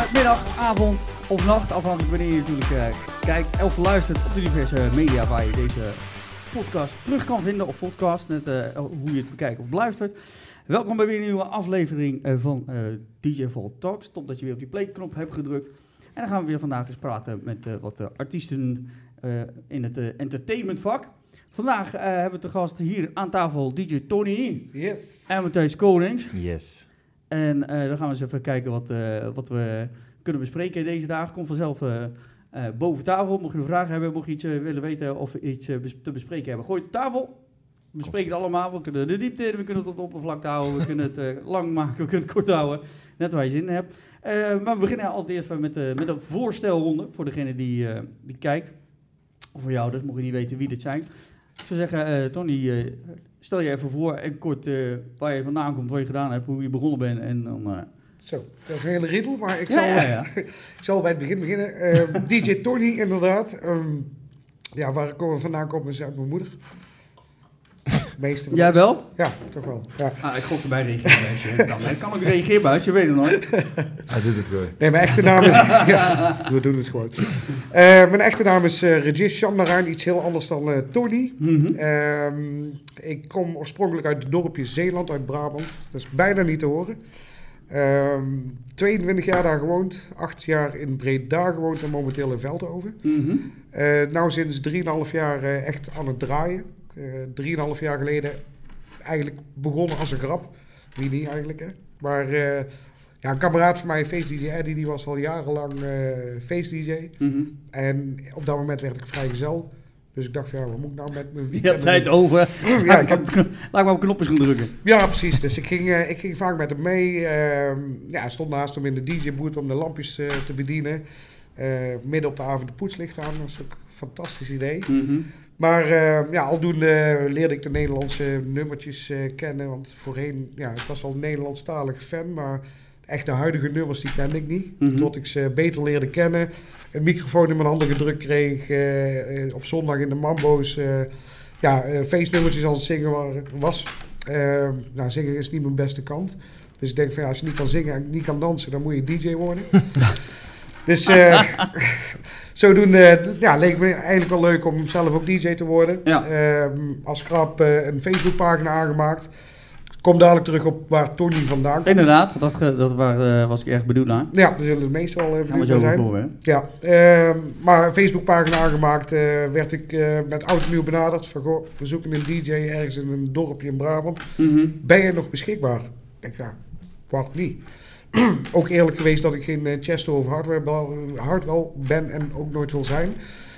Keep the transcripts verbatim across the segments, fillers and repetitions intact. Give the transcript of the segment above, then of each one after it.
middag, avond of nacht, afhankelijk wanneer je natuurlijk uh, kijkt of luistert op de diverse media waar je deze podcast terug kan vinden, of podcast, net uh, hoe je het bekijkt of beluistert. Welkom bij weer een nieuwe aflevering uh, van uh, D J Vault Talks. Top dat je weer op die play-knop hebt gedrukt. En dan gaan we weer vandaag eens praten met uh, wat uh, artiesten uh, in het uh, entertainmentvak. Vandaag uh, hebben we te gast hier aan tafel D J Tony. Yes. En Matthijs Konings. Yes. En uh, dan gaan we eens even kijken wat, uh, wat we kunnen bespreken deze dagen. Kom vanzelf uh, uh, boven tafel. Mocht je een vraag hebben, mocht je iets uh, willen weten of we iets uh, bes- te bespreken hebben. Gooi het op tafel. We bespreken het allemaal. We kunnen de diepte in, we kunnen het op de oppervlakte houden. We kunnen het uh, lang maken, we kunnen het kort houden. Net waar je zin in hebt. Uh, maar we beginnen altijd eerst met, uh, met een voorstelronde voor degene die, uh, die kijkt. Of voor jou, dus mocht je niet weten wie dit zijn. Ik zou zeggen, uh, Tony, uh, stel je even voor en kort uh, waar je vandaan komt, wat je gedaan hebt, hoe je begonnen bent en dan... Uh... Zo, dat is een hele riddle, maar ik, Ja, zal, ja, ja. ik zal bij het begin beginnen. Uh, D J Tony, inderdaad. Um, ja, waar ik vandaan kom is uit mijn moeder. Meeste Jij wel? Ja, toch wel. Ja. Ah, ik gok erbij reageerbuisje. Dan ik kan ook een reageerbuis, je weet het nooit. Hij doet het gewoon. Nee, mijn echte naam is... ja, we doen het gewoon. Uh, mijn echte naam is uh, Regis Chandaraan, iets heel anders dan uh, Tony. Mm-hmm. Um, ik kom oorspronkelijk uit het dorpje Zeeland, uit Brabant. Dat is bijna niet te horen. Um, tweeëntwintig jaar daar gewoond, acht jaar in Breda gewoond en momenteel in Veldhoven. Mm-hmm. Uh, nou sinds drieënhalf jaar uh, echt aan het draaien. Uh, drieënhalf jaar geleden eigenlijk begonnen als een grap. Wie niet eigenlijk, hè. Maar uh, ja, een kameraad van mij, feest-D J Eddie, die was al jarenlang uh, feest-D J. Mm-hmm. En op dat moment werd ik vrijgezel. Dus ik dacht, ja, wat moet ik nou met mijn Je weekend hebt tijd doen? over. Ja, ik heb... Laat me op knopjes gaan drukken. ja, precies. Dus ik ging, uh, ik ging vaak met hem mee. Uh, ja, stond naast hem in de D J-boot om de lampjes uh, te bedienen. Uh, midden op de avond de poetslicht aan. Dat was ook een fantastisch idee. Mm-hmm. Maar uh, ja, aldoende leerde ik de Nederlandse nummertjes uh, kennen. Want voorheen, ja, ik was al een Nederlandstalige fan, maar echt de huidige nummers die kende ik niet. Mm-hmm. Tot ik ze beter leerde kennen. Een microfoon in mijn handen gedrukt kreeg. Uh, uh, op zondag in de Mambo's. Uh, ja, uh, feestnummertjes als het zingen waren, was. Uh, nou, zingen is niet mijn beste kant. Dus ik denk van ja, als je niet kan zingen en niet kan dansen, dan moet je D J worden. Dus uh, zodoende ja, leek me eigenlijk wel leuk om zelf ook D J te worden. Ja. Uh, als grap uh, een Facebookpagina aangemaakt. Kom dadelijk terug op waar Tony vandaan komt. Inderdaad, dat, ge- dat waar, uh, was ik erg bedoeld naar. Ja, we zullen het meestal uh, Gaan we zo zijn. voor, hè? Ja, uh, maar een Facebookpagina aangemaakt, uh, werd ik uh, met oud en nieuw benaderd. Van, goh, we zoeken een D J ergens in een dorpje in Brabant. Mm-hmm. Ben je nog beschikbaar? Ik denk, ja, waarom niet? Ook eerlijk geweest dat ik geen uh, Chesto of hardware, hardware ben en ook nooit wil zijn.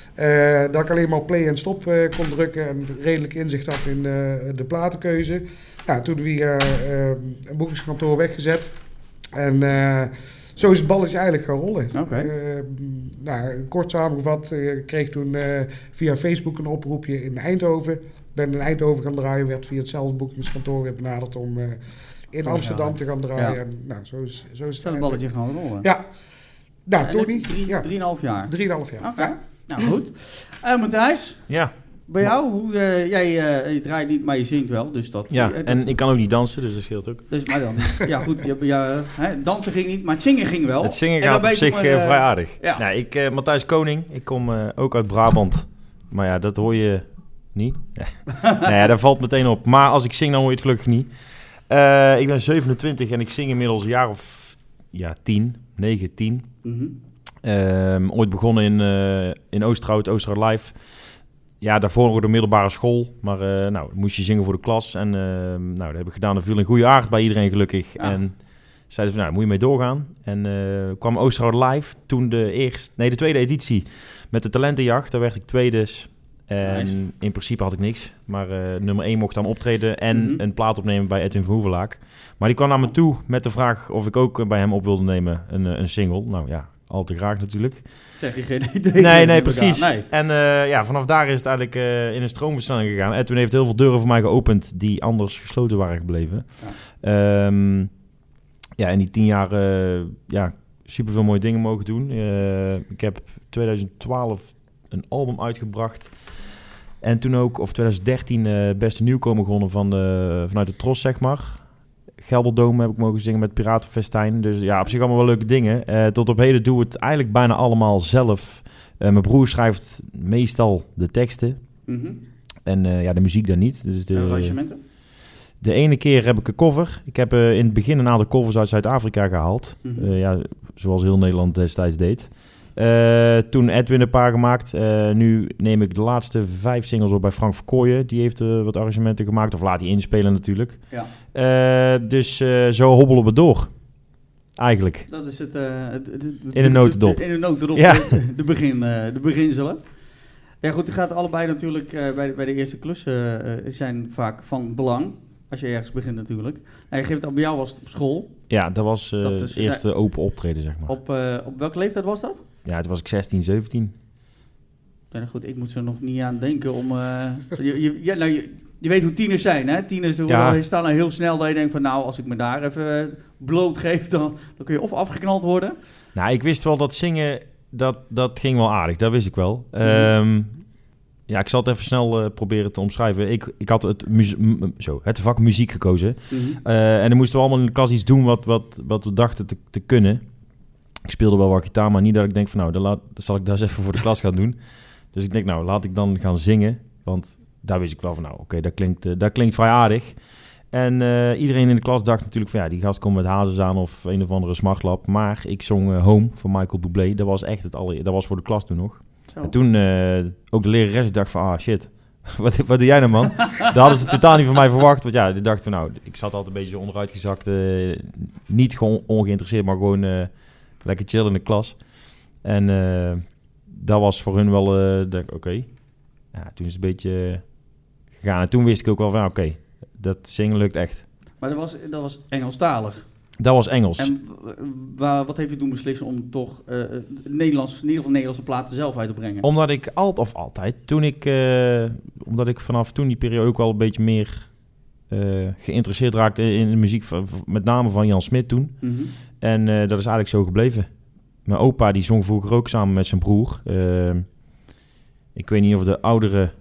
Uh, dat ik alleen maar op play en stop uh, kon drukken en redelijk inzicht had in uh, de platenkeuze. Ja, toen via uh, een boekingskantoor weggezet. En uh, zo is het balletje eigenlijk gaan rollen. Okay. Uh, nou, kort samengevat, uh, ik kreeg toen uh, via Facebook een oproepje in Eindhoven. Ben in Eindhoven gaan draaien, werd via hetzelfde boekingskantoor weer benaderd om uh, in oh, Amsterdam ja. te gaan draaien. Ja. En, nou, zo is, zo is het. Zo het balletje gaan rollen. Ja. Nou, En Tony. drie, Ja. Drieënhalf jaar. Drieënhalf jaar. Oké, okay. Nou goed. Uh, Matthijs, Ja. bij jou, hoe, uh, jij uh, je draait niet, maar je zingt wel, dus dat... Ja, uh, dat en ik kan ook niet dansen, dus dat scheelt ook. Dus, maar dan, ja goed, je, ja, uh, hè, dansen ging niet, maar het zingen ging wel. Het zingen En gaat dan op ben je zich toch maar, uh, vrij aardig. Ja. Nou, ik, uh, Matthijs Koning, ik kom uh, ook uit Brabant. Maar ja, dat hoor je niet. Nou ja, dat valt meteen op. Maar als ik zing, dan hoor je het gelukkig niet. Uh, ik ben zevenentwintig en ik zing inmiddels een jaar of ja, tien, negen, tien. Mm-hmm. Um, ooit begonnen in, uh, in Oosterhout, Oosterhout Live. Ja, daarvoor nog de middelbare school. Maar uh, nou, moest je zingen voor de klas. En uh, nou, dat heb ik gedaan. Dat viel in goede aard bij iedereen gelukkig. Ja. En zeiden van, nou, moet je mee doorgaan. En uh, kwam Oosterhout Live. Toen de eerste, nee, de tweede editie met de talentenjacht. Daar werd ik tweede. En Nice. in principe had ik niks. Maar uh, nummer één mocht dan optreden en Mm-hmm. een plaat opnemen bij Edwin van Hoevelaak. Maar die kwam naar me toe met de vraag of ik ook bij hem op wilde nemen een, een single. Nou ja, al te graag natuurlijk. Zeg je geen idee? Nee, nee, precies. Nee. En uh, ja, vanaf daar is het eigenlijk uh, in een stroomversnelling gegaan. Edwin heeft heel veel deuren voor mij geopend die anders gesloten waren gebleven. Ja, um, ja in die tien jaar uh, ja, super veel mooie dingen mogen doen. Uh, ik heb twintig twaalf een album uitgebracht. En toen ook, of twintig dertien, uh, beste nieuwkomer gewonnen van de, vanuit de Tros, zeg maar. Gelderdoom heb ik mogen zingen met Piratenfestijn. Dus ja, op zich allemaal wel leuke dingen. Uh, tot op heden doen we het eigenlijk bijna allemaal zelf. Uh, mijn broer schrijft meestal de teksten. Mm-hmm. En uh, ja, de muziek dan niet. Dus de arrangementen? De ene keer heb ik een cover. Ik heb uh, in het begin een aantal covers uit Zuid-Afrika gehaald. Mm-hmm. Uh, ja, zoals heel Nederland destijds deed. Uh, toen Edwin een paar gemaakt. Uh, nu neem ik de laatste vijf singles op bij Frank Verkooyen. Die heeft uh, wat arrangementen gemaakt. Of laat hij inspelen natuurlijk. Ja. Uh, dus uh, zo hobbelen we door. Eigenlijk. Dat is het... Uh, het, het, het in een notendop. In een notendop. Ja. De, de, begin, uh, de beginselen. Ja goed, die gaat allebei natuurlijk uh, bij, de, bij de eerste klussen uh, zijn vaak van belang. Als je ergens begint natuurlijk. Nou, je geeft het, bij jou was het op school. Ja, dat was uh, dat is, het eerste uh, open optreden, zeg maar. Op, uh, op welke leeftijd was dat? Ja, toen was ik zestien, zeventien. Ja, goed, ik moet er nog niet aan denken om... Uh, je, je, ja, nou, je, je weet hoe tieners zijn, hè? Tieners ja. staan er heel snel dat je denkt van... Nou, als ik me daar even bloot geef, dan, dan kun je of afgeknald worden. Nou, ik wist wel dat zingen, dat, dat ging wel aardig. Dat wist ik wel. Mm-hmm. Um, Ja, ik zal het even snel uh, proberen te omschrijven. Ik, ik had het, muzie- m- zo, het vak muziek gekozen. Mm-hmm. Uh, en dan moesten we allemaal in de klas iets doen wat, wat, wat we dachten te, te kunnen. Ik speelde wel wat gitaar, maar niet dat ik denk van... nou, dan, laat, dan zal ik dat eens even voor de klas gaan doen. Dus ik denk, nou, laat ik dan gaan zingen. Want daar wist ik wel van, nou, oké, okay, dat, klinkt, uh, dat klinkt vrij aardig. En uh, iedereen in de klas dacht natuurlijk van... ja, die gast komt met hazes aan of een of andere smartlap. Maar ik zong uh, Home van Michael Bublé. Dat was echt het aller... Dat was voor de klas toen nog. Zo. En toen uh, ook de lerares dacht van, ah shit, wat, wat doe jij nou man? Dat hadden ze totaal niet van mij verwacht. Want ja, die dacht van nou, ik zat altijd een beetje onderuitgezakt. Uh, niet gewoon ongeïnteresseerd, maar gewoon uh, lekker chill in de klas. En uh, dat was voor hun wel, uh, oké. Okay. Ja, toen is het een beetje uh, gegaan. En toen wist ik ook wel van, oké, okay, dat zingen lukt echt. Maar dat was, dat was Engelstalig? Dat was Engels. En waar, wat heeft u toen beslissen om toch uh, Nederlands, in ieder geval Nederlandse platen zelf uit te brengen? Omdat ik altijd, of altijd, toen ik, uh, omdat ik vanaf toen die periode ook wel een beetje meer uh, geïnteresseerd raakte in de muziek, van, met name van Jan Smit toen. Mm-hmm. En uh, dat is eigenlijk zo gebleven. Mijn opa die zong vroeger ook samen met zijn broer. Uh, ik weet niet of de ouderen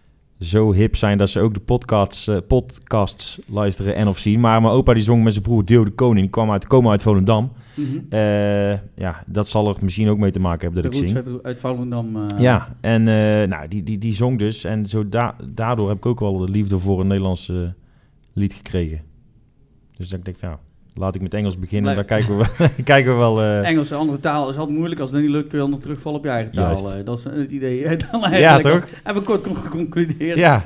zo hip zijn dat ze ook de podcasts, uh, podcasts luisteren en of zien. Maar mijn opa die zong met zijn broer Dio de Koning. Die kwam uit, komen uit Volendam. Mm-hmm. Uh, ja, dat zal er misschien ook mee te maken hebben dat de ik zing. Uit, uit Volendam. Uh... Ja, en uh, nou, die, die, die zong dus. En zo da- daardoor heb ik ook wel de liefde voor een Nederlands uh, lied gekregen. Dus dan denk ik van ja, laat ik met Engels beginnen. Dan kijken we wel. kijken we wel uh... Engels, een andere taal is altijd moeilijk. Als het niet lukt, kun je nog terugvallen op je eigen taal. Uh, dat is het idee. Dan ja, toch? Hebben we kort geconcludeerd. Ja.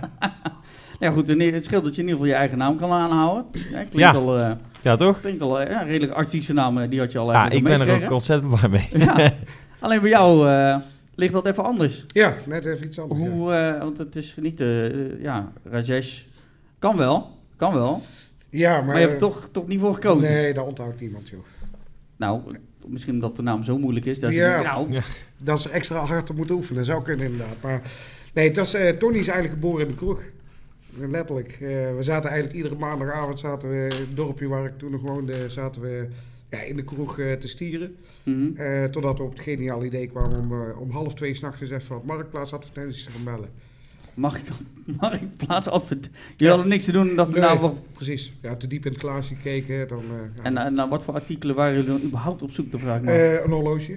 Ja, goed. Het scheelt dat je in ieder geval je eigen naam kan aanhouden. Ja, klinkt ja. al... Uh, ja, toch? Klinkt al ja, redelijk artistieke naam. Die had je al Ja, ik ben er ook ontzettend blij mee. Ja. Alleen bij jou uh, ligt dat even anders. Ja, net even iets anders. Hoe, ja. uh, want het is niet... Uh, ja, Rajesh kan wel. Kan wel. Ja, maar... Maar je hebt er toch, toch niet voor gekozen? Nee, daar onthoudt niemand, joh. Nou, misschien omdat de naam zo moeilijk is. Dat ja, denk, nou, ja, dat ze extra hard op moeten oefenen. Zou kunnen inderdaad. Maar nee, het was, uh, Tony is eigenlijk geboren in de kroeg. Letterlijk. Uh, we zaten eigenlijk iedere maandagavond zaten we in het dorpje waar ik toen nog woonde, zaten we ja, in de kroeg uh, te stieren. Mm-hmm. Uh, totdat we op het geniale idee kwamen om, uh, om half twee 's nachts eens even wat marktplaatsadvertenties te gaan bellen. Mag ik dan marktplaatsadvertenties? Je ja. had er niks te doen? Dat nee, nou, wat... precies. Ja, te diep in het glaasje gekeken. Dan, uh, ja. En, en naar wat voor artikelen waren jullie dan überhaupt op zoek te vragen? Uh, een horloge.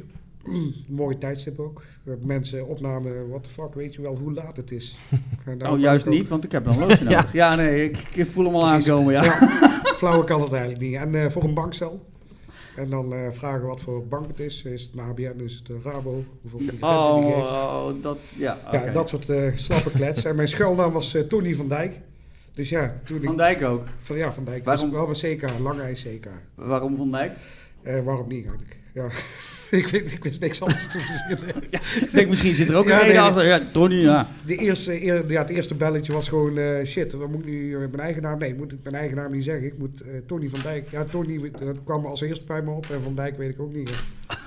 Mooi tijdstip ook. Mensen opnamen, what the fuck, weet je wel hoe laat het is. Oh, juist niet, want ik heb een horloge nodig. Ja. ja, nee, ik, ik voel hem al Precies. aankomen, ja. ja. Flauwer kan het eigenlijk niet. En uh, voor een bankstel. En dan uh, vragen wat voor bank het is. Is het een A B N, is het een Rabo? Hoeveel die oh, die geeft. Oh, dat, ja. Okay. Ja, dat soort uh, slappe klets. En mijn schuilnaam was uh, Tony van Dijk. Dus ja, toen Van ik, Dijk ook? Van, ja, Van Dijk. Waarom? Wel met C K, lange ijs C K. Waarom Van Dijk? Uh, waarom niet eigenlijk? Ja. ik, weet, ik wist niks anders te verzinnen. Ja, ik denk, misschien zit er ook ja, een reden nee, achter. Ja, Tony, ja. De eerste, eer, ja. Het eerste belletje was gewoon, uh, shit, wat moet ik nu mijn eigen naam? Nee, moet ik mijn eigen naam niet zeggen. Ik moet uh, Tony van Dijk. Ja, Tony, dat kwam als eerste bij me op. En Van Dijk weet ik ook niet.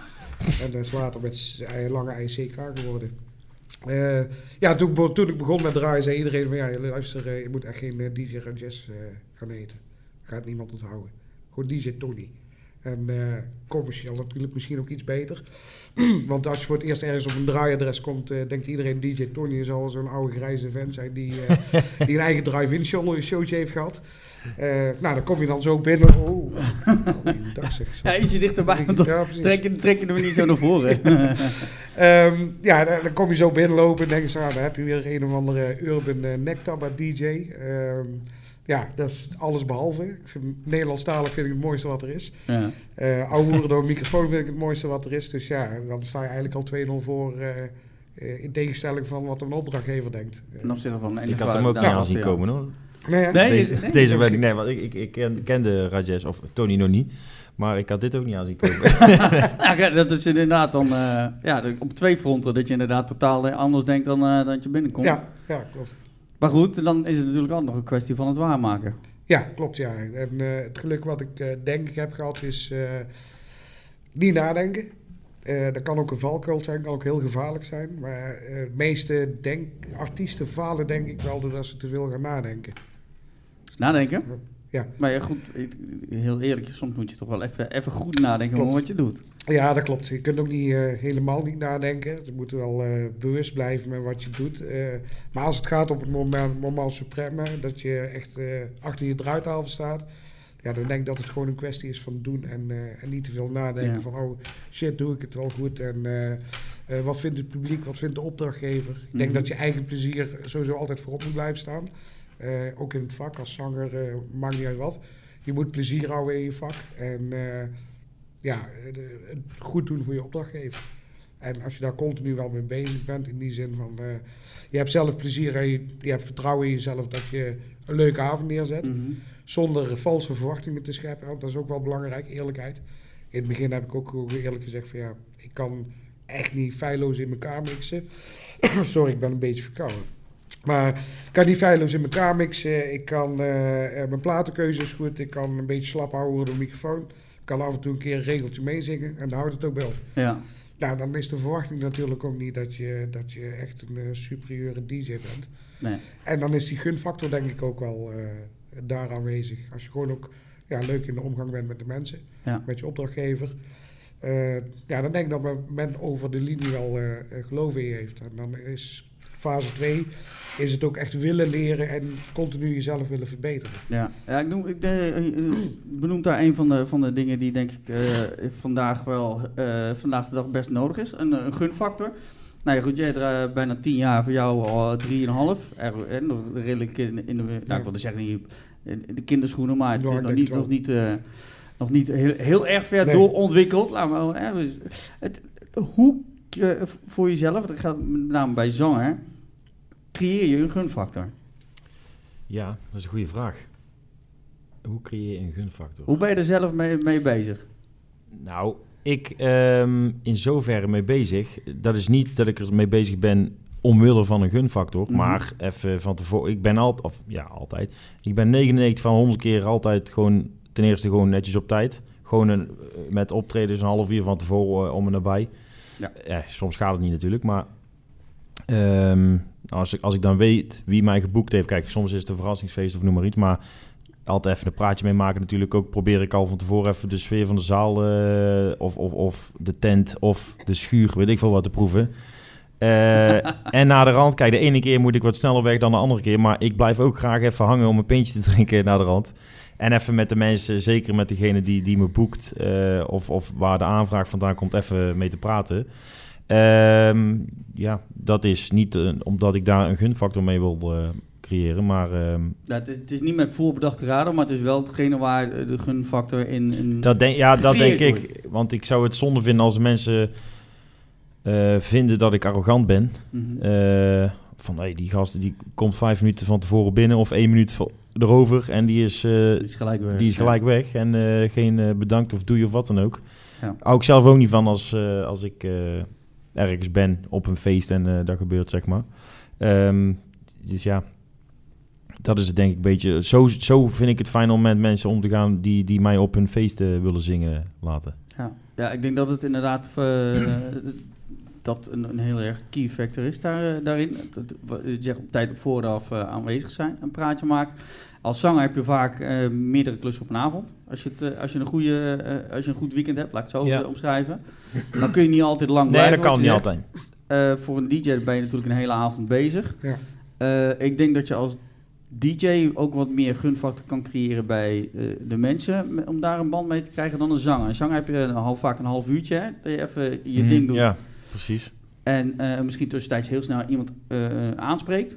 En dat is later met lange I C K geworden. Uh, ja, toen, toen ik begon met draaien, zei iedereen van, ja, luister, uh, je moet echt geen uh, D J Rajesh uh, gaan eten. Gaat niemand onthouden. Gewoon D J Tony. En uh, commercieel natuurlijk misschien ook iets beter. Want als je voor het eerst ergens op een draaiadres komt, uh, denkt iedereen D J Tony zal zo'n oude grijze vent zijn die, uh, die een eigen drive-in show, een showtje heeft gehad. Uh, nou, dan kom je dan zo binnen. Oh, goeiedag zeg. Ja, ietsje dichterbij, want dan ja, trek, je, trek je hem niet zo naar voren. um, ja, dan, dan kom je zo binnenlopen en denk je, nou, dan heb je weer een of andere urban uh, nectar bij D J. Um, Ja, dat is alles behalve. Ik vind Nederlandstalig vind ik het mooiste wat er is. Ja. Uh, ouwe door een microfoon vind ik het mooiste wat er is. Dus ja, dan sta je eigenlijk al twee nul voor uh, uh, in tegenstelling van wat een opdrachtgever denkt. Ten opzichte van ik had hem ook niet aan zien komen hoor. Nee, ja. nee, deze nee, deze weet ik. Nee, want ik, ik, ik ken, kende Rajesh of Tony nog niet. Maar ik had dit ook niet aan zien komen. Ja, dat is inderdaad dan uh, ja, op twee fronten. Dat je inderdaad totaal anders denkt dan uh, dat je binnenkomt. Ja, ja, klopt. Maar goed, dan is het natuurlijk ook nog een kwestie van het waarmaken. Ja, klopt, ja. En uh, het geluk wat ik uh, denk ik heb gehad is uh, niet nadenken. Uh, dat kan ook een valkuil zijn, kan ook heel gevaarlijk zijn. Maar uh, de meeste denk, artiesten falen denk ik wel doordat ze te veel gaan nadenken. Nadenken? Ja. Maar ja, goed, heel eerlijk, soms moet je toch wel even, even goed nadenken over wat je doet. Ja, dat klopt. Je kunt ook niet, uh, helemaal niet nadenken. Je moet wel uh, bewust blijven met wat je doet. Uh, maar als het gaat op het moment, moment supreme, dat je echt uh, achter je draaitafel staat, ja, dan denk ik dat het gewoon een kwestie is van doen en, uh, en niet te veel nadenken ja. van, oh shit, doe ik het wel goed en uh, uh, wat vindt het publiek, wat vindt de opdrachtgever. Ik denk mm-hmm. dat je eigen plezier sowieso altijd voorop moet blijven staan. Uh, ook in het vak, als zanger, uh, maakt niet uit wat. Je moet plezier houden in je vak en uh, ja, de, het goed doen voor je opdrachtgever. En als je daar continu wel mee bezig bent, in die zin van, uh, je hebt zelf plezier en je, je hebt vertrouwen in jezelf dat je een leuke avond neerzet. Mm-hmm. Zonder valse verwachtingen te scheppen, want dat is ook wel belangrijk, eerlijkheid. In het begin heb ik ook eerlijk gezegd van ja, ik kan echt niet feilloos in elkaar mixen. Sorry, ik ben een beetje verkouden. Maar ik kan niet feilloos in elkaar mixen. Ik kan, uh, mijn platenkeuze is goed. Ik kan een beetje slap houden door de microfoon. Ik kan af en toe een keer een regeltje meezingen. En daar houdt het ook bij op. Ja. Nou, dan is de verwachting natuurlijk ook niet dat je, dat je echt een uh, superieure D J bent. Nee. En dan is die gunfactor denk ik ook wel uh, daar aanwezig. Als je gewoon ook ja, leuk in de omgang bent met de mensen. Ja. Met je opdrachtgever. Uh, ja, dan denk ik dat men over de linie wel uh, geloof in je heeft. En dan is fase twee is het ook echt willen leren en continu jezelf willen verbeteren. Ja, ja ik, noem, ik uh, benoem daar een van de, van de dingen die denk ik uh, vandaag wel uh, vandaag de dag best nodig is. Een, een gunfactor. Nou ja, goed, jij er uh, bijna tien jaar, voor jou al drieënhalf. Er, nog redelijk in, in de, ja. nou, ik wilde zeggen in de kinderschoenen, maar het is nog niet, nog niet, uh, nog niet heel, heel erg ver nee. doorontwikkeld. Nou, wel, hè, dus het, hoe uh, voor jezelf, dat gaat met name bij zanger, creëer je een gunfactor? Ja, dat is een goede vraag. Hoe creëer je een gunfactor? Hoe ben je er zelf mee, mee bezig? Nou, ik um, in zoverre mee bezig. Dat is niet dat ik er mee bezig ben omwille van een gunfactor. Mm-hmm. Maar even van tevoren. Ik ben altijd, of ja, altijd. Ik ben negenennegentig van honderd keer altijd gewoon, ten eerste gewoon netjes op tijd. Gewoon een, met optredens een half uur van tevoren uh, om en nabij. Ja. Ja, soms gaat het niet natuurlijk, maar um, als, ik, als ik dan weet wie mij geboekt heeft. Kijk, soms is het een verrassingsfeest of noem maar iets, maar altijd even een praatje mee maken natuurlijk ook. Probeer ik al van tevoren even de sfeer van de zaal uh, of, of, of de tent of de schuur, weet ik veel wat te proeven. Uh, en na de rand, kijk, de ene keer moet ik wat sneller weg dan de andere keer, maar ik blijf ook graag even hangen om een pintje te drinken na de rand. En even met de mensen, zeker met degene die, die me boekt uh, of, of waar de aanvraag vandaan komt, even mee te praten. Um, ja, dat is niet uh, omdat ik daar een gunfactor mee wil uh, creëren, maar Um, ja, het, is, het is niet met voorbedachte raden, maar het is wel hetgene waar de gunfactor in, in dat denk, ja, dat denk wordt. Ik. Want ik zou het zonde vinden als mensen uh, vinden dat ik arrogant ben. Mm-hmm. Uh, van, hé, hey, die gast die komt vijf minuten van tevoren binnen of één minuut van erover en die is, uh, die is gelijk weg. Die is gelijk ja. weg en uh, geen uh, bedankt of doei of wat dan ook. Ja. Hou ik zelf ook niet van als, uh, als ik uh, ergens ben op een feest en uh, dat gebeurt, zeg maar. Um, dus ja, dat is het denk ik een beetje. Zo, zo vind ik het fijn om met mensen om te gaan die, die mij op hun feesten willen zingen laten. Ja, ja ik denk dat het inderdaad Uh, dat een, een heel erg key factor is daar, uh, daarin. Je zegt op tijd op vooraf uh, aanwezig zijn, een praatje maken. Als zanger heb je vaak uh, meerdere klussen op een avond. Als je, het, uh, als je, een, goede, uh, als je een goed weekend hebt, laat ik het zo ja. omschrijven. Dan kun je niet altijd lang blijven. Nee, dat kan niet altijd. Uh, voor een D J ben je natuurlijk een hele avond bezig. Ja. Uh, ik denk dat je als D J ook wat meer gunfactor kan creëren bij uh, de mensen om daar een band mee te krijgen dan een zanger. Een zanger heb je een half, vaak een half uurtje, hè, dat je even je mm, ding doet. Ja, precies. En uh, misschien tussentijds heel snel iemand uh, aanspreekt.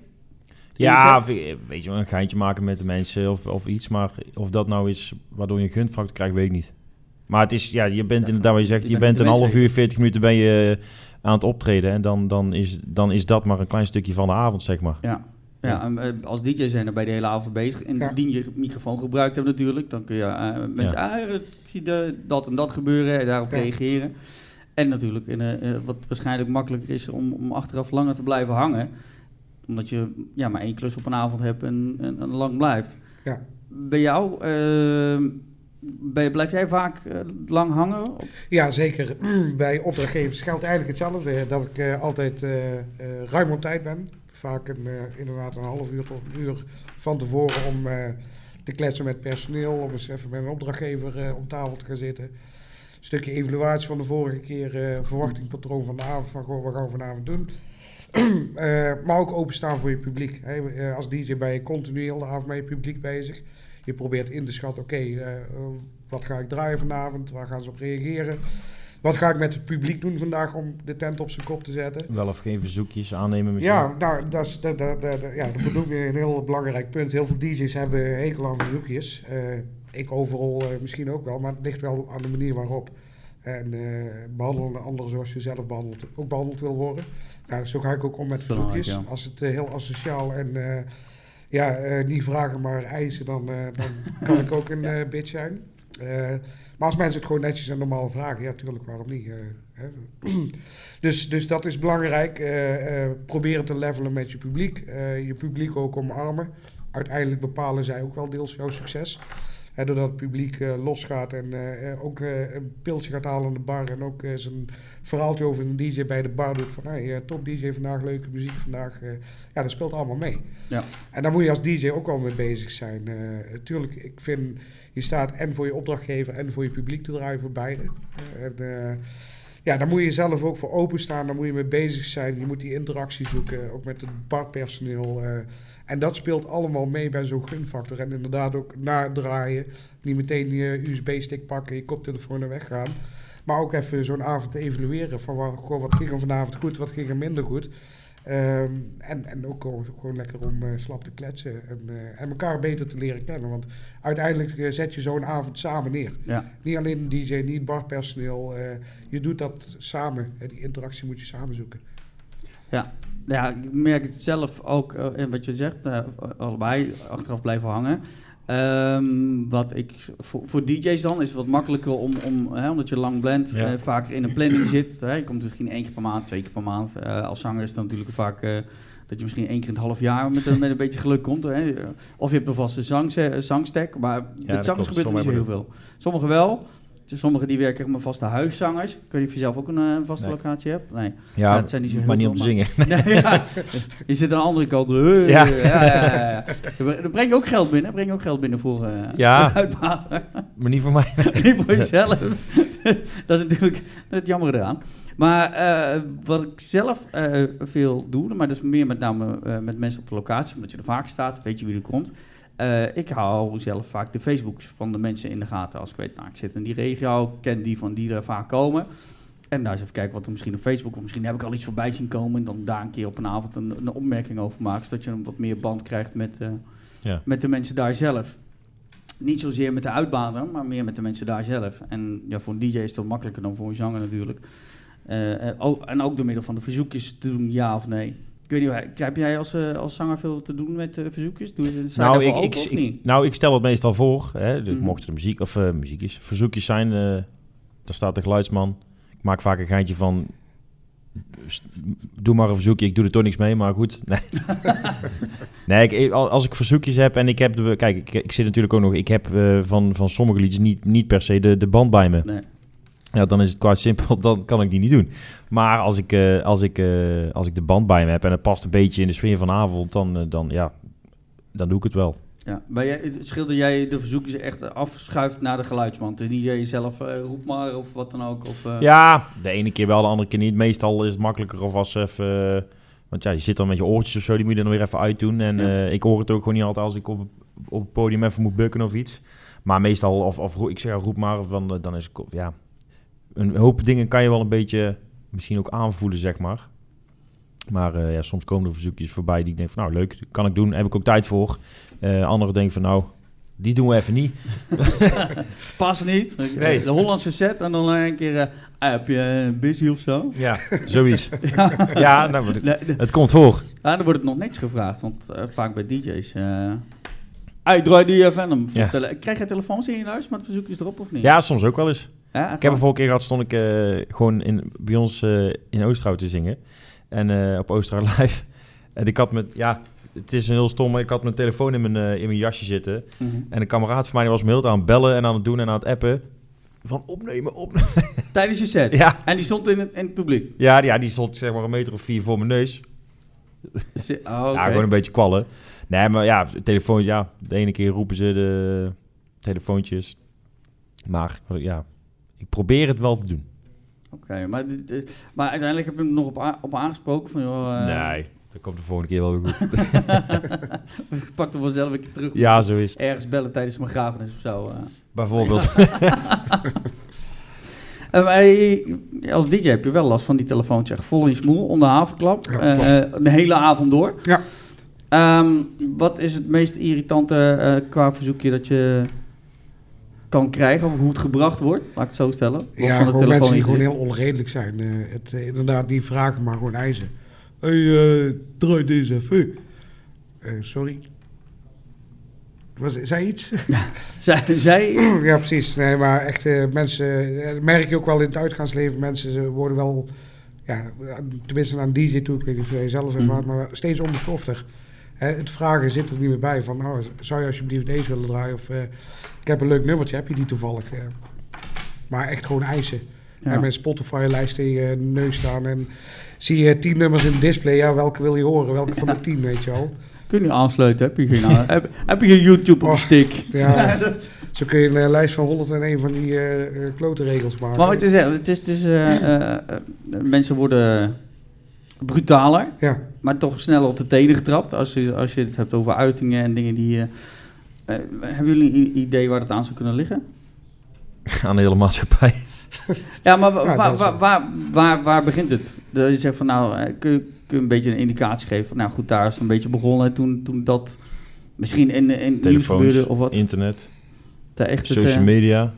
Ja, weet je wel, een geintje maken met de mensen of, of iets, maar of dat nou is waardoor je een gunfactor krijgt, weet ik niet. Maar het is, ja, je bent ja, inderdaad wat je zegt, je, je bent een half uur, veertig minuten ben je aan het optreden en dan, dan, is, dan is dat maar een klein stukje van de avond, zeg maar. Ja. Ja, en, uh, als D J zijn er bij de hele avond bezig. En ja. indien je microfoon gebruikt hebt natuurlijk, dan kun je uh, mensen, ja. ah, ik zie de, dat en dat gebeuren en daarop ja. reageren. En natuurlijk, in, uh, wat waarschijnlijk makkelijker is om, om achteraf langer te blijven hangen. Omdat je ja, maar één klus op een avond hebt en, en, en lang blijft. Ja. Bij jou, uh, bij, blijf jij vaak uh, lang hangen? Ja, zeker. Bij opdrachtgevers geldt eigenlijk hetzelfde. Dat ik uh, altijd uh, uh, ruim op tijd ben. Vaak een, uh, inderdaad een half uur tot een uur van tevoren om uh, te kletsen met personeel. Om eens even met een opdrachtgever uh, om tafel te gaan zitten. Een stukje evaluatie van de vorige keer. Uh, verwachtingpatroon van de avond. Van gewoon, wat gaan we vanavond doen. uh, maar ook openstaan voor je publiek. Hè. Uh, als D J ben je continu heel de avond met je publiek bezig. Je probeert in te schatten. Oké, okay, uh, uh, wat ga ik draaien vanavond? Waar gaan ze op reageren? Wat ga ik met het publiek doen vandaag om de tent op zijn kop te zetten? Wel of geen verzoekjes aannemen misschien? Ja, nou, dat is dat, dat, dat, ja, dat bedoel ik een heel belangrijk punt. Heel veel D J's hebben hekel aan verzoekjes. Uh, ik overal uh, misschien ook wel, maar het ligt wel aan de manier waarop. En uh, behandelen een ander zoals je zelf behandeld, ook behandeld wil worden. Nou, zo ga ik ook om met verzoekjes. Ja. Als het uh, heel asociaal en uh, ja, uh, niet vragen maar eisen, dan, uh, dan kan ik ook een uh, bitch zijn. Uh, maar als mensen het gewoon netjes en normaal vragen, ja, natuurlijk, waarom niet? Uh, hè? dus, dus dat is belangrijk. Uh, uh, proberen te levelen met je publiek. Uh, je publiek ook omarmen. Uiteindelijk bepalen zij ook wel deels jouw succes. Uh, doordat het publiek uh, losgaat en uh, ook uh, een pilsje gaat halen aan de bar. En ook uh, zijn verhaaltje over een D J bij de bar doet. Van hey, uh, top D J vandaag, leuke muziek vandaag. Uh, ja, dat speelt allemaal mee. Ja. En daar moet je als D J ook wel mee bezig zijn. Uh, tuurlijk, ik vind... Je staat en voor je opdrachtgever en voor je publiek te draaien, voor beide. Uh, en, uh, ja, daar moet je zelf ook voor openstaan, daar moet je mee bezig zijn. Je moet die interactie zoeken, ook met het barpersoneel. Uh, en dat speelt allemaal mee bij zo'n gunfactor. En inderdaad ook nadraaien, niet meteen je U S B-stick pakken, je koptelefoon en weggaan. Maar ook even zo'n avond te evalueren van wat, goh, wat ging er vanavond goed, wat ging er minder goed. Um, en, en ook gewoon, gewoon lekker om uh, slap te kletsen en, uh, en elkaar beter te leren kennen. Want uiteindelijk uh, zet je zo'n avond samen neer. Ja. Niet alleen een D J, niet barpersoneel. Uh, je doet dat samen. Uh, die interactie moet je samen zoeken. Ja, ja ik merk het zelf ook uh, in wat je zegt. Uh, allebei achteraf blijven hangen. Um, wat ik, voor, voor D J's dan is het wat makkelijker om, om hè, omdat je lang blendt, ja. uh, vaker in een planning zit. Hè, je komt misschien één keer per maand, twee keer per maand. Uh, als zanger is het natuurlijk vaak uh, dat je misschien één keer in het half jaar met, met een beetje geluk komt. Hè. Of je hebt een vaste zang, zangstack, maar ja, met zangers gebeurt er niet zo heel veel. Sommigen wel. Sommigen die werken met vaste huiszangers. Ik weet niet of je zelf ook een uh, vaste nee. locatie hebt. Nee. Ja, dat zijn niet zo heel maar niet om te zingen. Nee, ja. Je zit aan de andere kant. Uh, ja. Ja, ja, ja, ja. Dan breng je ook geld binnen. Breng je ook geld binnen voor uh, ja, uitbouwen. Maar niet voor mij. Niet voor jezelf. Dat is natuurlijk het jammer eraan. Maar uh, wat ik zelf uh, veel doe, maar dat is meer met name uh, met mensen op de locatie, omdat je er vaak staat, weet je wie er komt. Uh, ik hou zelf vaak de Facebooks van de mensen in de gaten. Als ik weet, nou, ik zit in die regio, ik ken die van die er vaak komen. En daar eens even kijken wat er misschien op Facebook, of misschien heb ik al iets voorbij zien komen. En dan daar een keer op een avond een, een opmerking over maken, zodat je een wat meer band krijgt met, uh, ja. met de mensen daar zelf. Niet zozeer met de uitbaner, maar meer met de mensen daar zelf. En ja, voor een D J is dat makkelijker dan voor een zanger natuurlijk. Uh, ook, en ook door middel van de verzoekjes te doen, ja of nee. Ik weet niet, heb jij als, uh, als zanger veel te doen met uh, verzoekjes? Doe je nou, ik, ook, ik, of ik, niet? nou, ik stel het meestal voor. Hè. Dus Mm-hmm. mocht er muziek of uh, muziekjes, verzoekjes zijn, uh, daar staat de geluidsman. Ik maak vaak een geintje van, doe maar een verzoekje, ik doe er toch niks mee, maar goed. Nee, nee ik, als ik verzoekjes heb en ik heb, de, kijk, ik, ik zit natuurlijk ook nog, ik heb uh, van, van sommige liedjes niet, niet per se de, de band bij me. Nee. Ja, dan is het quite simpel. Dan kan ik die niet doen. Maar als ik, uh, als ik, uh, als ik de band bij me heb en het past een beetje in de sfeer van de avond, dan, uh, dan, ja, dan doe ik het wel. Ja, maar jij, schilder jij de verzoekjes echt afschuift naar de geluidsman? Het is niet dat je zelf uh, roept maar of wat dan ook? Of, uh... Ja, de ene keer wel, de andere keer niet. Meestal is het makkelijker of als even... Uh, want ja, je zit dan met je oortjes of zo, die moet je dan weer even uitdoen. En ja. uh, ik hoor het ook gewoon niet altijd als ik op, op het podium even moet bukken of iets. Maar meestal, of, of ik zeg roep maar, of dan, dan is het... Ja, een hoop dingen kan je wel een beetje misschien ook aanvoelen, zeg maar. Maar uh, ja, soms komen er verzoekjes voorbij die ik denk van, nou leuk, kan ik doen, heb ik ook tijd voor. Uh, anderen denken van, nou, die doen we even niet. Pas niet. Nee. De Hollandse set en dan een keer, uh, heb je een busy of zo? Ja, zoiets. ja, ja nou, het, nee, het komt voor. Ja, dan wordt het nog niks gevraagd, want uh, vaak bij D J's... Uh, uitdraai die Venom. Ja. Tele- Krijg je telefoons in je huis met verzoekjes erop of niet? Ja, soms ook wel eens. Ja, ik heb een vorige keer gehad, stond ik uh, gewoon in, bij ons uh, in Oosterhout te zingen. En uh, op Oosterhout Live. En ik had met, ja, het is een heel stom, maar ik had mijn telefoon in mijn, uh, in mijn jasje zitten. Mm-hmm. En een kameraad van mij was me heel aan het bellen en aan het doen en aan het appen. Van opnemen, opnemen. Tijdens je set? Ja. En die stond in het, in het publiek? Ja, ja, die stond zeg maar een meter of vier voor mijn neus. Oh, okay. Ja, gewoon een beetje kwallen. Nee, maar ja, telefoon, ja, de ene keer roepen ze de telefoontjes. Maar ja, ik probeer het wel te doen. Oké, okay, maar, maar uiteindelijk heb je hem nog op, a- op aangesproken? Van, joh, uh... Nee, dat komt de volgende keer wel weer goed. Ik pak er wel zelf een keer terug. Ja, zo is het. Ergens bellen tijdens mijn begrafenis of zo. Uh. Bijvoorbeeld. uh, maar als D J heb je wel last van die telefoontjes. Echt vol in je smoel, om de havenklap. Ja, uh, de hele avond door. Ja. Um, wat is het meest irritante uh, qua verzoekje dat je kan krijgen, of hoe het gebracht wordt, laat ik het zo stellen? Of ja, van de gewoon mensen die zit. gewoon heel onredelijk zijn. Uh, het, uh, inderdaad, die vragen maar gewoon eisen. Hé, hey, uh, draai deze even. Uh, sorry. Was, zei iets? zij, zij... Ja, precies. Nee, maar echt uh, mensen, uh, merk je ook wel in het uitgaansleven, mensen ze worden wel, ja, tenminste aan D J toe, ik weet niet of jij zelf ervaart, mm. maar steeds onbeschofter. Hè, het vragen zit er niet meer bij van, oh, zou je alsjeblieft deze willen draaien? Of uh, ik heb een leuk nummertje, heb je die toevallig? Uh, maar echt gewoon eisen. Ja. En met Spotify-lijst in je neus staan en zie je tien nummers in het display, ja, welke wil je horen? Welke van de tien, weet je al? Kun je aansluiten, heb je geen, heb, heb je geen YouTube op oh, de stick? Ja, dat... Zo kun je een uh, lijst van honderdéén van die uh, uh, klote regels maken. Maar wat je zegt, het is, het is, uh, uh, uh, mensen worden brutaler, ja. maar toch sneller op de tenen getrapt. Als je, als je het hebt over uitingen en dingen die... Uh, uh, hebben jullie een idee waar het aan zou kunnen liggen? Aan de hele maatschappij. Ja, maar wa- ja, waar, waar, waar, waar, waar begint het? Dat je zegt van nou, kun je, kun je een beetje een indicatie geven van nou goed, daar is het een beetje begonnen toen, toen dat misschien in, in nieuws gebeurde of wat? Internet, echt social het, uh, media.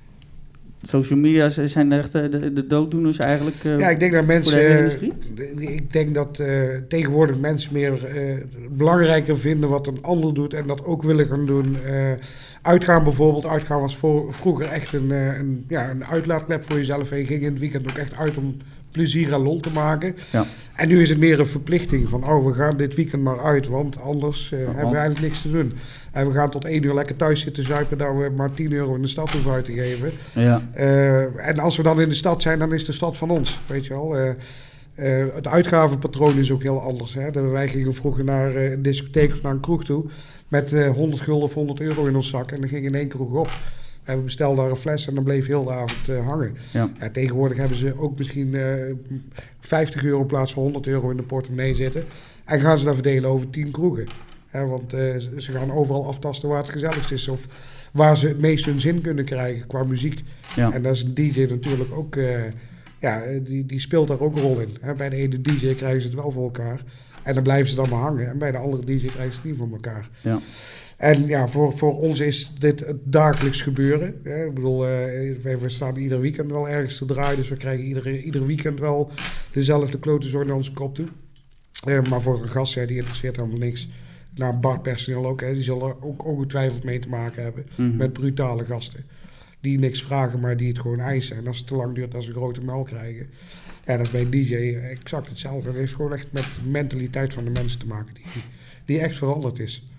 Social media zijn echt de, de, de dooddoeners eigenlijk uh, ja, ik denk dat mensen, voor de hele industrie? Uh, ik denk dat uh, tegenwoordig mensen meer uh, belangrijker vinden wat een ander doet en dat ook willen gaan doen. Uh, uitgaan bijvoorbeeld, uitgaan was voor, vroeger echt een, uh, een, ja, een uitlaatklep voor jezelf en je ging in het weekend ook echt uit om plezier en lol te maken. Ja. En nu is het meer een verplichting van, oh, we gaan dit weekend maar uit, want anders uh, ja, hebben we eigenlijk niks te doen. En we gaan tot één uur lekker thuis zitten zuipen, dat we maar tien euro in de stad hoeven uit te geven. Ja. Uh, en als we dan in de stad zijn, dan is de stad van ons, weet je wel. Uh, uh, het uitgavenpatroon is ook heel anders. Hè? Dat wij gingen vroeger naar uh, een discotheek of naar een kroeg toe met uh, honderd gulden of honderd euro in ons zak en dan ging in één kroeg op. En we bestelden daar een fles en dan bleef heel de avond uh, hangen. Ja. Ja, tegenwoordig hebben ze ook misschien uh, vijftig euro in plaats van honderd euro in de portemonnee zitten. En gaan ze dat verdelen over tien kroegen. Ja, want uh, ze gaan overal aftasten waar het gezelligst is. Of waar ze het meest hun zin kunnen krijgen qua muziek. Ja. En daar is een D J natuurlijk ook... Uh, ja, die, die speelt daar ook een rol in. Hè. Bij de ene D J krijgen ze het wel voor elkaar. En dan blijven ze dan maar hangen. En bij de andere D J krijgen ze het niet voor elkaar. Ja. En ja, voor, voor ons is dit het dagelijks gebeuren. Ja, ik bedoel, uh, wij, we staan ieder weekend wel ergens te draaien. Dus we krijgen iedere, ieder weekend wel dezelfde klote zo naar onze kop toe. Uh, maar voor een gast, ja, die interesseert helemaal niks. Nou, barpersoneel ook. Hè, die zullen ook ongetwijfeld mee te maken hebben. Mm-hmm. Met brutale gasten. Die niks vragen, maar die het gewoon eisen. En als het te lang duurt, als ze een grote muil krijgen. Ja, dat is bij een D J exact hetzelfde. Dat heeft gewoon echt met de mentaliteit van de mensen te maken. Die, die echt veranderd is.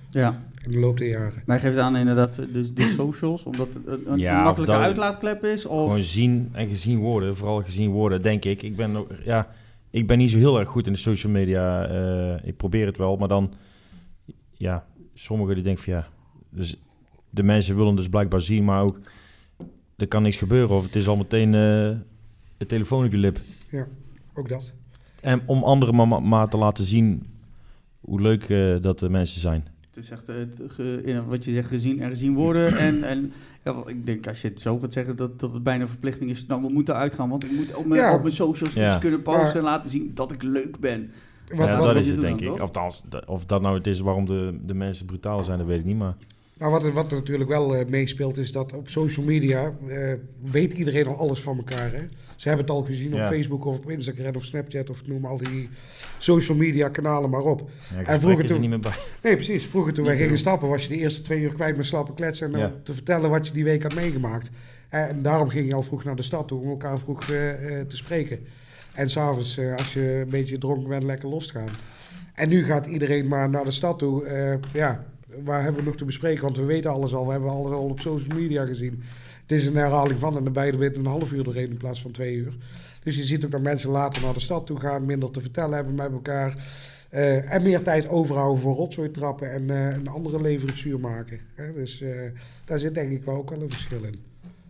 Ja. In de loop der jaren. Maar je geeft aan inderdaad de, de socials, omdat het een, een Ja, makkelijke of dat- uitlaatklep is? Of? Gewoon zien en gezien worden. Vooral gezien worden, denk ik. Ik ben, ook- ja, ik ben niet zo heel erg goed in de social media. Eh, ik probeer het wel, maar dan... Ja, sommigen die denken van ja... Dus de mensen willen dus blijkbaar zien, maar ook... Er kan niks gebeuren of het is al meteen uh, de telefoon op je lip. Ja, ook dat. En om anderen maar, maar, maar te laten zien hoe leuk uh, dat de mensen zijn. Het is echt, het, ge, in, wat je zegt, gezien en gezien worden. en, en ja, ik denk, als je het zo gaat zeggen, dat, dat het bijna een verplichting is. Nou, we moeten uitgaan, want ik moet op mijn, Ja. op mijn socials Ja. iets kunnen posten Maar- en laten zien dat ik leuk ben. Wat, ja, wat, dat wat is je het, doet denk dan, ik. toch? Of, althans, dat- of dat nou het is waarom de, de mensen brutaal zijn, dat weet ik niet, maar... nou, wat, er- wat er natuurlijk wel uh, meespeelt, is dat op social media uh, weet iedereen al alles van elkaar. Hè? Ze hebben het al gezien Ja. op Facebook of op Instagram of Snapchat of noem al die social media kanalen maar op. Ja, vroeger gesprek is er toen- niet meer bij. Nee, precies. Vroeger toen wij Ja. gingen stappen was je de eerste twee uur kwijt met slappe kletsen en dan Ja. te vertellen wat je die week had meegemaakt. En daarom ging je al vroeg naar de stad toe om elkaar vroeg uh, uh, te spreken. En s'avonds, uh, als je een beetje dronken bent, lekker los te gaan. En nu gaat iedereen maar naar de stad toe. Uh, ja, waar hebben we nog te bespreken? Want we weten alles al. We hebben alles al op social media gezien. Het is een herhaling van en de beide weten een half uur doorheen in plaats van twee uur. Dus je ziet ook dat mensen later naar de stad toe gaan, minder te vertellen hebben met elkaar. Uh, en meer tijd overhouden voor rotzooi trappen en uh, een andere leven het zuur maken. Hè? Dus uh, daar zit denk ik wel ook wel een verschil in.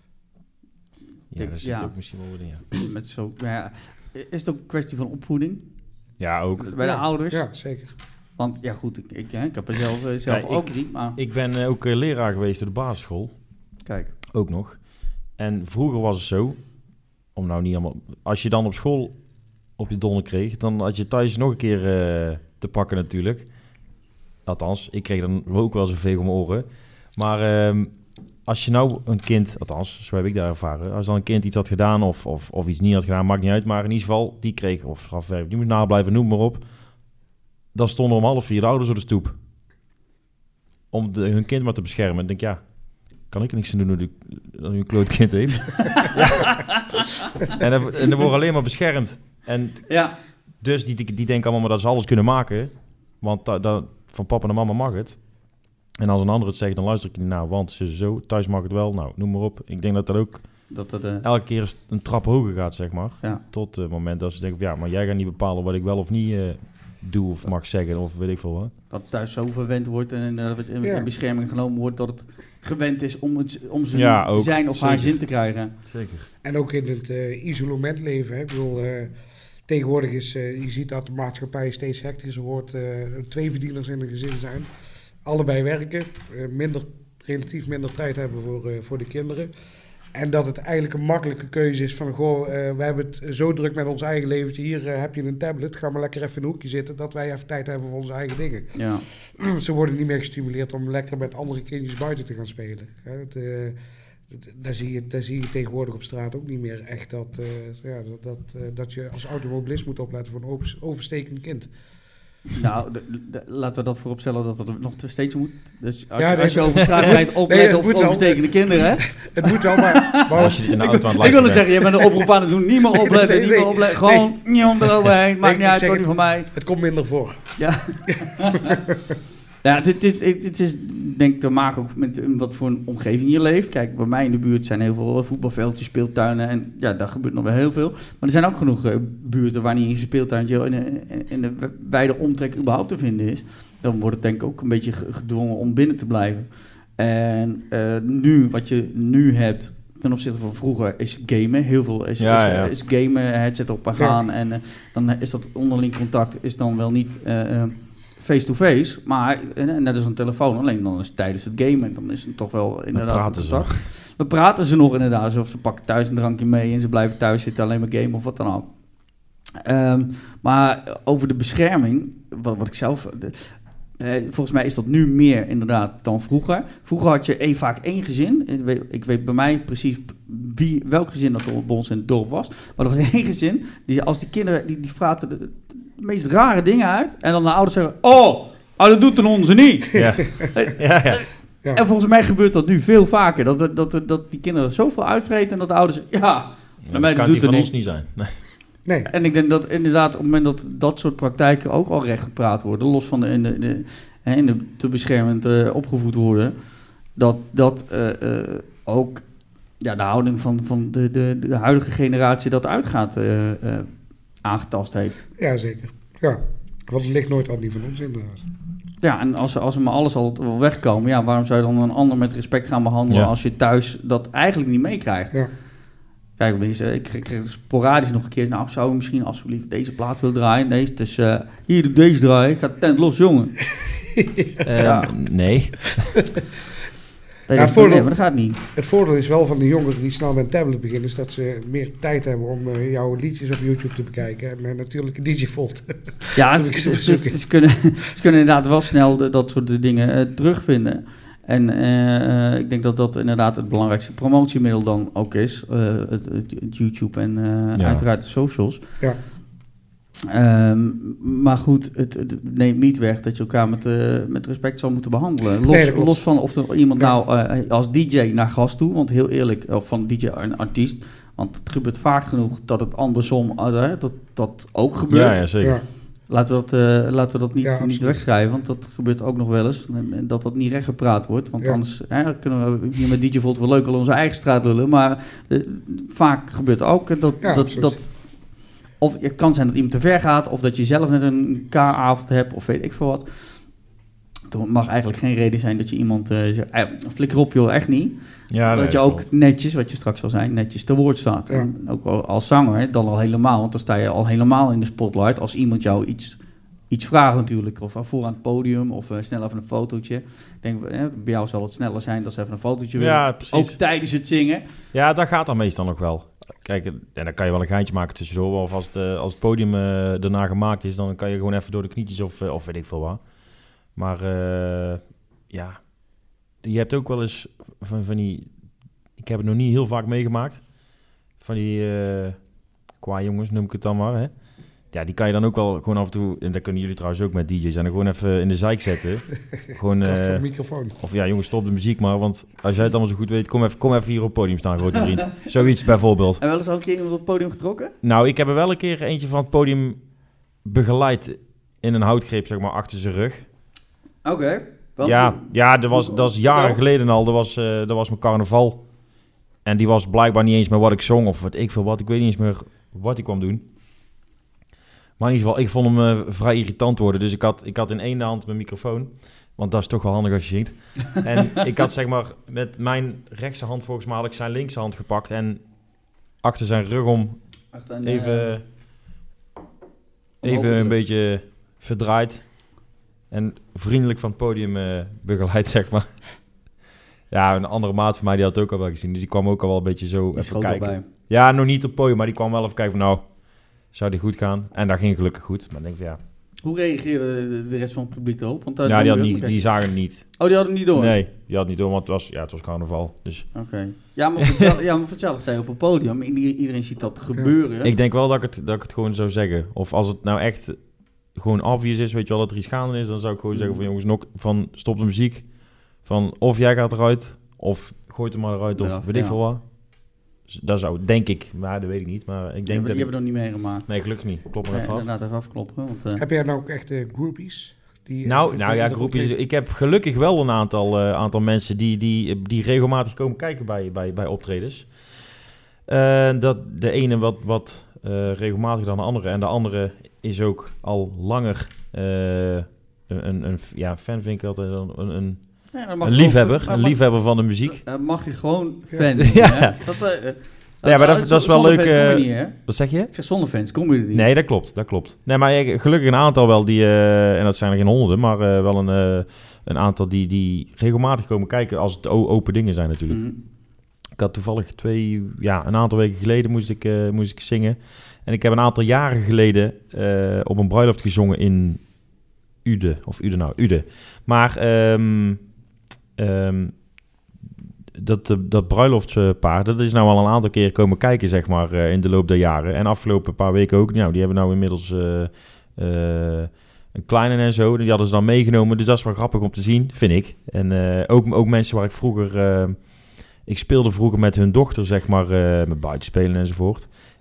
Ja, dat zit Ja. ook misschien wel in, ja. Met zo, nou ja, is het ook een kwestie van opvoeding Ja, ook. bij de Ja. ouders? Ja, zeker. Want ja, goed, ik, ik, hè, ik heb er zelf, eh, zelf Ja, ook ik- drie, maar Ik ben eh, ook eh, leraar geweest op de basisschool. kijk. Ook nog. En vroeger was het zo, om nou niet allemaal... Als je dan op school op je donder kreeg, dan had je thuis nog een keer eh, te pakken natuurlijk. Althans, ik kreeg dan ook wel zo'n veeg om mijn oren. Maar ehm, als je nou een kind, althans, zo heb ik daar ervaren... Als dan een kind iets had gedaan of, of, of iets niet had gedaan, maakt niet uit. Maar in ieder geval, die kreeg, of strafwerk, die moest nablijven, noem maar op. Dan stonden om half vier de ouders op de stoep. Om de, hun kind maar te beschermen. En ik denk, ja... Kan ik er niks aan doen dat u een klootkind heeft? Ja. En dan en dan wordt alleen maar beschermd. En Ja, dus die, die, die denken allemaal maar dat ze alles kunnen maken. Want da, da, van papa en mama mag het. En als een ander het zegt, dan luister ik niet naar. Want ze zo, thuis mag het wel. Nou, noem maar op. Ik denk dat dat ook dat dat... eh, elke keer een trap hoger gaat, zeg maar. ja. Tot het moment dat ze denken van, ja, maar jij gaat niet bepalen wat ik wel of niet uh, doe of mag zeggen. Of weet ik veel wat. Dat thuis zo verwend wordt en dat het in, Ja. in bescherming genomen wordt dat het gewend is om, het, om zijn, Ja, ook. zijn of haar Zeker. zin te krijgen. Zeker. En ook in het uh, isolement leven. Hè. Ik bedoel, uh, tegenwoordig is, uh, je ziet dat de maatschappij steeds hectischer wordt. Uh, twee verdieners in een gezin zijn. Allebei werken. Uh, minder, relatief minder tijd hebben voor, uh, voor de kinderen. En dat het eigenlijk een makkelijke keuze is van... Goh, uh, we hebben het zo druk met ons eigen leventje. Hier uh, heb je een tablet. Ga maar lekker even in een hoekje zitten. Dat wij even tijd hebben voor onze eigen dingen. Ja. Ze worden niet meer gestimuleerd om lekker met andere kindjes buiten te gaan spelen. Hè. Het, uh, Daar zie, je, daar zie je tegenwoordig op straat ook niet meer echt dat, uh, ja, dat, dat, uh, dat je als automobilist moet opletten voor een over, overstekend kind. Nou, de, de, laten we dat vooropstellen dat het nog steeds moet. Dus als, Ja, je, nee, als je over straat rijdt, oplet nee, het op moet wel. overstekende kinderen. Hè? Het moet wel, maar... maar Als je dit in de ik- auto aan het Ik wil luisteren het zeggen, je bent een oproep aan het doen. Niet meer opletten, Nee, niet nee, meer opletten. Gewoon niet om eroverheen. Maakt Nee, niet ik uit, zeg toch niet het- van mij. het komt minder voor. Ja. Ja, dit is, dit is denk ik te maken ook met wat voor een omgeving je leeft. Kijk, bij mij in de buurt zijn heel veel voetbalveldjes, speeltuinen en ja, daar gebeurt nog wel heel veel. Maar er zijn ook genoeg uh, buurten waar niet eens een speeltuintje in de, in de wijde omtrek überhaupt te vinden is. Dan wordt het denk ik ook een beetje gedwongen om binnen te blijven. En uh, nu, wat je nu hebt ten opzichte van vroeger, is gamen. Heel veel is, Ja, is, ja. is gamen, headset op en gaan. Ja. En uh, dan is dat onderling contact is dan wel niet... Uh, uh, face-to-face, maar net als een telefoon, alleen dan is het tijdens het gamen, dan is het toch wel inderdaad... Dan praten ze nog. Dan praten ze nog inderdaad, alsof ze pakken thuis een drankje mee en ze blijven thuis zitten, alleen maar gamen of wat dan ook. Um, maar over de bescherming, wat, wat ik zelf... De, uh, volgens mij is dat nu meer inderdaad dan vroeger. Vroeger had je één, vaak één gezin. Ik weet, ik weet bij mij precies wie, welk gezin dat bij ons in het dorp was. Maar er was één gezin, die, als die kinderen, die, die vraten... De, de, de meest rare dingen uit. En dan de ouders zeggen... Oh, oh dat doet dan onze niet. Ja. ja, ja. Ja. En volgens mij gebeurt dat nu veel vaker. Dat, dat, dat, dat die kinderen zoveel uitvreten... en dat de ouders zeggen... Ja, Ja, mij kan doet die het van niet. ons niet zijn. Nee. Nee. En ik denk dat inderdaad op het moment dat dat soort praktijken ook al recht gepraat worden, los van de, in de, de, in de te beschermend uh, opgevoed worden, dat, dat uh, uh, ook ja, de houding van, van de, de, de huidige generatie dat uitgaat uh, uh, aangetast heeft. Ja, zeker. Ja, want het ligt nooit aan die van ons inderdaad. Ja, en als, als ze maar alles al wel wegkomen, ja, waarom zou je dan een ander met respect gaan behandelen ja. als je thuis dat eigenlijk niet meekrijgt? Ja. Kijk, deze, ik kreeg sporadisch nog een keer, nou, zou je misschien alsjeblieft deze plaat willen draaien? Nee, het is uh, hier, deze draaien, gaat tent los, jongen. uh, ja. Nee. Nee, ja, het, voordeel, nee, maar dat gaat niet. Het voordeel is wel van de jongeren die snel met een tablet beginnen, is dat ze meer tijd hebben om uh, jouw liedjes op YouTube te bekijken. En uh, natuurlijk een D J Volt. Ja, het, ze, ze, ze, kunnen, ze kunnen inderdaad wel snel de, dat soort dingen uh, terugvinden. En uh, uh, ik denk dat dat inderdaad het belangrijkste promotiemiddel dan ook is. Uh, het, het, het YouTube en uh, ja. uiteraard de socials. Ja. Um, maar goed, het, het neemt niet weg dat je elkaar met, uh, met respect zal moeten behandelen. Los, nee, los van of er iemand ja. nou uh, als D J naar gast toe, want heel eerlijk, of van D J een artiest, want het gebeurt vaak genoeg dat het andersom, uh, dat dat ook gebeurt. Ja, ja zeker. Ja. Laten we dat, uh, laten we dat niet, ja, niet wegschrijven, want dat gebeurt ook nog wel eens. En, en dat dat niet recht gepraat wordt. Want ja. anders hè, kunnen we hier met D J Volt wel leuk al onze eigen straat lullen. Maar uh, vaak gebeurt ook dat... Ja, dat, dat of het kan zijn dat iemand te ver gaat, of dat je zelf net een K-avond hebt, of weet ik veel wat. Het mag eigenlijk geen reden zijn dat je iemand uh, zegt, eh, flikker op joh, echt niet. Ja, dat nee, je ook klopt. netjes, wat je straks al zei, netjes te woord staat. Ja. En ook als zanger dan al helemaal, want dan sta je al helemaal in de spotlight. Als iemand jou iets, iets vraagt natuurlijk, of voor aan het podium, of uh, snel even een fotootje. Ik denk, eh, bij jou zal het sneller zijn dan ze even een fotootje willen. Ja, precies. Ook tijdens het zingen. Ja, dat gaat dan meestal nog wel. Kijk, en dan kan je wel een geintje maken tussendoor. Of als het, uh, als het podium uh, daarna gemaakt is, dan kan je gewoon even door de knietjes of, uh, of weet ik veel wat. Maar uh, ja, je hebt ook wel eens van, van die... Ik heb het nog niet heel vaak meegemaakt. Van die uh, qua jongens, noem ik het dan maar. Hè. Ja, die kan je dan ook wel gewoon af en toe... En dat kunnen jullie trouwens ook met D J's. En dan gewoon even in de zeik zetten. Gewoon, uh, microfoon. Of ja, jongens, stop de muziek maar. Want als jij het allemaal zo goed weet, kom even, kom even hier op het podium staan, grote vriend. Zoiets bijvoorbeeld. En wel eens al een keer iemand op het podium getrokken? Nou, ik heb er wel een keer eentje van het podium begeleid in een houtgreep, zeg maar, achter zijn rug. Oké. Okay. Ja, ja dat, was, dat was jaren geleden al. Dat was, uh, dat was mijn carnaval. En die was blijkbaar niet eens meer wat ik zong of wat ik veel wat. Ik weet niet eens meer wat hij kwam doen. Maar in ieder geval, ik vond hem uh, vrij irritant worden. Dus ik had, ik had in één hand mijn microfoon. Want dat is toch wel handig als je zingt. En ik had zeg maar met mijn rechtse hand volgens mij had ik zijn linkse hand gepakt. En achter zijn rug om Achteraan, even, uh, even een beetje verdraaid. En vriendelijk van het podium uh, begeleid, zeg maar. Ja, een andere maat van mij die had het ook al wel gezien. Dus die kwam ook al wel een beetje zo die even kijken. Bij. Ja, nog niet op het podium, maar die kwam wel even kijken van nou, zou die goed gaan? En dat ging gelukkig goed. Maar ik denk van ja. Hoe reageerde de rest van het publiek erop? Want ja, die, had niet, die zagen het niet. Oh, die hadden het niet door? Nee, die hadden niet door, want het was, ja, het was carnaval. Dus. Oké. Okay. Ja, maar vertel, ja, maar vertel het, zei op een podium. Iedereen ziet dat gebeuren. Ja. Ik denk wel dat ik, het, dat ik het gewoon zou zeggen. Of als het nou echt gewoon obvious is, weet je wel, dat er iets gaande is, dan zou ik gewoon mm. zeggen van jongens, nog, van stop de muziek. Van of jij gaat eruit, of gooit hem maar eruit, of ja, weet ik ja. veel wat. Dat zou, denk ik, maar dat weet ik niet. Maar ik denk ja, dat je ik... hebt het nog niet meegemaakt. Nee, gelukkig niet. Klop maar nee, even af. Inderdaad, even afkloppen. Want, uh... Heb jij nou ook echt uh, groupies? Die, nou, uh, nou ja, groupies. Ik heb gelukkig wel een aantal, uh, aantal mensen die, die, die regelmatig komen kijken bij, bij, bij optredens. Uh, dat de ene wat, wat uh, regelmatiger dan de andere. En de andere is ook al langer uh, een, een, een ja, fan vind ik altijd een... een Ja, een liefhebber, ook, een mag, liefhebber van de muziek. Uh, mag je gewoon fan ja. ja. Dat, uh, ja, maar dat, dat, dat is wel leuk. Uh, niet, wat zeg je? Ik zeg zonder fans kom je er niet. Nee, dat klopt, dat klopt. Nee, maar ik, gelukkig een aantal wel die, uh, en dat zijn er geen honderden, maar uh, wel een, uh, een aantal die, die regelmatig komen kijken als het open dingen zijn natuurlijk. Mm-hmm. Ik had toevallig twee, ja, een aantal weken geleden moest ik, uh, moest ik zingen. En ik heb een aantal jaren geleden uh, op een bruiloft gezongen in Uden, of Uden nou, Uden. Maar... Um, Um, dat, dat bruiloftspaar, dat is nou al een aantal keer komen kijken, zeg maar, uh, in de loop der jaren. En afgelopen paar weken ook. Nou, die hebben nou inmiddels uh, uh, een kleine en zo. Die hadden ze dan meegenomen. Dus dat is wel grappig om te zien, vind ik. En uh, ook, ook mensen waar ik vroeger... Uh, ik speelde vroeger met hun dochter, zeg maar, uh, met buitenspelen enzovoort.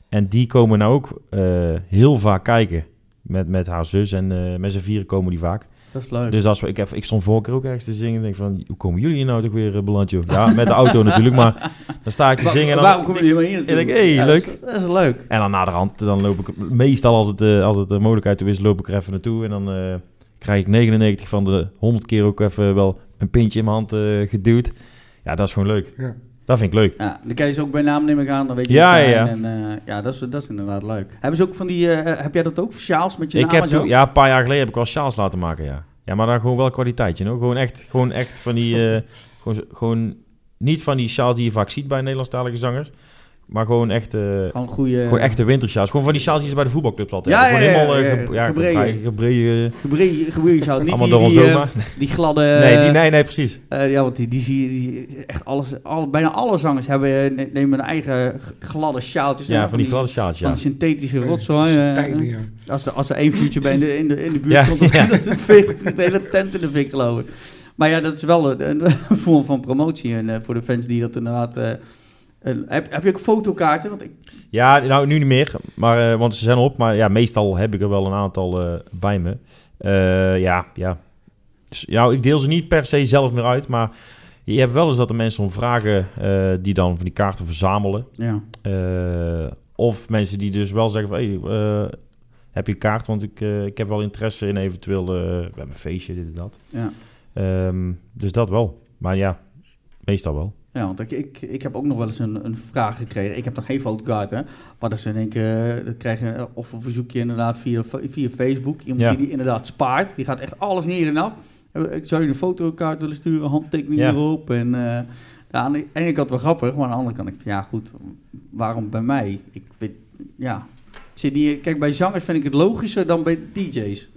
En die komen nou ook uh, heel vaak kijken met, met haar zus. En uh, met z'n vieren komen die vaak. Dat is leuk. Dus als we, ik, heb, ik stond vorige keer ook ergens te zingen. En denk van, hoe komen jullie hier nou toch weer uh, beland, joh? Ja, met de auto natuurlijk, maar dan sta ik te zingen. En dan, waarom komen jullie hier naartoe? En denk ik, hé, hey, ja, leuk. Dat is, dat is leuk. En dan naderhand, dan loop ik, meestal als het, uh, als het de mogelijkheid toe is, loop ik er even naartoe. En dan uh, krijg ik negenennegentig van de honderd keer ook even wel een pintje in mijn hand uh, geduwd. Ja, dat is gewoon leuk. Ja. Dat vind ik leuk. Ja, dan ken je ze ook bij naam, neem ik aan. Dan weet je ja, ja, ja. En, uh, ja, dat is, dat is inderdaad leuk. Hebben ze ook van die, uh, heb jij dat ook? Sjaals met je ik naam heb en zo? Toen, ja, een paar jaar geleden heb ik wel sjaals laten maken, ja. Ja, maar dan gewoon wel kwaliteitje, no? Gewoon echt, gewoon echt van die, uh, gewoon, gewoon niet van die sjaals die je vaak ziet bij Nederlandstalige zangers. Maar gewoon echt, uh, gewoon, goeie, gewoon echte wintersjaals. Gewoon van die sjaals die ze bij de voetbalclubs altijd ja, hebben. Gewoon ja, helemaal ja, uh, ge, ja, gebreide. Gebreide. Gebreide, gebreide sjaals. Niet allemaal die, door die, ons uh, die gladde... Nee, die, nee, nee, precies. Uh, ja, want die, die zie je, die, echt alles, al, bijna alle zangers hebben, nemen een eigen gladde sjaaltjes. Ja, van, van die gladde sjaaltjes, Van ja. die synthetische rotzooi. Uh, Tijden, ja. Als er, als er één vuurtje bij in de, in de, in de buurt ja, komt, dan ja. de hele tent in de fik gelopen. Maar ja, dat is wel een, een vorm van promotie. En uh, voor de fans die dat inderdaad... Uh, uh, heb, heb je ook fotokaarten? Want ik... Ja, nou nu niet meer, maar, uh, want ze zijn op. Maar ja, meestal heb ik er wel een aantal uh, bij me. Uh, ja, ja. Dus, ja, ik deel ze niet per se zelf meer uit, maar je hebt wel eens dat er mensen om vragen uh, die dan van die kaarten verzamelen. Ja. Uh, of mensen die dus wel zeggen van, hey, uh, heb je een kaart? Want ik, uh, ik heb wel interesse in eventueel uh, bij mijn feestje, dit en dat. Ja. Um, dus dat wel. Maar ja, meestal wel. Ja, want ik, ik, ik heb ook nog wel eens een, een vraag gekregen. Ik heb nog geen fotokaart, hè. Maar dat ze denken, dat krijgen of een verzoekje inderdaad via, via Facebook. Iemand ja. die die inderdaad spaart. Die gaat echt alles neer en af. Ik zou je een fotokaart willen sturen, handtekening ja. erop. En uh, ja, aan de ene kant wel grappig, maar aan de andere kant, ik, ja goed, waarom bij mij? Ik weet, ja. Die, kijk, bij zangers vind ik het logischer dan bij D J's.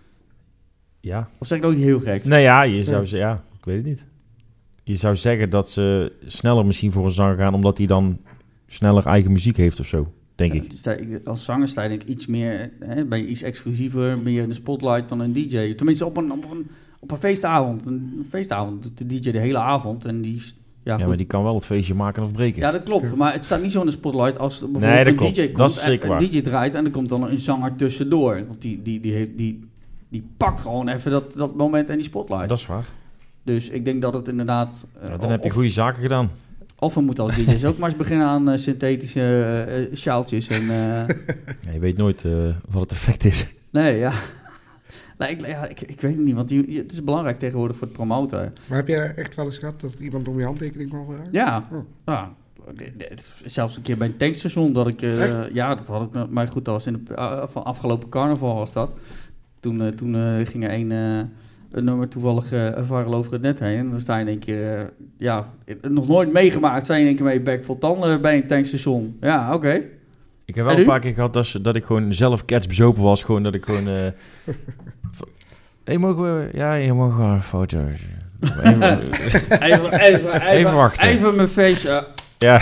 Ja. Of zeg ik ook niet heel gek? Nee, ja, je zou ze, ja, ik weet het niet. Je zou zeggen dat ze sneller misschien voor een zanger gaan, omdat hij dan sneller eigen muziek heeft of zo, denk ja, ik. Sta, als zanger sta je denk ik iets meer, hè, ben je iets exclusiever, meer in de spotlight dan een D J. Tenminste op een, op een, op een feestavond. Een feestavond doet de D J de hele avond en die... Ja, ja maar die kan wel het feestje maken of breken. Ja, dat klopt. Maar het staat niet zo in de spotlight als bijvoorbeeld nee, dat een klopt. D J komt dat is zeker en waar. een D J draait en er komt dan een zanger tussendoor. Want die, die, die, heeft, die, die pakt gewoon even dat, dat moment en die spotlight. Dat is waar. Dus ik denk dat het inderdaad... Uh, ja, dan of, heb je goede zaken gedaan. Of we moeten als D J's ook maar eens beginnen aan uh, synthetische uh, sjaaltjes. En, uh... ja, je weet nooit uh, wat het effect is. Nee, ja. Nee, ik, ja, ik, ik weet het niet, want je, je, het is belangrijk tegenwoordig voor het promoten. Maar heb je echt wel eens gehad dat iemand om je handtekening kwam vragen? Ja, oh. ja. Zelfs een keer bij een tankstation dat ik... Uh, ja, dat had ik... Maar goed, dat was in de uh, van afgelopen carnaval was dat. Toen, uh, toen uh, ging er een... Uh, een nummer toevallig uh, viral over het net heen. En dan sta je in één keer... Uh, ja, nog nooit meegemaakt. Sta je in één keer met je bek vol tanden bij een tankstation. Ja, oké. Okay. Ik heb wel en een u? paar keer gehad dat, dat ik gewoon zelf ketsbezopen was. Gewoon dat ik gewoon... Uh, hey, mogen we... Ja, je mag wel een foto. Even, even, even, even, even wachten. Even mijn face... Ja.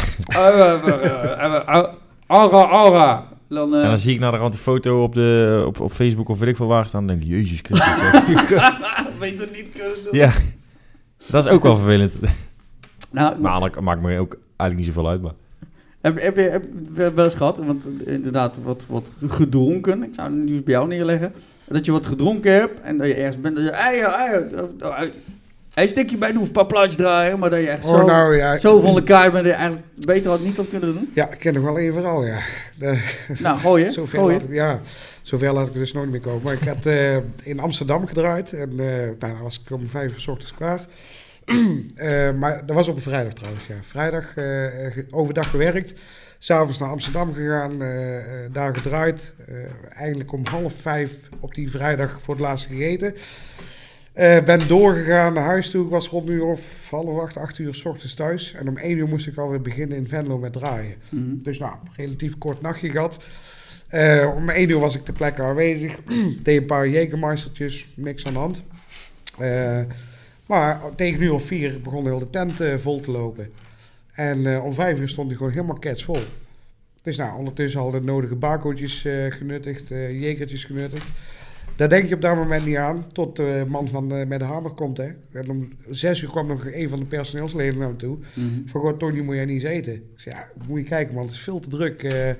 Aura, aura. Dan, uh... En dan zie ik naar de rand die foto op, de, op, op Facebook of weet ik veel waar staan. Dan denk ik, jezus Christus. Weet het niet kunnen doen. Ja, dat is ook wel vervelend. Nou, maar eigenlijk maakt me ook eigenlijk niet zoveel uit. Maar. Heb, heb, je, heb je wel eens gehad, want inderdaad wat, wat gedronken. Ik zou het nu bij jou neerleggen. Dat je wat gedronken hebt en dat je ergens bent. Dat je, ei, ei, Hij stikje bij, doe een paar plaatjes draaien, maar dat je echt oh, zo, nou, ja. zo van elkaar bent dat je eigenlijk beter had niet had kunnen doen. Ja, ik ken nog wel één verhaal, ja. De, nou, gooi je. Zover gooi laat ik, ja, zover laat ik er dus nooit meer komen. Maar ik had uh, in Amsterdam gedraaid en uh, nou, dan was ik om vijf uur 's ochtends klaar. uh, maar dat was op een vrijdag trouwens, ja. Vrijdag uh, overdag gewerkt, 's avonds naar Amsterdam gegaan, uh, daar gedraaid. Uh, eigenlijk om half vijf op die vrijdag voor het laatst gegeten. Uh, ben doorgegaan naar huis toe. Ik was rond een uur of half acht, acht uur 's ochtends thuis. En om één uur moest ik alweer beginnen in Venlo met draaien. Mm-hmm. Dus nou, relatief kort nachtje gehad. Uh, om één uur was ik ter plekke aanwezig. Deed een paar Jägermeistertjes, niks aan de hand. Uh, maar tegen een uur of vier begon heel de tent uh, vol te lopen. En uh, om vijf uur stond hij gewoon helemaal ketsvol. Dus nou, ondertussen al de nodige barcootjes uh, genuttigd, uh, Jägertjes genuttigd. Daar denk je op dat moment niet aan, tot de man van de, met de hamer komt. Hè. En om zes uur kwam nog een van de personeelsleden naar me toe. Mm-hmm. Van, goh, Tony, moet jij niet eens eten? Ik zei, ja, moet je kijken, man, het is veel te druk. Uh, ik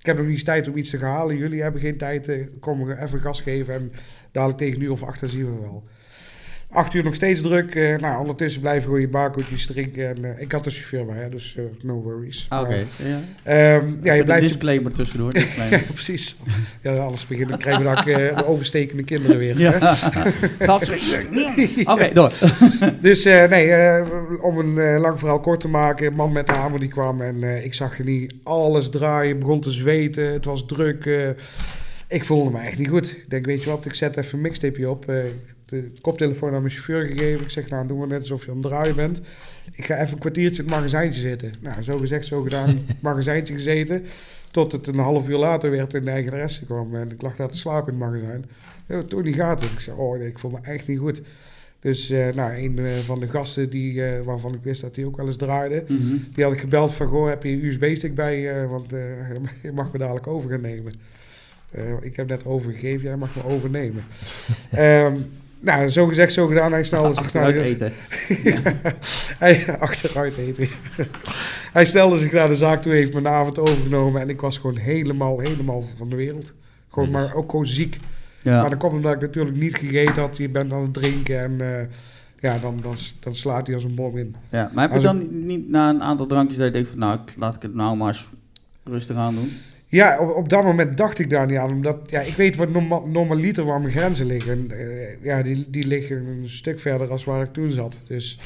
ik heb nog niet eens tijd om iets te gaan halen. Jullie hebben geen tijd, uh, kom even gas geven en dadelijk tegen een uur of acht, dan zien we wel. Acht uur nog steeds druk. Uh, nou, ondertussen blijven gewoon je barcootjes drinken. En, uh, ik had de chauffeur bij, hè, dus uh, no worries. Ah, Oké. Okay. Ja. Um, ja, je blijft disclaimer je... tussendoor. Disclaimer. Ja, precies. Ja, alles beginnen. Dan krijgen we dan uh, de overstekende kinderen weer. Ja. Oké, okay, door. Dus uh, nee, uh, om een uh, lang verhaal kort te maken. Een man met de hamer die kwam en uh, ik zag je niet alles draaien. Begon te zweten. Het was druk. Uh, ik voelde me echt niet goed. Ik denk, weet je wat, ik zet even een mixtapeje op. Uh, de koptelefoon aan mijn chauffeur gegeven. Ik zeg, nou, doe maar net alsof je aan het draaien bent. Ik ga even een kwartiertje in het magazijntje zitten. Nou, zo gezegd, zo gedaan, in het magazijntje gezeten. Tot het een half uur later weer in de eigenaresse kwam. En ik lag daar te slapen in het magazijn. Ja, toen niet gaat het. Ik zei, oh nee, ik voel me echt niet goed. Dus uh, nou, een uh, van de gasten die, uh, waarvan ik wist dat hij ook wel eens draaide. Mm-hmm. Die had ik gebeld van, goh, heb je een U S B-stick bij? Uh, want uh, je mag me dadelijk over gaan nemen. Uh, ik heb net overgegeven, jij mag me overnemen. um, Nou, zo gezegd, zo gedaan. Hij stelde zich achteruit naar de... eten. ja, hij, achteruit eten. Hij stelde zich naar de zaak toe, heeft mijn avond overgenomen. En ik was gewoon helemaal, helemaal van de wereld. Gewoon, maar ook gewoon ziek. Ja. Maar dan komt omdat ik natuurlijk niet gegeten had. Je bent aan het drinken en uh, ja, dan, dan, dan slaat hij als een bom in. Ja, maar heb je dan een... niet na een aantal drankjes dat je denkt van, nou, laat ik het nou maar eens rustig aan doen? Ja, op, op dat moment dacht ik daar niet aan. Omdat, ja, ik weet wat norma- normaliter waar mijn grenzen liggen. Uh, ja, die, die liggen een stuk verder als waar ik toen zat. Dus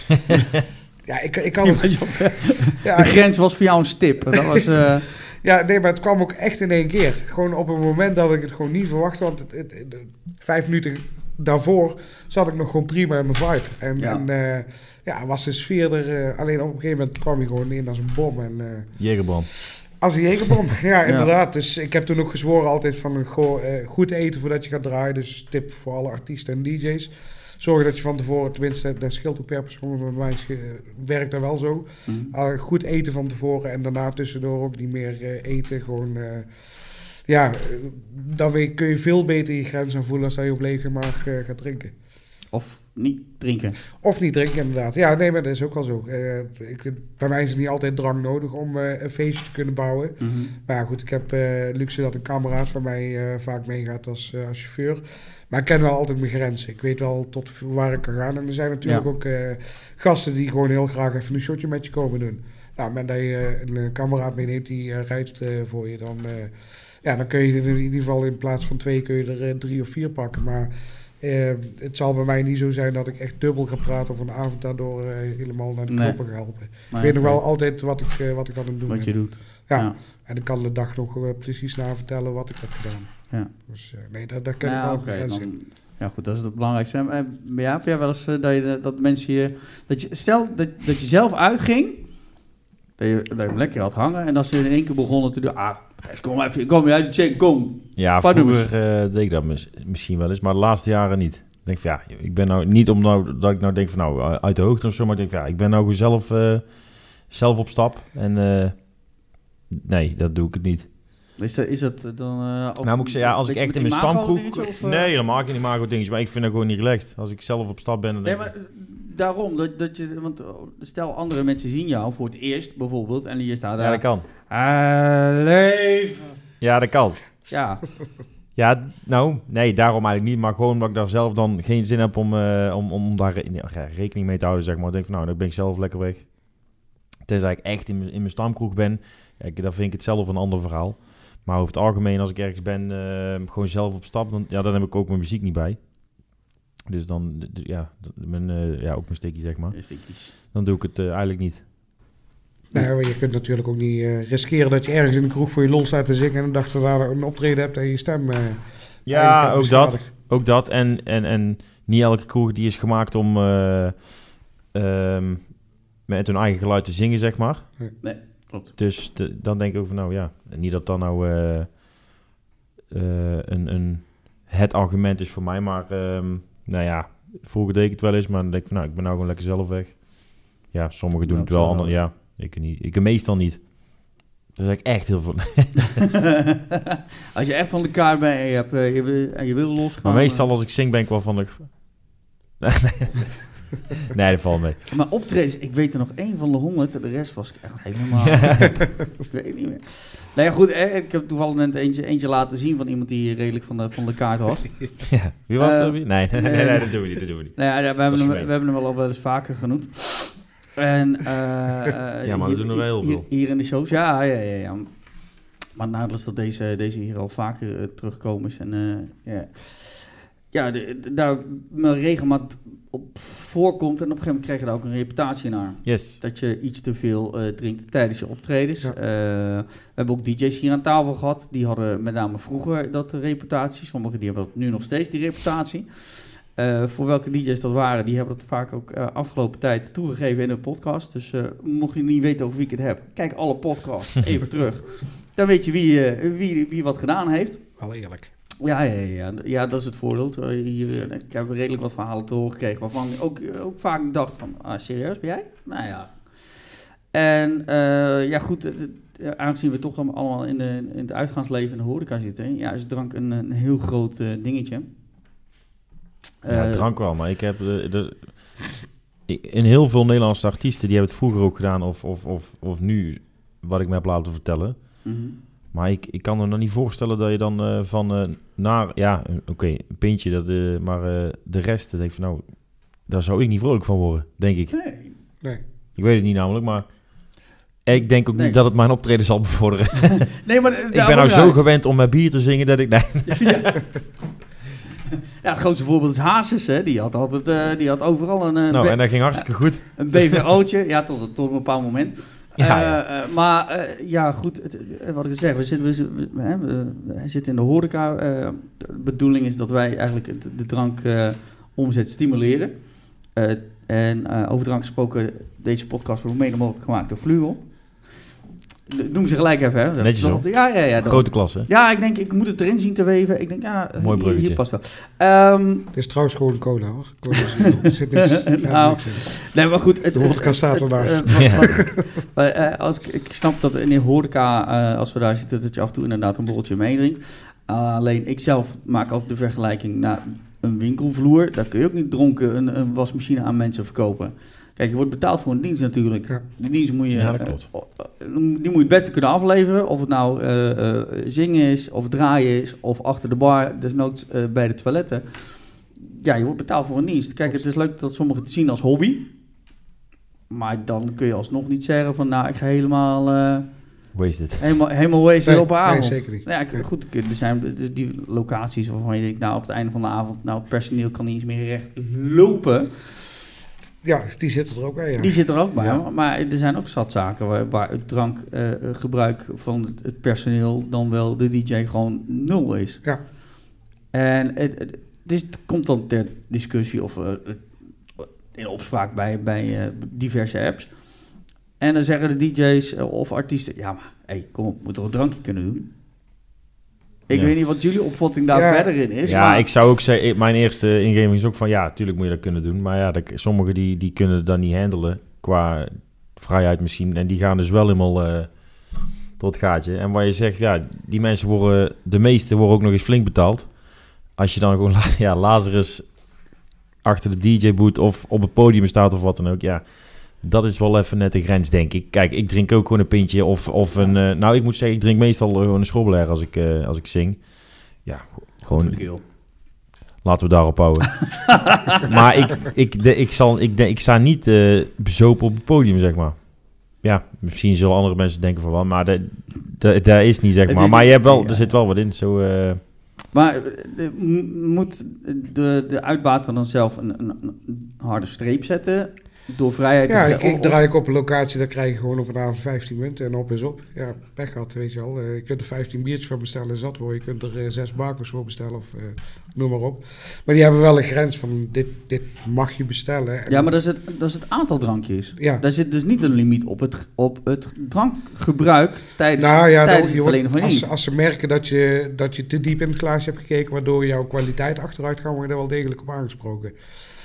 ja, ik, ik kan... Het, ja, de grens was voor jou een stip. Dat was... Uh... Ja, nee, maar het kwam ook echt in één keer. Gewoon op een moment dat ik het gewoon niet verwachtte. Want het, het, het, vijf minuten daarvoor zat ik nog gewoon prima in mijn vibe. En ja, en, uh, ja was de sfeer er... Uh, alleen op een gegeven moment kwam hij gewoon in als een bom. En, uh, Jägerbom. Als een Jägerbom, ja, inderdaad. Ja. Dus ik heb toen ook gezworen altijd van goh, uh, goed eten voordat je gaat draaien. Dus tip voor alle artiesten en D J's. Zorg dat je van tevoren, tenminste, dat scheelt ook per persoon, maar bij mij werkt dat wel zo. Mm. Uh, goed eten van tevoren en daarna tussendoor ook niet meer uh, eten. Gewoon, uh, ja, dan weet, kun je veel beter je grens aan voelen als dat je op lege maag uh, gaat drinken. Of niet drinken. Of niet drinken, inderdaad. Ja, nee, maar dat is ook wel zo. Uh, ik, bij mij is het niet altijd drang nodig om uh, een feestje te kunnen bouwen. Mm-hmm. Maar ja, goed, ik heb uh, luxe dat een kameraad van mij uh, vaak meegaat als, uh, als chauffeur. Maar ik ken wel altijd mijn grenzen. Ik weet wel tot waar ik kan gaan. En er zijn natuurlijk ja. ook uh, gasten die gewoon heel graag even een shotje met je komen doen. Nou, met dat je uh, een kameraad meeneemt die uh, rijdt uh, voor je, dan, uh, ja, dan kun je in ieder geval in plaats van twee kun je er uh, drie of vier pakken. Maar Uh, het zal bij mij niet zo zijn dat ik echt dubbel ga praten of een avond daardoor uh, helemaal naar de nee. knoppen ga helpen. Maar ik weet nog wel altijd wat ik, uh, wat ik aan het doen ben. Wat je doet. Ja. ja, en ik kan de dag nog uh, precies na vertellen wat ik heb gedaan. Ja. Dus uh, nee, daar, daar kan ja, ik wel okay, dan, ja, goed, dat is het belangrijkste. Uh, ja, heb jij wel eens uh, dat, je, dat mensen je... Dat je stel dat, dat je zelf uitging, dat je, dat je hem lekker had hangen en dat ze in één keer begonnen te doen... Ah, kom even, kom je uit de check, kom. Ja, vroeger uh, deed ik dat mis, misschien wel eens, maar de laatste jaren niet. Ik denk van ja, ik ben nou niet om nou, dat ik nou denk van nou uit de hoogte of zo, maar ik denk van ja, ik ben nou gewoon zelf, uh, zelf op stap en uh, nee, dat doe ik het niet. Is dat, is dat dan... Uh, nou moet ik zeggen, ja, als ik echt in mijn stamkroeg... Of, uh? Nee, dan maak ik niet imago dingetjes, maar ik vind dat gewoon niet relaxed. Als ik zelf op stap ben... Dan nee, maar daarom, dat, dat je... Want stel, andere mensen zien jou voor het eerst, bijvoorbeeld, en je staat daar... Ja, dat kan. Uh, leven. Ja, dat kan. Ja. Ja, nou, nee, daarom eigenlijk niet. Maar gewoon omdat ik daar zelf dan geen zin heb om, uh, om, om daar re- ja, rekening mee te houden, zeg maar. Ik denk van, nou, dan ben ik zelf lekker weg. Tenzij ik echt in, in mijn stamkroeg ben, ja, dan vind ik het zelf een ander verhaal. Maar over het algemeen, als ik ergens ben, uh, gewoon zelf op stap, dan, ja, dan heb ik ook mijn muziek niet bij. Dus dan, ja, mijn, uh, ja ook mijn stikkie, zeg maar. Dan doe ik het uh, eigenlijk niet. Nou, je kunt natuurlijk ook niet uh, riskeren dat je ergens in de kroeg voor je lol staat te zingen en een dag daarna een optreden hebt en je stem... Uh, ja, ook dat. Ook dat. En, en, en niet elke kroeg die is gemaakt om uh, um, met hun eigen geluid te zingen, zeg maar. Nee, klopt. Dus de, dan denk ik ook van, nou ja, niet dat dat nou uh, uh, een, een het argument is voor mij, maar um, nou ja, vroeger deed ik het wel eens, maar dan denk ik van, nou, ik ben nou gewoon lekker zelf weg. Ja, sommigen doen ja, het wel, anderen, ja. Ik niet. Ik meestal niet. Dat is echt heel veel. Als je echt van de kaart bent en je, hebt, uh, je, wil, en je wil losgaan... Maar meestal als ik zing ben ik wel van de... Nee, dat valt mee. Maar optredens, ik weet er nog één van de honderd. De rest was ik echt helemaal... ik weet niet meer. Nou ja, goed. Eh, ik heb toevallig net eentje, eentje laten zien van iemand die redelijk van de, van de kaart was. Ja, wie was Uh, dat? Nee, nee, nee, nee, nee, dat doen we niet. Dat doen we niet. Nou ja, we hebben, is hem, gemeen. we hebben hem wel al wel eens vaker genoemd. En, uh, Ja, maar we doen er wel heel hier, veel. Hier in de shows, ja, ja, ja. ja. Maar het nadeel is dat deze, deze hier al vaker uh, terugkomen is. En uh, yeah. ja, de, de, daar maar regelmatig op voorkomt. En op een gegeven moment krijg je daar ook een reputatie naar. Yes. Dat je iets te veel uh, drinkt tijdens je optredens. Ja. Uh, we hebben ook D J's hier aan tafel gehad. Die hadden met name vroeger dat uh, reputatie. Sommigen die hebben dat nu nog steeds, die reputatie. Uh, voor welke D J's dat waren, die hebben dat vaak ook uh, afgelopen tijd toegegeven in de podcast. Dus uh, mocht je niet weten over wie ik het heb, kijk alle podcasts even terug. Dan weet je wie, uh, wie, wie wat gedaan heeft. Wel eerlijk. Ja, ja, ja, ja, dat is het voordeel. Hier, uh, ik heb redelijk wat verhalen te horen gekregen waarvan ik ook, ook vaak dacht van, ah, serieus, ben jij? Nou ja. En uh, ja, goed, uh, aangezien we toch allemaal in, de, in het uitgaansleven in de horeca zitten, ja, is drank een, een heel groot uh, dingetje. Ja, Uh, drank wel, maar ik heb... De, de, in heel veel Nederlandse artiesten, die hebben het vroeger ook gedaan, of, of, of, of nu, wat ik me heb laten vertellen. mm-hmm. Maar ik, ik kan me nog niet voorstellen dat je dan uh, van uh, naar... Ja, oké, okay, een pintje, dat, uh, maar uh, de rest, denk ik van nou... Daar zou ik niet vrolijk van worden, denk ik. Nee. Nee. Ik weet het niet namelijk, maar... Ik denk ook nee. niet dat het mijn optreden zal bevorderen. Nee, maar ik ben nou zo gewend om met bier te zingen dat ik... Nee. Ja. Ja, het grootste voorbeeld is Hazes, hè. Die had altijd, uh, die had overal een... Uh, nou, be- en dat ging hartstikke goed. Een B V O'tje, ja, tot, tot een bepaald moment. Ja, uh, ja. Uh, maar uh, ja, goed, het, uh, wat ik zeg, we zitten, we, zitten, we, we, we zitten in de horeca. Uh, de bedoeling is dat wij eigenlijk het, de drank uh, omzet stimuleren. Uh, en uh, over drank gesproken, deze podcast wordt mede mogelijk gemaakt door Fluwel. Noem ze gelijk even, hè. Netjes hoor. Ja, ja, ja. Grote klasse. Ja, ik denk, ik moet het erin zien te weven. Ik denk, ja, mooi hier, bruggetje. hier past wel. Um, Het is trouwens gewoon cola, hoor. Cola er zit niks, nou, ja, niks in. Nee, maar goed. Het, De horeca staat ernaast. Uh, uh, uh, uh, als ik, ik snap dat in de horeca, uh, als we daar zitten, dat je af en toe inderdaad een borreltje meedrinkt. Uh, alleen ik zelf maak ook de vergelijking naar een winkelvloer. Daar kun je ook niet dronken een, een wasmachine aan mensen verkopen. Kijk, je wordt betaald voor een dienst natuurlijk. Ja. Die dienst moet je, Ja, dat klopt. uh, die moet je het beste kunnen afleveren. Of het nou uh, uh, zingen is, of draaien is, of achter de bar, desnoods uh, bij de toiletten. Ja, je wordt betaald voor een dienst. Kijk, het is leuk dat sommigen het zien als hobby. Maar dan kun je alsnog niet zeggen van, nou, ik ga helemaal... Uh, Wasted. Helemaal, helemaal wasted Nee, op een avond. nee, zeker niet. Nou ja, goed, er zijn die locaties waarvan je denkt, nou, op het einde van de avond, nou, het personeel kan niet eens meer recht lopen. Ja, die zitten er ook bij, ja. Die zitten er ook bij, Ja. maar er zijn ook zat zaken waar, waar het drankgebruik uh, van het, het personeel dan wel de D J gewoon nul is. Ja. En het, het, dus het komt dan ter discussie of uh, in opspraak bij, bij uh, diverse apps. En dan zeggen de D J's of artiesten, ja maar, hey, kom op, moet toch een drankje kunnen doen? Ik Ja. weet niet wat jullie opvatting daar Ja. verder in is. Ja, maar ik zou ook zeggen, mijn eerste ingeving is ook van, ja, natuurlijk moet je dat kunnen doen. Maar ja, dat, sommigen die, die kunnen het dan niet handelen qua vrijheid misschien. En die gaan dus wel helemaal uh, tot het gaatje. En waar je zegt, ja, die mensen worden, de meeste worden ook nog eens flink betaald. Als je dan gewoon, ja, Lazarus achter de D J-boot of op het podium staat of wat dan ook, ja... Dat is wel even net de grens, denk ik. Kijk, ik drink ook gewoon een pintje of, of een... Uh, nou, ik moet zeggen, ik drink meestal uh, gewoon een schrobbelair als ik, uh, als ik zing. Ja, gewoon... Laten we daarop houden. Maar ik, ik, de, ik, zal, ik, de, ik sta niet uh, bezopen op het podium, zeg maar. Ja, misschien zullen andere mensen denken van wel, maar dat de, de, is niet, zeg Het maar. is Maar niet, je hebt wel, ja. er zit wel wat in. Zo, uh, Maar de, moet de, de uitbater dan zelf een, een, een harde streep zetten door vrijheid? Ja, te ik, ik draai ik op een locatie, dan krijg je gewoon op een avond vijftien munten en op is op. Ja, pech gehad, weet je al. Uh, je kunt er vijftien biertjes van bestellen en zat worden. Je kunt er uh, zes bakers voor bestellen of uh, noem maar op. Maar die hebben wel een grens van dit, dit mag je bestellen. En Ja, maar dat is, het, dat is het aantal drankjes. Ja. Daar zit dus niet een limiet op het, op het drankgebruik tijdens, Nou ja, tijdens dan, het verlenen van als, dienst. als ze merken dat je, dat je te diep in het glaasje hebt gekeken, waardoor jouw kwaliteit achteruit gaat, worden er wel degelijk op aangesproken.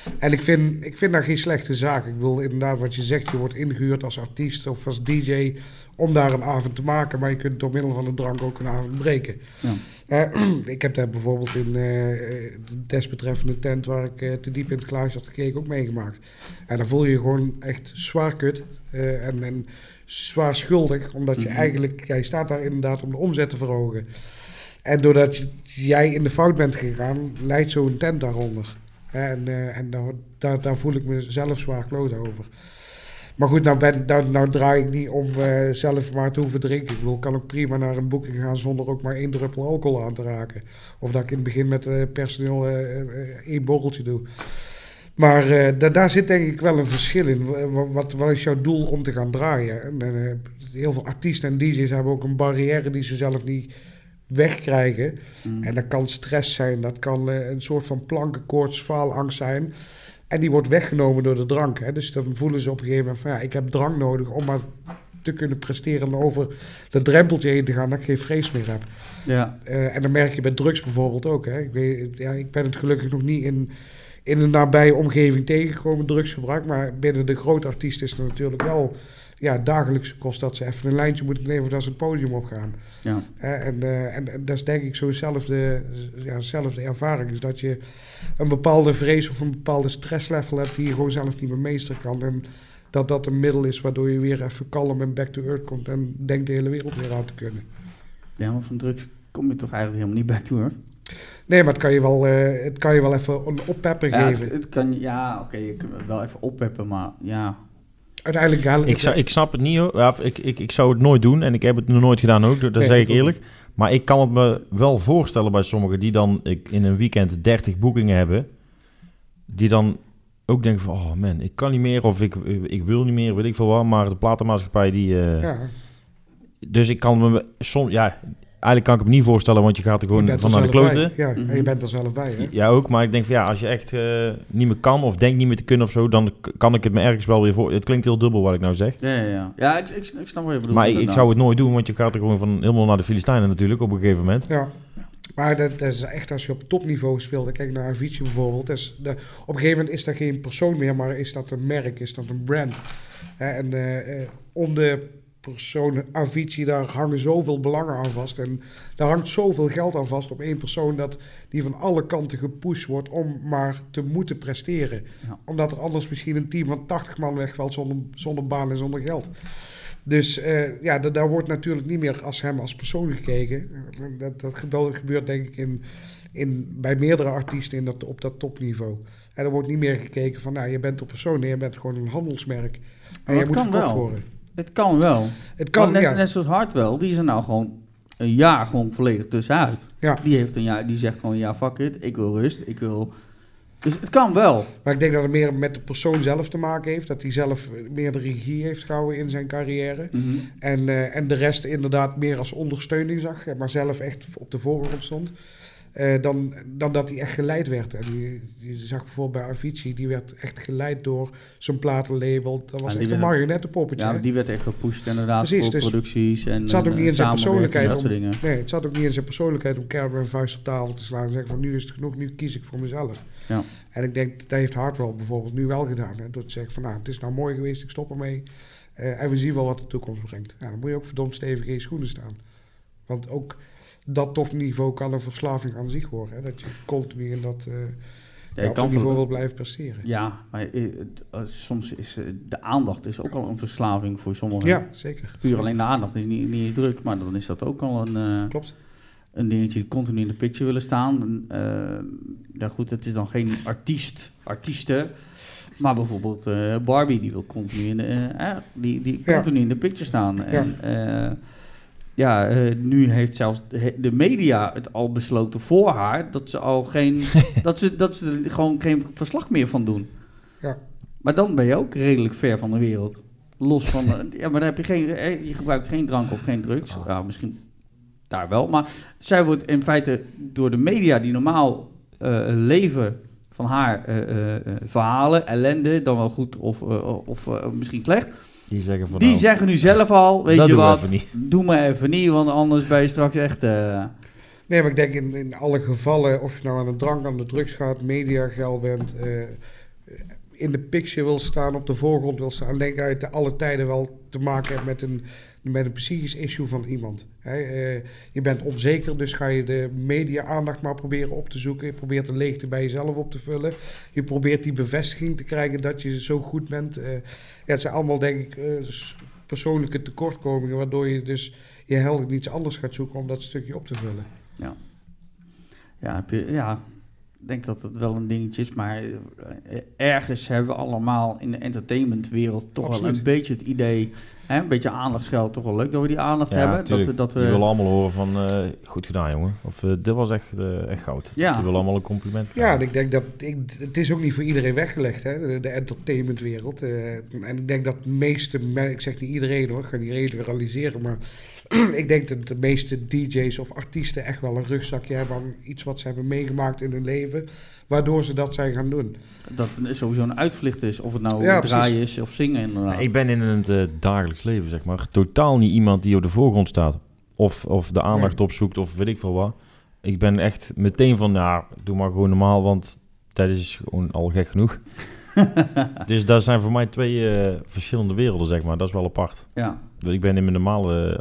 En ik vind, ik vind dat geen slechte zaak. Ik bedoel, inderdaad, wat je zegt, je wordt ingehuurd als artiest of als D J om daar een avond te maken, maar je kunt door middel van de drank ook een avond breken. Ja. Uh, ik heb dat bijvoorbeeld in uh, de desbetreffende tent waar ik uh, te diep in het glaasje had gekeken ook meegemaakt. En dan voel je je gewoon echt zwaar kut uh, en, en zwaar schuldig, omdat je mm-hmm. eigenlijk, jij staat daar inderdaad om de omzet te verhogen. En doordat je, jij in de fout bent gegaan, leidt zo'n tent daaronder. En, uh, en daar, daar, daar voel ik me zelf zwaar kloot over. Maar goed, nou, ben, nou, nou draai ik niet om uh, zelf maar te hoeven drinken. Ik bedoel, ik kan ook prima naar een boeking gaan zonder ook maar één druppel alcohol aan te raken. Of dat ik in het begin met uh, personeel uh, uh, één borreltje doe. Maar uh, da- daar zit denk ik wel een verschil in. Wat, wat is jouw doel om te gaan draaien? En, uh, heel veel artiesten en D J's hebben ook een barrière die ze zelf niet wegkrijgen. Mm. En dat kan stress zijn, dat kan uh, een soort van plankenkoorts, faalangst zijn. En die wordt weggenomen door de drank. Hè. Dus dan voelen ze op een gegeven moment van ja, ik heb drank nodig om maar te kunnen presteren en over dat drempeltje heen te gaan dat ik geen vrees meer heb. Ja. Uh, en dan merk je bij drugs bijvoorbeeld ook. Hè. Ik, weet, ja, ik ben het gelukkig nog niet in, in een nabije omgeving tegengekomen, drugsgebruik. Maar binnen de grote artiesten is het natuurlijk wel ja, dagelijkse kost dat ze even een lijntje moeten nemen voordat ze het podium opgaan. Ja. Uh, en, uh, en, en dat is denk ik zo dezelfde ja, zelfde ervaring. Is dat je een bepaalde vrees of een bepaalde stresslevel hebt die je gewoon zelf niet meer meester kan. En dat dat een middel is waardoor je weer even kalm en back to earth komt en denkt de hele wereld weer aan te kunnen. Ja, maar van drugs kom je toch eigenlijk helemaal niet back to earth? Nee, maar het kan je wel, uh, het kan je wel even een oppepper ja, geven. Het, het kan, ja, oké, okay, je kunt wel even oppeppen, maar ja... Uiteindelijk gaan ik, zou, ik snap het niet hoor. Ja, ik, ik, ik zou het nooit doen en ik heb het nog nooit gedaan ook, dat nee, zeg ik eerlijk. Maar ik kan het me wel voorstellen bij sommigen die dan ik, in een weekend dertig boekingen hebben, die dan ook denken van, oh man, ik kan niet meer of ik, ik wil niet meer, weet ik veel wat, maar de platenmaatschappij die... Uh, ja. Dus ik kan me soms, ja... Eigenlijk kan ik het me niet voorstellen, want je gaat er gewoon van naar de kloten. Ja, mm-hmm. En je bent er zelf bij. Hè? Ja, ook. Maar ik denk van ja, als je echt uh, niet meer kan of denkt niet meer te kunnen of zo, dan k- kan ik het me ergens wel weer voor... Het klinkt heel dubbel wat ik nou zeg. Ja, ja, ja. Ja, ik, ik, ik snap wat je bedoelt. Maar ik, ik zou het nooit doen, want je gaat er gewoon van helemaal naar de Filistijnen natuurlijk op een gegeven moment. Ja. Maar dat, dat is echt als je op topniveau speelt. Kijk naar Avicii bijvoorbeeld. Dat is de, op een gegeven moment is dat geen persoon meer, maar is dat een merk, is dat een brand. En uh, uh, om de... persoon Avicii, daar hangen zoveel belangen aan vast en daar hangt zoveel geld aan vast op één persoon dat die van alle kanten gepusht wordt om maar te moeten presteren. Ja. Omdat er anders misschien een team van tachtig man wegvalt zonder, zonder baan en zonder geld. Dus uh, ja, d- daar wordt natuurlijk niet meer als hem als persoon gekeken. Dat, dat gebeurt, gebeurt denk ik in, in, bij meerdere artiesten in dat, op dat topniveau. En er wordt niet meer gekeken van, nou, je bent een persoon, nee, je bent gewoon een handelsmerk. En je moet verkocht worden. Het kan wel. Het kan, net, ja. net zoals Hartwell, die is er nou gewoon een jaar gewoon volledig tussenuit. Ja. Die heeft een jaar, die zegt gewoon, ja, fuck it, ik wil rust, ik wil... Dus het kan wel. Maar ik denk dat het meer met de persoon zelf te maken heeft. Dat hij zelf meer de regie heeft gehouden in zijn carrière. Mm-hmm. En, uh, en de rest inderdaad meer als ondersteuning zag. Maar zelf echt op de voorgrond stond. Uh, dan, dan dat hij echt geleid werd. En je, je zag bijvoorbeeld bij Avicii, die werd echt geleid door zijn platenlabel. Dat was ja, echt een marionettenpoppetje. Ja, die werd echt gepusht inderdaad. Precies, voor dus producties en het zat ook en, niet in zijn persoonlijkheid om, dingen. Nee, het zat ook niet in zijn persoonlijkheid om keihard met een vuist op tafel te slaan en zeggen van nu is het genoeg, nu kies ik voor mezelf. Ja. En ik denk, dat heeft Hartwell bijvoorbeeld nu wel gedaan. Hè, door te zeggen van nou, het is nou mooi geweest, ik stop ermee. Uh, en we zien wel wat de toekomst brengt. Ja, dan moet je ook verdomd stevig in je schoenen staan. Want ook dat topniveau kan een verslaving aan zich worden. Hè? Dat je continu in dat, uh, ja, ja, op dat niveau wil blijven presteren. Ja, maar uh, uh, soms is uh, de aandacht is ook al een verslaving voor sommigen. Ja, zeker. Puur alleen de aandacht is niet, niet eens druk, maar dan is dat ook al een, uh, Klopt. een dingetje die continu in de picture willen staan. Uh, ja goed, het is dan geen artiest, artiesten, maar bijvoorbeeld uh, Barbie, die wil continu in de, uh, uh, die, die continu ja. in de picture staan. Ja. En, uh, Ja, uh, nu heeft zelfs de, de media het al besloten voor haar dat ze al geen, dat ze, dat ze er gewoon geen verslag meer van doen. Ja. Maar dan ben je ook redelijk ver van de wereld. Los van, uh, ja, maar dan heb je geen, je gebruikt geen drank of geen drugs. Oh. Nou, misschien daar wel, maar zij wordt in feite door de media die normaal uh, leven van haar uh, uh, verhalen, ellende, dan wel goed of, uh, of uh, misschien slecht. Die zeggen, van die nou, zeggen nu zelf al, weet je wat, we doe maar even niet, want anders ben je straks echt... Uh... Nee, maar ik denk in, in alle gevallen, of je nou aan de drank, aan de drugs gaat, mediageld bent, uh, in de picture wil staan, op de voorgrond wil staan. Denk uit de alle tijden wel te maken hebt met een, met een psychisch issue van iemand. Hè? Uh, je bent onzeker, dus ga je de media-aandacht maar proberen op te zoeken. Je probeert de leegte bij jezelf op te vullen. Je probeert die bevestiging te krijgen dat je zo goed bent. Uh, ja, het zijn allemaal, denk ik, uh, persoonlijke tekortkomingen, waardoor je dus je helder iets anders gaat zoeken om dat stukje op te vullen. Ja, ja, heb je, ja. Ik denk dat het wel een dingetje is, maar ergens hebben we allemaal in de entertainmentwereld toch Absoluut. wel een beetje het idee, hè, een beetje aandachtsgeld, toch wel leuk dat we die aandacht Ja, hebben. tuurlijk. Dat we, dat we, Die willen allemaal horen van, uh, goed gedaan jongen. Of uh, dit was echt, uh, echt goud. Ja. Die willen allemaal een compliment Ja, krijgen. en ik denk dat ik, het is ook niet voor iedereen weggelegd, hè, de, de entertainmentwereld. Uh, en ik denk dat de meeste, ik zeg niet iedereen hoor, ik ga niet generaliseren, maar ik denk dat de meeste D J's of artiesten echt wel een rugzakje hebben aan iets wat ze hebben meegemaakt in hun leven, waardoor ze dat zijn gaan doen. dat het sowieso een uitvlucht is, of het nou Ja, draaien is of zingen inderdaad. Ja, ik ben in het uh, dagelijks leven, zeg maar, totaal niet iemand die op de voorgrond staat. Of, of de aandacht Nee. opzoekt, of weet ik veel wat. Ik ben echt meteen van, nou, doe maar gewoon normaal, want dat is gewoon al gek genoeg. Dus dat zijn voor mij twee uh, verschillende werelden, zeg maar. Dat is wel apart. Ja, Dus ik ben in mijn normale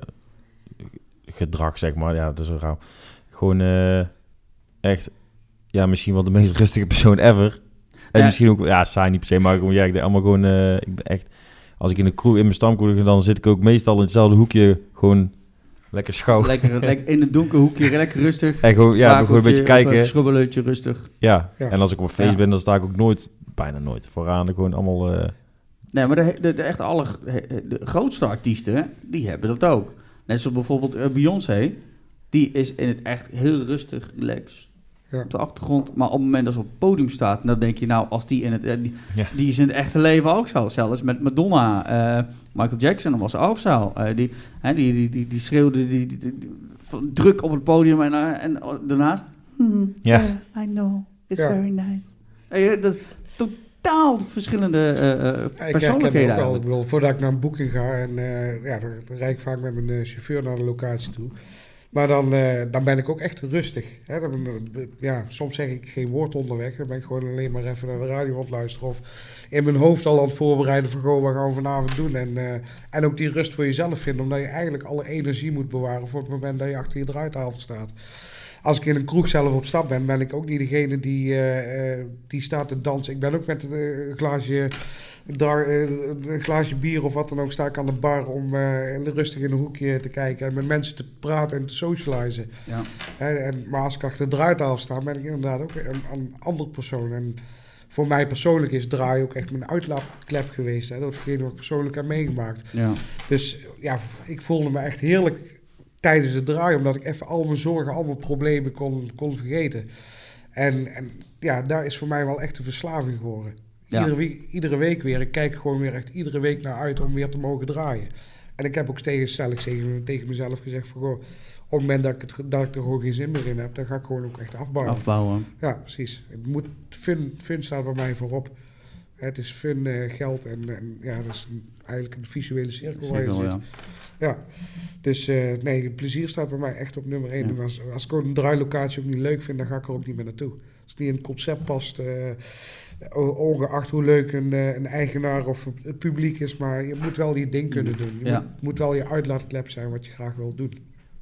gedrag, zeg maar, ja, dat is zo raar. Gewoon uh, echt, ja, misschien wel de meest rustige persoon ever. En Ja. misschien ook, ja, saai niet per se, maar gewoon, ja, ik denk allemaal gewoon, uh, ik ben echt, als ik in de kroeg, in mijn stamkroeg, dan zit ik ook meestal in hetzelfde hoekje, gewoon lekker schouw. lekker, lekker in een donker hoekje, lekker rustig. En gewoon, ja, gewoon een beetje Of kijken. een schrubbeleutje rustig. Ja. Ja. En als ik op een feest Ja. ben, dan sta ik ook nooit, bijna nooit, vooraan. Gewoon allemaal, uh, Nee, maar de, de, de echt alle de grootste artiesten, die hebben dat ook. Net zoals bijvoorbeeld uh, Beyoncé. Die is in het echt heel rustig, relaxed. Ja. Op de achtergrond. Maar op het moment dat ze op het podium staat, dan denk je nou, als die in het... Uh, die, Ja. die is in het echte leven ook zo. Zelfs met Madonna, uh, Michael Jackson, dat was ook zo. Uh, die, hè, die, die, die, die schreeuwde die, die, die, die, van druk op het podium en, uh, en uh, daarnaast... Hmm, Ja. yeah, I know, it's Ja. very nice. Uh, dat, totaal verschillende uh, uh, Ja, ik herken persoonlijkheden ook al. Ik eigenlijk. bedoel, voordat ik naar een boeking ga, en uh, ja, dan, dan rijd ik vaak met mijn uh, chauffeur naar de locatie toe. Maar dan, uh, dan ben ik ook echt rustig. Hè? Dan, ben- ja, soms zeg ik geen woord onderweg. Dan ben ik gewoon alleen maar even naar de radio aan het luisteren. Of in mijn hoofd al aan het voorbereiden van, goh, wat gaan we vanavond doen? En, uh, en ook die rust voor jezelf vinden. Omdat je eigenlijk alle energie moet bewaren voor het moment dat je achter je draaitafel staat. Als ik in een kroeg zelf op stap ben, ben ik ook niet degene die, uh, uh, die staat te dansen. Ik ben ook met uh, een glaasje... Daar, uh, een glaasje bier of wat dan ook, sta ik aan de bar om uh, rustig in een hoekje te kijken en met mensen te praten en te socializen. Ja. En, en, maar als ik achter de draaitafel sta, ben ik inderdaad ook een, een ander persoon. En voor mij persoonlijk is draaien ook echt mijn uitlaatklep geweest. Hè? Dat is hetgeen wat ik persoonlijk heb meegemaakt. Ja. Dus ja, ik voelde me echt heerlijk tijdens het draaien, omdat ik even al mijn zorgen, al mijn problemen kon, kon vergeten. En, en ja, daar is voor mij wel echt een verslaving geworden. Ja. Iedere, week, iedere week weer. Ik kijk gewoon weer echt iedere week naar uit om weer te mogen draaien. En ik heb ook tegenstellig tegen, tegen mezelf gezegd van, goh, op het moment dat ik, het, dat ik er gewoon geen zin meer in heb, dan ga ik gewoon ook echt afbouwen. Afbouwen. Ja, precies. Het moet, fun, fun staat bij mij voorop. Het is fun, uh, geld en, en ja, dat is een, eigenlijk een visuele cirkel waar je Zeker wel, zit. ja. Ja, dus uh, nee, plezier staat bij mij echt op nummer één. Ja. En als, als ik gewoon een draailocatie ook niet leuk vind, dan ga ik er ook niet meer naartoe. Als het niet in het concept past, uh, ongeacht hoe leuk een, uh, een eigenaar of het publiek is, maar je moet wel je ding kunnen doen. Je Ja. moet, moet wel je uitlaatklep zijn wat je graag wil doen.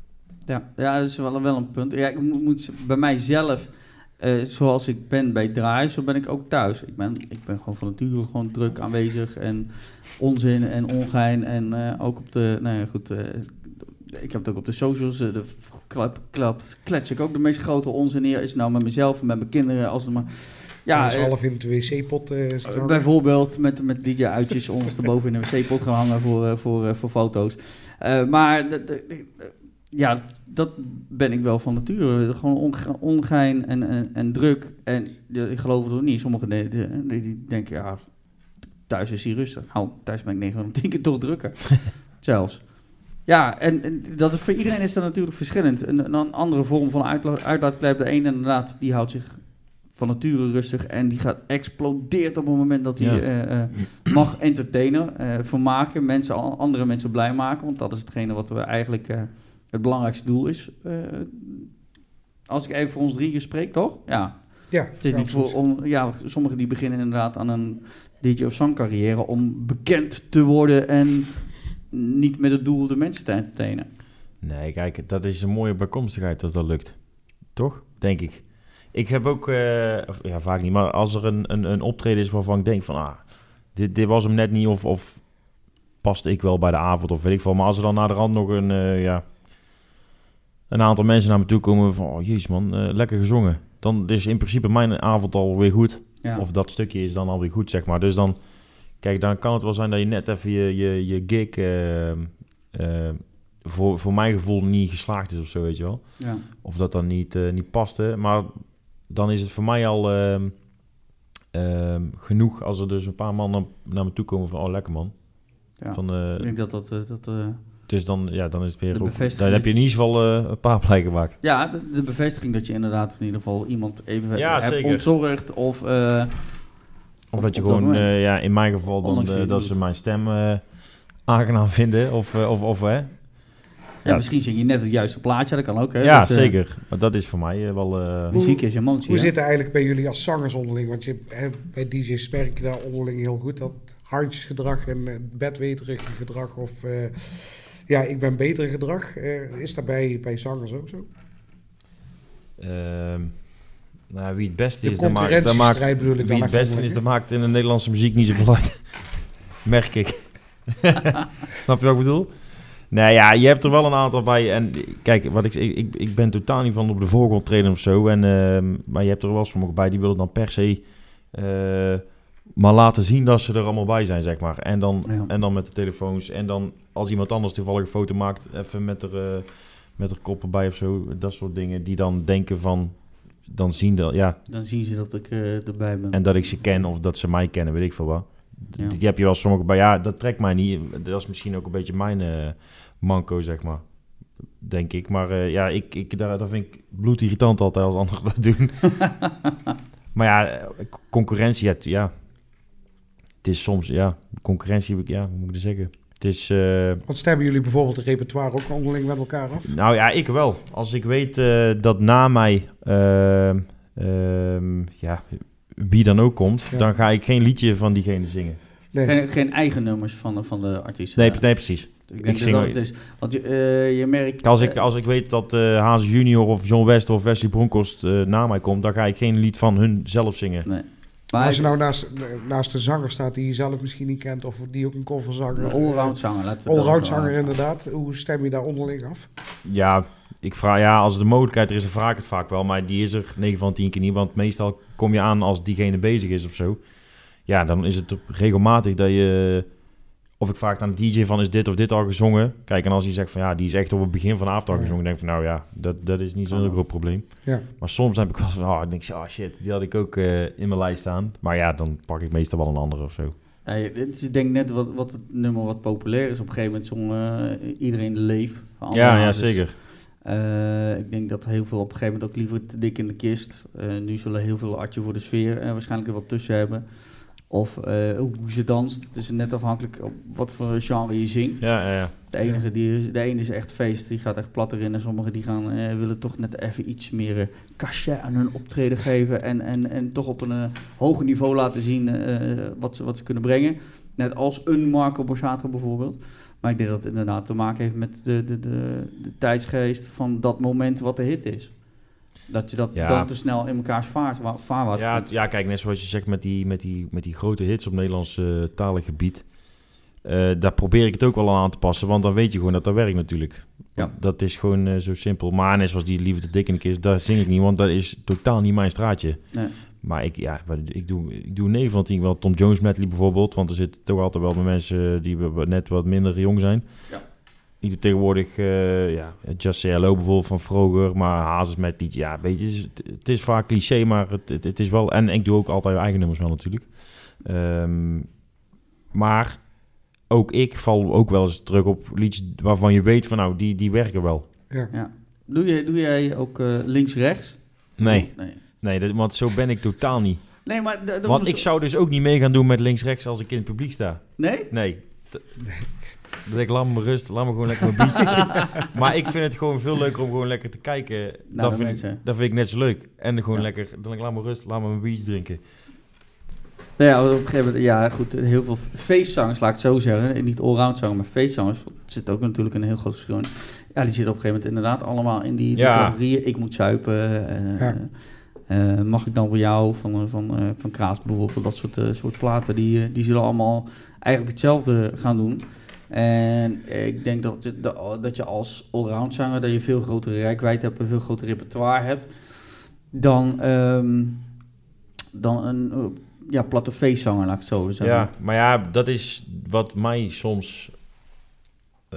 Ja, ja, dat is wel, wel een punt. Ja, ik moet, moet bij mijzelf, uh, zoals ik ben bij draai, zo ben ik ook thuis. Ik ben, ik ben gewoon van nature gewoon druk aanwezig en onzin en ongein. En uh, ook op de, nou ja, goed, uh, ik heb het ook op de socials, uh, de klap, klap, klets ik ook de meest grote onzin neer. Is het nou met mezelf en met mijn kinderen, als het maar... Ja, Ja, uh, uh, half in de wc-pot. Uh, uh, bijvoorbeeld met, met D J-uitjes ons erboven in de wc-pot gaan hangen voor, uh, voor, uh, voor foto's. Uh, maar... De, de, de, ja, dat ben ik wel van nature. Gewoon onge- ongein en, en, en druk. En ja, ik geloof het ook niet. Sommigen die, die, die denken, ja, thuis is hij rustig. Nou, thuis ben ik negen van tien keer toch drukker. Zelfs. Ja, en, en dat is, voor iedereen is dat natuurlijk verschillend. Een, een andere vorm van uitla- uitlaatklep. De ene inderdaad, die houdt zich van nature rustig. En die gaat explodeert op het moment dat hij Ja. uh, uh, mag entertainen. Uh, vermaken, mensen, andere mensen blij maken. Want dat is hetgene wat we eigenlijk... Uh, het belangrijkste doel is, uh, als ik even voor ons drieën spreek, toch? Ja. Ja, Het is ja, niet voor om, ja, sommigen die beginnen inderdaad aan een D J of zangcarrière om bekend te worden en niet met het doel de mensen te entertainen. Nee, kijk, dat is een mooie bijkomstigheid als dat lukt. Toch? Denk ik. Ik heb ook, uh, of, ja, vaak niet, maar als er een, een, een optreden is waarvan ik denk van, ah, dit, dit was hem net niet of, of paste ik wel bij de avond of weet ik veel. Maar als er dan naar de rand nog een, uh, ja, een aantal mensen naar me toe komen van, oh jezus man, uh, lekker gezongen. Dan is in principe mijn avond alweer goed. Ja. Of dat stukje is dan alweer goed, zeg maar. Dus dan, kijk, dan kan het wel zijn dat je net even je, je, je gig uh, uh, voor, voor mijn gevoel niet geslaagd is of zo, weet je wel. Ja. Of dat dan niet, uh, niet paste. Maar dan is het voor mij al uh, uh, genoeg als er dus een paar man naar, naar me toe komen van, oh lekker man. Ja. Van, uh, Ik denk dat dat... Uh, dat uh, dus dan, ja, dan is het weer de ook, bevestiging. dan heb je in ieder geval uh, een paar blij gemaakt. Ja, de, de bevestiging dat je inderdaad in ieder geval iemand even Ja, hebt zeker. ontzorgd of... Uh, Of op, dat je op dat gewoon, moment. uh, ja, in mijn geval dan Ondanks uh, je dat doet. ze mijn stem uh, aangenaam vinden. Of, uh, of, of hè. ja, Ja. misschien zing je net het juiste plaatje, dat kan ook. Hè? Ja, Dus, uh, zeker. Maar dat is voor mij uh, wel... Uh, muziek is emotie. Hoe hè? zit het eigenlijk bij jullie als zangers onderling? Want je, hè, bij D J's merk je daar onderling heel goed dat handjesgedrag en uh, bedweterige gedrag of uh, ja, ik ben beter gedrag. Uh, is dat bij, bij zangers ook zo? uh, nou, wie het beste De is, dan maakt, dan concurrentiestrijd maakt, bedoel ik wie dan het even beste is, onderling, dan maakt in de Nederlandse muziek niet zoveel uit. Merk ik. Snap je wat ik bedoel? Nee, ja, je hebt er wel een aantal bij. En kijk, wat ik, ik, ik ben totaal niet van op de voorgrond treden of zo. En, uh, maar je hebt er wel sommige bij die willen dan per se uh, maar laten zien dat ze er allemaal bij zijn, zeg maar. En dan, Ja. en dan met de telefoons. En dan als iemand anders toevallig een foto maakt, even met er, uh, met er koppen bij of zo. Dat soort dingen die dan denken van, dan zien dat, ja. Dan zien ze dat ik uh, erbij ben. En dat ik ze ken of dat ze mij kennen, weet ik veel wat. Ja. Die heb je wel sommige bij. Ja, dat trekt mij niet. Dat is misschien ook een beetje mijn uh, manco, zeg maar. Denk ik. Maar uh, ja, ik, ik, daar, dat vind ik bloedirritant altijd als anderen dat doen. Maar ja, concurrentie, ja, ja. Het is soms, ja, concurrentie, ja, hoe moet ik het zeggen? Het is... Uh, Want stemmen jullie bijvoorbeeld het repertoire ook onderling met elkaar af? nou ja, ik wel. Als ik weet uh, dat na mij, uh, uh, ja, wie dan ook komt, Ja. dan ga ik geen liedje van diegene zingen. Nee. Geen, geen eigen nummers van, van de artiesten. Nee, Ja. nee precies. Ik denk ik zing dat ook- het is. Want je, uh, je merkt... Als ik, uh, als ik weet dat uh, Hazen Junior of John Wester of Wesley Bronkhorst uh, na mij komt, dan ga ik geen lied van hun zelf zingen. nee. Maar Maar als je nou naast, naast een zanger staat die je zelf misschien niet kent of die ook een coverzanger... een allround zanger. laten we Allround dat wel zanger zeggen. inderdaad. Hoe stem je daar onderling af? Ja, ik vraag, ja, als de mogelijkheid er is, dan vraag ik het vaak wel. Maar die is er negen van tien keer niet. Want meestal kom je aan als diegene bezig is of zo. Ja, dan is het regelmatig dat je... Of ik vraag aan de D J van, is dit of dit al gezongen? Kijk, en als hij zegt van, ja, die is echt op het begin van de avond al Ja. gezongen. Dan denk ik van, nou ja, dat, dat is niet zo'n heel groot probleem. Ja. Maar soms heb ik wel van, oh, dan denk ik, oh shit, die had ik ook uh, in mijn lijst staan. Maar ja, dan pak ik meestal wel een andere of zo. Ja, je- het is denk ik net wat, wat het nummer wat populair is. Op een gegeven moment zong uh, iedereen Leef. van Anne Ja, ja, Hazes. zeker. Uh, ik denk dat heel veel op een gegeven moment ook liever te dik in de kist. Uh, nu zullen heel veel Atje voor de sfeer en waarschijnlijk er wat tussen hebben. Of uh, hoe ze danst. Het is net afhankelijk op wat voor genre je zingt. Ja, ja, ja. De, enige die is, de ene is echt feest, die gaat echt plat erin. En sommigen die gaan, uh, willen toch net even iets meer uh, cachet aan hun optreden geven. En, en, en toch op een uh, hoger niveau laten zien uh, wat, ze, wat ze kunnen brengen. Net als een Marco Borsato bijvoorbeeld. Maar ik denk dat het inderdaad te maken heeft met de, de, de, de tijdsgeest van dat moment wat de hit is. Dat je dat Ja. dan te snel in mekaars vaart, wa- vaarwater Ja, komt. het- ja, kijk, net zoals je zegt met die, met die, met die grote hits op Nederlands uh, talig gebied. Uh, daar probeer ik het ook wel aan te passen, want dan weet je gewoon dat dat werkt natuurlijk. Ja. Dat is gewoon uh, zo simpel. Maar net zoals die Liefde te dik in de kist, daar zing ik niet, want dat is totaal niet mijn straatje. Nee. Maar ik, ja, wat- ik doe, ik doe negen van tien wel Tom Jones medley bijvoorbeeld, want er zitten toch altijd wel mensen die we- net wat minder jong zijn. Ja. Ik doe tegenwoordig, uh, ja, Just Say Hello bijvoorbeeld van Vroger, maar Hazes met liedje. Ja, weet je, het is, het is vaak cliché, maar het, het, het is wel... En ik doe ook altijd eigen nummers wel natuurlijk. Um, maar ook ik val ook wel eens terug op liedjes waarvan je weet van nou, die, die werken wel. Ja. Ja. Doe, je, doe jij ook uh, links-rechts? Nee, Nee, nee dat, want zo ben ik totaal niet. nee maar... d- dat Want was- ik zou dus ook niet mee gaan doen met links-rechts als ik in het publiek sta. Nee? Nee. Dat ik laat me rust, laat me gewoon lekker mijn biertje drinken. Maar ik vind het gewoon veel leuker om gewoon lekker te kijken. Nou, dat, vind ik, dat vind ik net zo leuk. En gewoon ja. lekker, dan ik laat me rust, laat me mijn biertje drinken. Nou ja, op een gegeven moment, ja goed, heel veel feestzangers, laat ik het zo zeggen. Niet allround zangers, maar feestzangers. Er zit ook natuurlijk een heel groot verschil in. Ja, die zitten op een gegeven moment inderdaad allemaal in die, die ja. categorieën. Ik moet zuipen. Uh, ja. uh, mag ik dan voor jou, van, van, uh, van Kraas bijvoorbeeld, dat soort, uh, soort platen, die, die zullen allemaal eigenlijk hetzelfde gaan doen. En ik denk dat, je, dat je als allround zanger, dat je veel grotere reikwijdte hebt, een veel groter repertoire hebt, dan, um, dan een uh, ja, platte feestzanger, laat ik het zo zeggen. Ja, maar ja, dat is wat mij soms uh,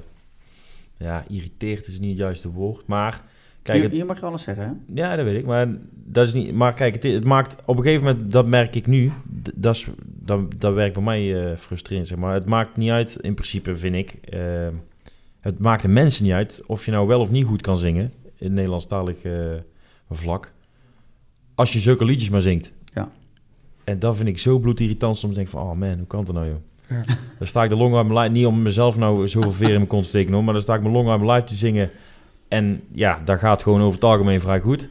ja, irriteert is niet het juiste woord, maar kijk, hier, het, hier mag je alles zeggen, hè? Ja, dat weet ik, maar dat is niet. Maar kijk, het, het maakt op een gegeven moment, dat merk ik nu, dat is, dat, dat werkt bij mij uh, frustrerend, zeg maar. Het maakt niet uit, in principe vind ik, uh, het maakt de mensen niet uit of je nou wel of niet goed kan zingen in het Nederlandstalig uh, vlak, als je zulke liedjes maar zingt. Ja. En dat vind ik zo bloedirritant, soms denk ik van, oh man, hoe kan dat nou, joh? Ja. Dan sta ik de long uit mijn lijf, niet om mezelf nou zoveel veer in mijn kont te steken, hoor, maar dan sta ik mijn long uit mijn lijf te zingen. En ja, dat gaat gewoon over het algemeen vrij goed.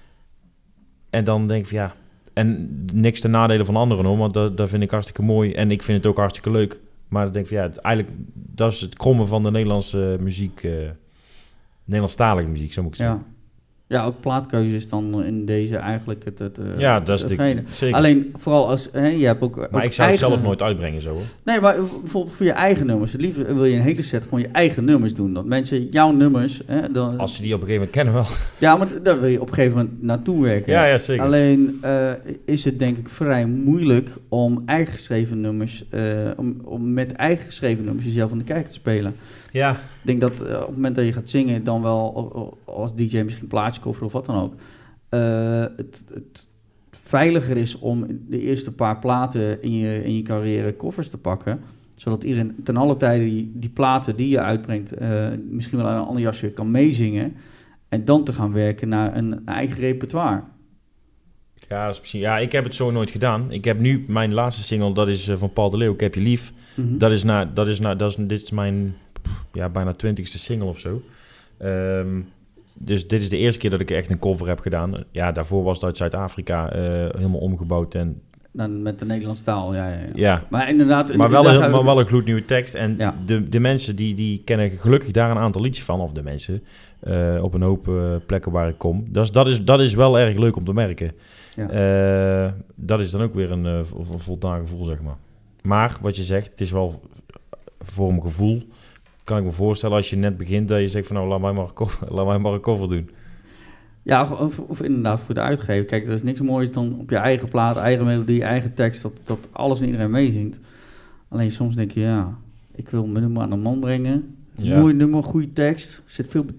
En dan denk ik van ja, en niks ten nadele van anderen hoor, want dat, dat vind ik hartstikke mooi. En ik vind het ook hartstikke leuk. Maar dan denk ik van ja, het, eigenlijk, dat is het krommen van de Nederlandse muziek, uh, Nederlandstalige muziek, zo moet ik zeggen. Ja. Ja, ook plaatkeuze is dan in deze eigenlijk het... het uh, ja, dat is hetgene. de, zeker. Alleen, vooral als... Hè, je hebt ook, maar ook ik zou eigen... het zelf nooit uitbrengen zo hoor. Nee, maar bijvoorbeeld voor je eigen nummers. Het liefst wil je een hele set gewoon je eigen nummers doen. Dat mensen jouw nummers... Hè, dan... Als ze die op een gegeven moment kennen wel. Ja, maar daar wil je op een gegeven moment naartoe werken. Ja, ja, zeker. Alleen uh, is het denk ik vrij moeilijk om eigen geschreven nummers... Uh, om, om met eigen geschreven nummers jezelf aan de kijker te spelen. Ja. Ik denk dat uh, op het moment dat je gaat zingen, dan wel als D J misschien plaatjes coveren of wat dan ook, uh, het, het veiliger is om de eerste paar platen in je, in je carrière covers te pakken, zodat iedereen ten alle tijde die, die platen die je uitbrengt, uh, misschien wel aan een ander jasje kan meezingen en dan te gaan werken naar een, een eigen repertoire. Ja, dat is misschien, ja, ik heb het zo nooit gedaan. Ik heb nu mijn laatste single, dat is uh, van Paul de Leeuw, Ik heb je lief. Mm-hmm. Dat is na, dat is na, dat is, dit is mijn ja, bijna twintigste single of zo. Um, dus dit is de eerste keer dat ik echt een cover heb gedaan. Ja, daarvoor was het uit Zuid-Afrika uh, helemaal omgebouwd. En dan met de Nederlandse taal, ja, ja, ja. ja. Maar inderdaad... Maar wel, een, maar wel een gloednieuwe tekst. En ja. de, de mensen die, die kennen gelukkig daar een aantal liedjes van. Of de mensen uh, op een hoop uh, plekken waar ik kom. Dus dat is, dat is wel erg leuk om te merken. Ja. Uh, dat is dan ook weer een, uh, een voldaan gevoel, zeg maar. Maar wat je zegt, het is wel voor mijn gevoel... kan ik me voorstellen als je net begint dat je zegt van nou, laat mij maar een cover, laat mij maar een cover doen. Ja, of, of inderdaad voor de uitgever. Kijk, er is niks moois dan op je eigen plaat, eigen melodie, eigen tekst, dat, dat alles en iedereen meezingt. Alleen soms denk je, ja, ik wil mijn nummer aan de man brengen. Ja. Mooi nummer, goede tekst, er zit veel,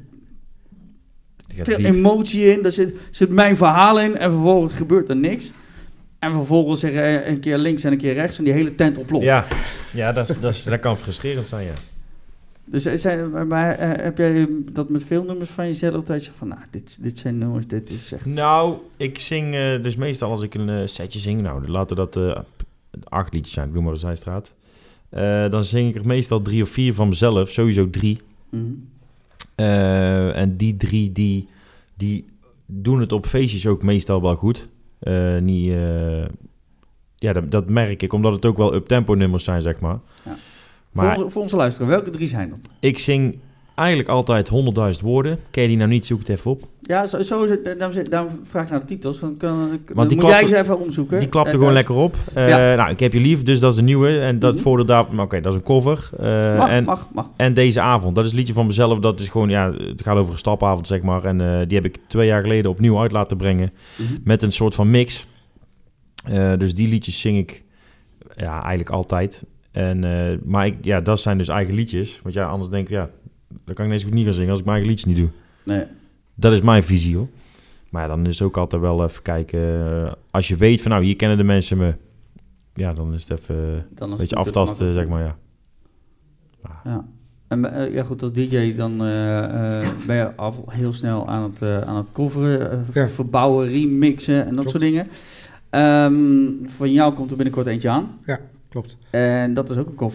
veel emotie in, er zit, zit mijn verhaal in en vervolgens gebeurt er niks. En vervolgens zeggen een keer links en een keer rechts en die hele tent ontploft. Ja, ja dat, is, dat, is, dat kan frustrerend zijn, ja. Dus zijn, maar, uh, heb jij dat met veel nummers van jezelf? Dat je zegt van, nou, dit, dit zijn nummers, dit is echt... Nou, ik zing uh, dus meestal als ik een uh, setje zing... Nou, laten dat uh, acht liedjes zijn, ik noem maar een Zijstraat. Uh, dan zing ik er meestal drie of vier van mezelf, sowieso drie. Mm-hmm. Uh, en die drie, die, die doen het op feestjes ook meestal wel goed. Uh, niet, uh, ja, dat, dat merk ik, omdat het ook wel up-tempo nummers zijn, zeg maar. Ja. Maar, voor, onze, voor onze luisteren, welke drie zijn dat? Ik zing eigenlijk altijd honderdduizend woorden. Ken je die nou niet, zoek het even op. Ja, zo, zo daarom, daarom vraag ik naar de titels. Dan, kan, dan moet jij ze even omzoeken. Die klapt er gewoon lekker op. Uh, ja. Nou, ik heb je lief, dus dat is de nieuwe. En dat mm-hmm. voordeel daar... Oké, okay, dat is een cover. Uh, mag, en, mag, mag. En Deze Avond, dat is een liedje van mezelf. Dat is gewoon, ja, het gaat over een stapavond, zeg maar. En uh, die heb ik twee jaar geleden opnieuw uit laten brengen. Mm-hmm. Met een soort van mix. Uh, dus die liedjes zing ik ja, eigenlijk altijd. En, uh, maar ik, ja, dat zijn dus eigen liedjes. Want ja, anders denk ik, ja, dan kan ik net zo goed niet gaan zingen als ik mijn eigen liedjes niet doe. Nee. Dat is mijn visie, hoor. Maar ja, dan is het ook altijd wel even kijken. Uh, als je weet van, nou, hier kennen de mensen me. Ja, dan is het even dan een beetje aftasten, zeg maar, ja. Ah. Ja. En uh, ja, goed, als D J dan uh, uh, ben je al heel snel aan het, uh, aan het coveren, uh, ja. verbouwen, remixen en dat Klopt. soort dingen. Um, van jou komt er binnenkort eentje aan. Ja, klopt. En dat is ook een cover.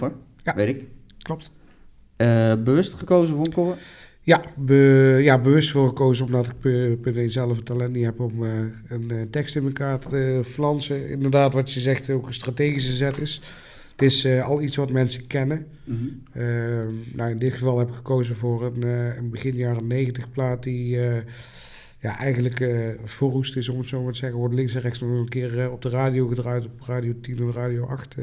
Ja. Weet ik. Klopt. Uh, bewust gekozen voor een cover? Ja, be, ja, bewust voor gekozen omdat ik per, per se zelf het talent niet heb om uh, een uh, tekst in elkaar te flansen. Inderdaad, wat je zegt, ook een strategische zet is. Het is uh, al iets wat mensen kennen. Mm-hmm. Uh, nou, in dit geval heb ik gekozen voor een, uh, een begin jaren negentig plaat die uh, ja, eigenlijk uh, verroest is, om het zo maar te zeggen. Wordt links en rechts nog een keer uh, op de radio gedraaid, op radio tien of radio acht. Uh,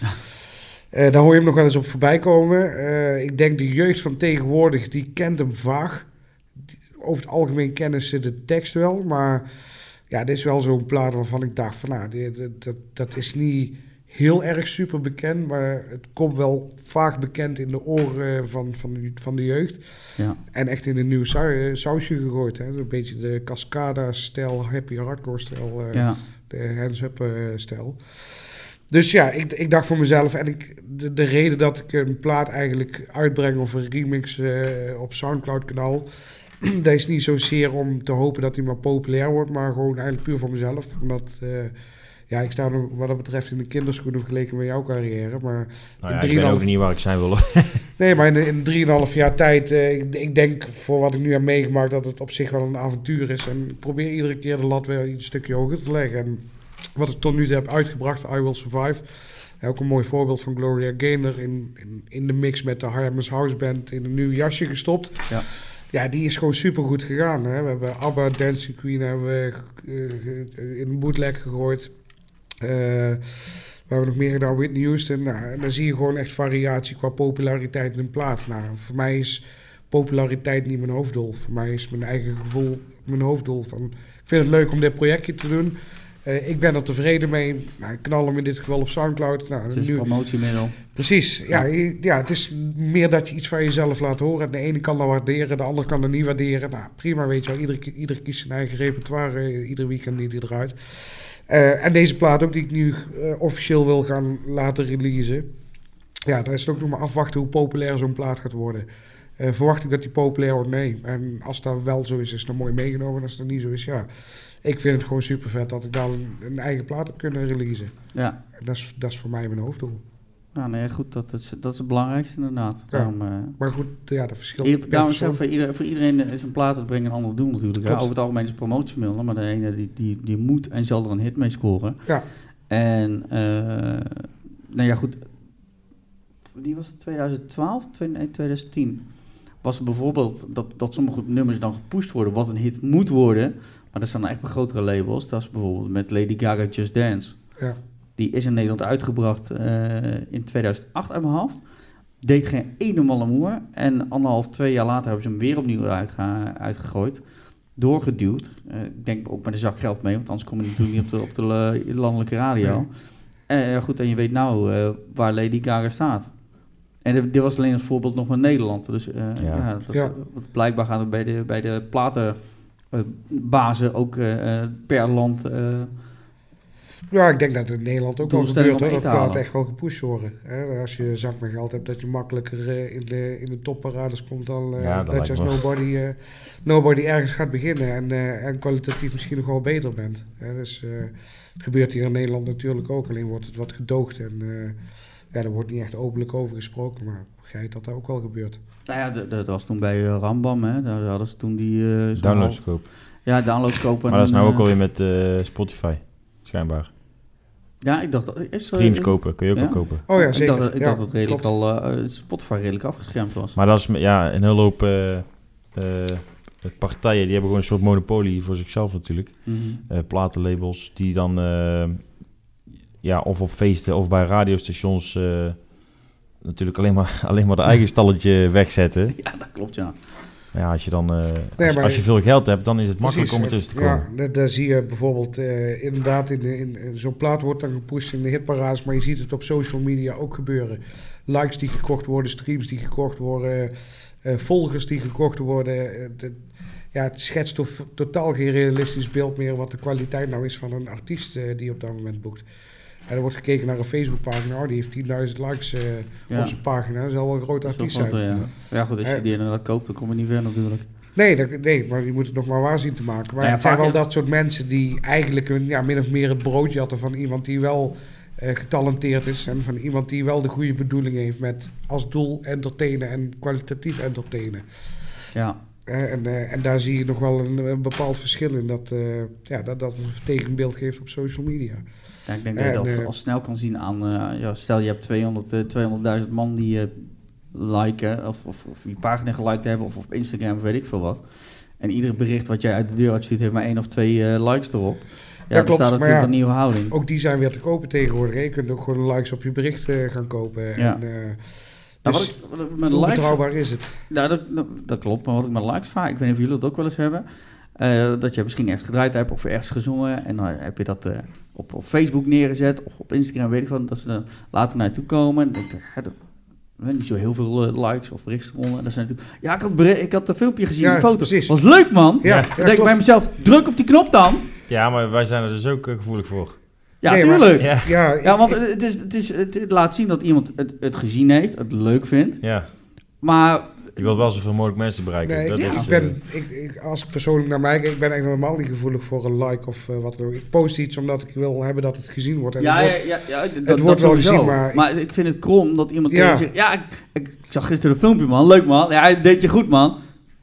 Uh, daar hoor je hem nog wel eens op voorbij komen. Uh, ik denk de jeugd van tegenwoordig, die kent hem vaag. Over het algemeen kennen ze de tekst wel. Maar ja, dit is wel zo'n plaat waarvan ik dacht van... nou, dit, dat, dat is niet heel erg super bekend... maar het komt wel vaak bekend in de oren van, van, de, van de jeugd. Ja. En echt in een nieuw sausje gegooid. Hè? Een beetje de Cascada-stijl, happy hardcore-stijl, uh, ja. de hands-up-stijl. Dus ja, ik, ik dacht voor mezelf, en ik, de, de reden dat ik een plaat eigenlijk uitbreng of een remix uh, op Soundcloud-kanaal, dat is niet zozeer om te hopen dat hij maar populair wordt, maar gewoon eigenlijk puur voor mezelf. Omdat, uh, ja, ik sta nog wat dat betreft in de kinderschoenen vergeleken met jouw carrière. Maar nou ja, ik weet ook niet waar ik zijn wil. Nee, maar in, in drieënhalf jaar tijd, uh, ik, ik denk voor wat ik nu heb meegemaakt, dat het op zich wel een avontuur is. En ik probeer iedere keer de lat weer een stukje hoger te leggen. En wat ik tot nu toe heb uitgebracht, I Will Survive. Ook een mooi voorbeeld van Gloria Gaynor in, in, in de mix met de Harlem's House Band in een nieuw jasje gestopt. Ja, ja die is gewoon super goed gegaan. Hè? We hebben ABBA, Dancing Queen hebben we uh, in een bootleg gegooid. Uh, we hebben nog meer gedaan, Whitney Houston. Nou, en dan zie je gewoon echt variatie qua populariteit in een plaat. Nou, voor mij is populariteit niet mijn hoofddoel. Voor mij is mijn eigen gevoel mijn hoofddoel. Van, ik vind het leuk om dit projectje te doen. Uh, ik ben er tevreden mee. Nou, ik knal hem in dit geval op Soundcloud. Nou, het is nu... een promotiemiddel. Precies. Ja, ja. ja, het is meer dat je iets van jezelf laat horen. De ene kan dat waarderen, de ander kan dat niet waarderen. Nou, prima, weet je wel. Ieder, ieder kiest zijn eigen repertoire. Uh, ieder weekend die hij eruit. Uh, en deze plaat ook, die ik nu uh, officieel wil gaan laten releasen. Ja, daar is het ook nog maar afwachten hoe populair zo'n plaat gaat worden. Uh, verwacht ik dat die populair wordt? Nee. En als dat wel zo is, is het mooi meegenomen. En als dat niet zo is, ja... Ik vind het gewoon super vet dat ik daar een, een eigen plaat heb kunnen releasen. Ja. Dat is, dat is voor mij mijn hoofddoel. Nou nee, goed, dat is, dat is het belangrijkste inderdaad. Ja. Daarom, uh, maar goed, ja, dat verschilt. Ieder, daarom is voor, ieder, voor iedereen is een plaat het brengen een ander doel natuurlijk. Ja, over het algemeen is het promotiemiddel, maar de ene die, die, die moet en zal er een hit mee scoren. Ja. En, uh, nou ja goed, die was het twintig twaalf, nee, twintig tien. Was het bijvoorbeeld dat, dat sommige nummers dan gepusht worden, wat een hit moet worden... Maar dat zijn dan echt bij grotere labels. Dat is bijvoorbeeld met Lady Gaga Just Dance. Ja. Die is in Nederland uitgebracht uh, in tweeduizend acht uit mijn hoofd. Deed geen ene malle moer. En anderhalf, twee jaar later hebben ze hem weer opnieuw uitge- uitgegooid. Doorgeduwd. Uh, ik denk ook met een zak geld mee. Want anders kom je natuurlijk niet op de, op de uh, landelijke radio. En uh, goed, en je weet nou uh, waar Lady Gaga staat. En dit, dit was alleen als voorbeeld nog van Nederland. Dus uh, ja. Ja, dat, ja. blijkbaar gaan we bij de, bij de platen... Uh, bazen ook uh, per land. Uh, ja, ik denk dat het in Nederland ook wel gebeurt, hoor, dat platen echt wel gepusht worden. Hè? Als je zak met geld hebt, dat je makkelijker uh, in, de, in de topparades komt dan uh, ja, dat, dat je als nobody, uh, nobody ergens gaat beginnen en, uh, en kwalitatief misschien nog wel beter bent. Hè? Dus uh, het gebeurt hier in Nederland natuurlijk ook, alleen wordt het wat gedoogd en uh, ja, er wordt niet echt openlijk over gesproken, maar ik begrijp dat dat ook wel gebeurt. Nou ja, dat, dat was toen bij uh, Rambam, hè. Daar hadden ze toen die... Uh, downloadscope. Ja, downloadscope. Maar dat is nou uh, ook alweer met uh, Spotify, schijnbaar. Ja, ik dacht... Is, Streams uh, kopen, kun je ook ja? wel kopen. Oh ja, zeker. Ik dacht, ik ja, dacht dat het redelijk klopt. al uh, Spotify redelijk afgeschermd was. Maar dat is ja, een hele hoop uh, uh, partijen, die hebben gewoon een soort monopolie voor zichzelf natuurlijk. Mm-hmm. Uh, platenlabels die dan uh, ja, of op feesten of bij radiostations... Uh, natuurlijk alleen maar, alleen maar de eigen stalletje wegzetten. Ja, dat klopt, ja. Ja, als je dan uh, nee, als, als je veel geld hebt, dan is het makkelijk om ertussen te komen. Ja, daar zie je bijvoorbeeld uh, inderdaad in, de, in, in zo'n plaat wordt dan gepusht in de hitparades, maar je ziet het op social media ook gebeuren. Likes die gekocht worden, streams die gekocht worden, uh, volgers die gekocht worden. Uh, de, ja, het schetst to- totaal geen realistisch beeld meer wat de kwaliteit nou is van een artiest uh, die op dat moment boekt. En er wordt gekeken naar een Facebookpagina, oh, die heeft tienduizend likes uh, ja. op zijn pagina. Dat zal wel een groot artiest zijn. Ja. ja, goed, als je die inderdaad koopt, dan kom je niet ver natuurlijk. Nee, dat, nee, maar je moet het nog maar waar zien te maken. Maar ja, het zijn wel dat soort mensen die eigenlijk een, ja, min of meer het broodje hadden van iemand die wel uh, getalenteerd is. En van iemand die wel de goede bedoeling heeft met als doel entertainen en kwalitatief entertainen. Ja. Uh, en, uh, en daar zie je nog wel een, een bepaald verschil in dat, uh, ja, dat dat een tegenbeeld geeft op social media. Ja, ik denk dat je dat uh, al snel kan zien aan, uh, ja, stel je hebt tweehonderd, uh, tweehonderdduizend man die uh, liken of, of, of je pagina geliked hebben of op Instagram of weet ik veel wat. En ieder bericht wat jij uit de deur uitstuurt heeft maar één of twee uh, likes erop. Ja, dan klopt, staat natuurlijk ja, een nieuwe houding. Ook die zijn weer te kopen tegenwoordig. Hè? Je kunt ook gewoon likes op je bericht uh, gaan kopen. Ja. En, uh, Nou, dus wat ik, wat ik met hoe likes, betrouwbaar is het? nou, dat, dat, dat klopt, maar wat ik met likes vaak, ik weet niet of jullie dat ook wel eens hebben, uh, dat je misschien ergens gedraaid hebt of ergens gezongen en dan heb je dat uh, op, op Facebook neergezet of op Instagram, weet ik van, dat ze dan later naar je toe komen en dan denk ik, hè, dat, niet zo heel veel uh, likes of berichten eronder. En dan zijn natuurlijk, ja, ik had, bericht, ik had een filmpje gezien, Ja, die foto. precies. Was leuk, man. Ja, Ja, ja, dan denk ik klopt. bij mezelf, druk op die knop dan. Ja, maar wij zijn er dus ook uh, gevoelig voor. Ja, Nee, maar- tuurlijk. Ja, Ja, Ja, ik- want het, is, het, is, het, het laat zien dat iemand het, het gezien heeft, het leuk vindt. ja. Maar Je wilt wel zoveel mogelijk mensen bereiken. Nee, dat ik, is, ik ben, uh, ik, ik, als ik persoonlijk naar mij kijk, ik ben eigenlijk normaal niet gevoelig voor een like of uh, wat dan ook. Ik post iets omdat ik wil hebben dat het gezien wordt. En ja, het ja, wordt- ja, ja, dat, het dat wordt wel sowieso. gezien, maar- maar ik vind het krom dat iemand Ja. tegen je zegt, ja, ik, ik, ik zag gisteren een filmpje, man. Leuk, man. Ja, het deed je goed, man.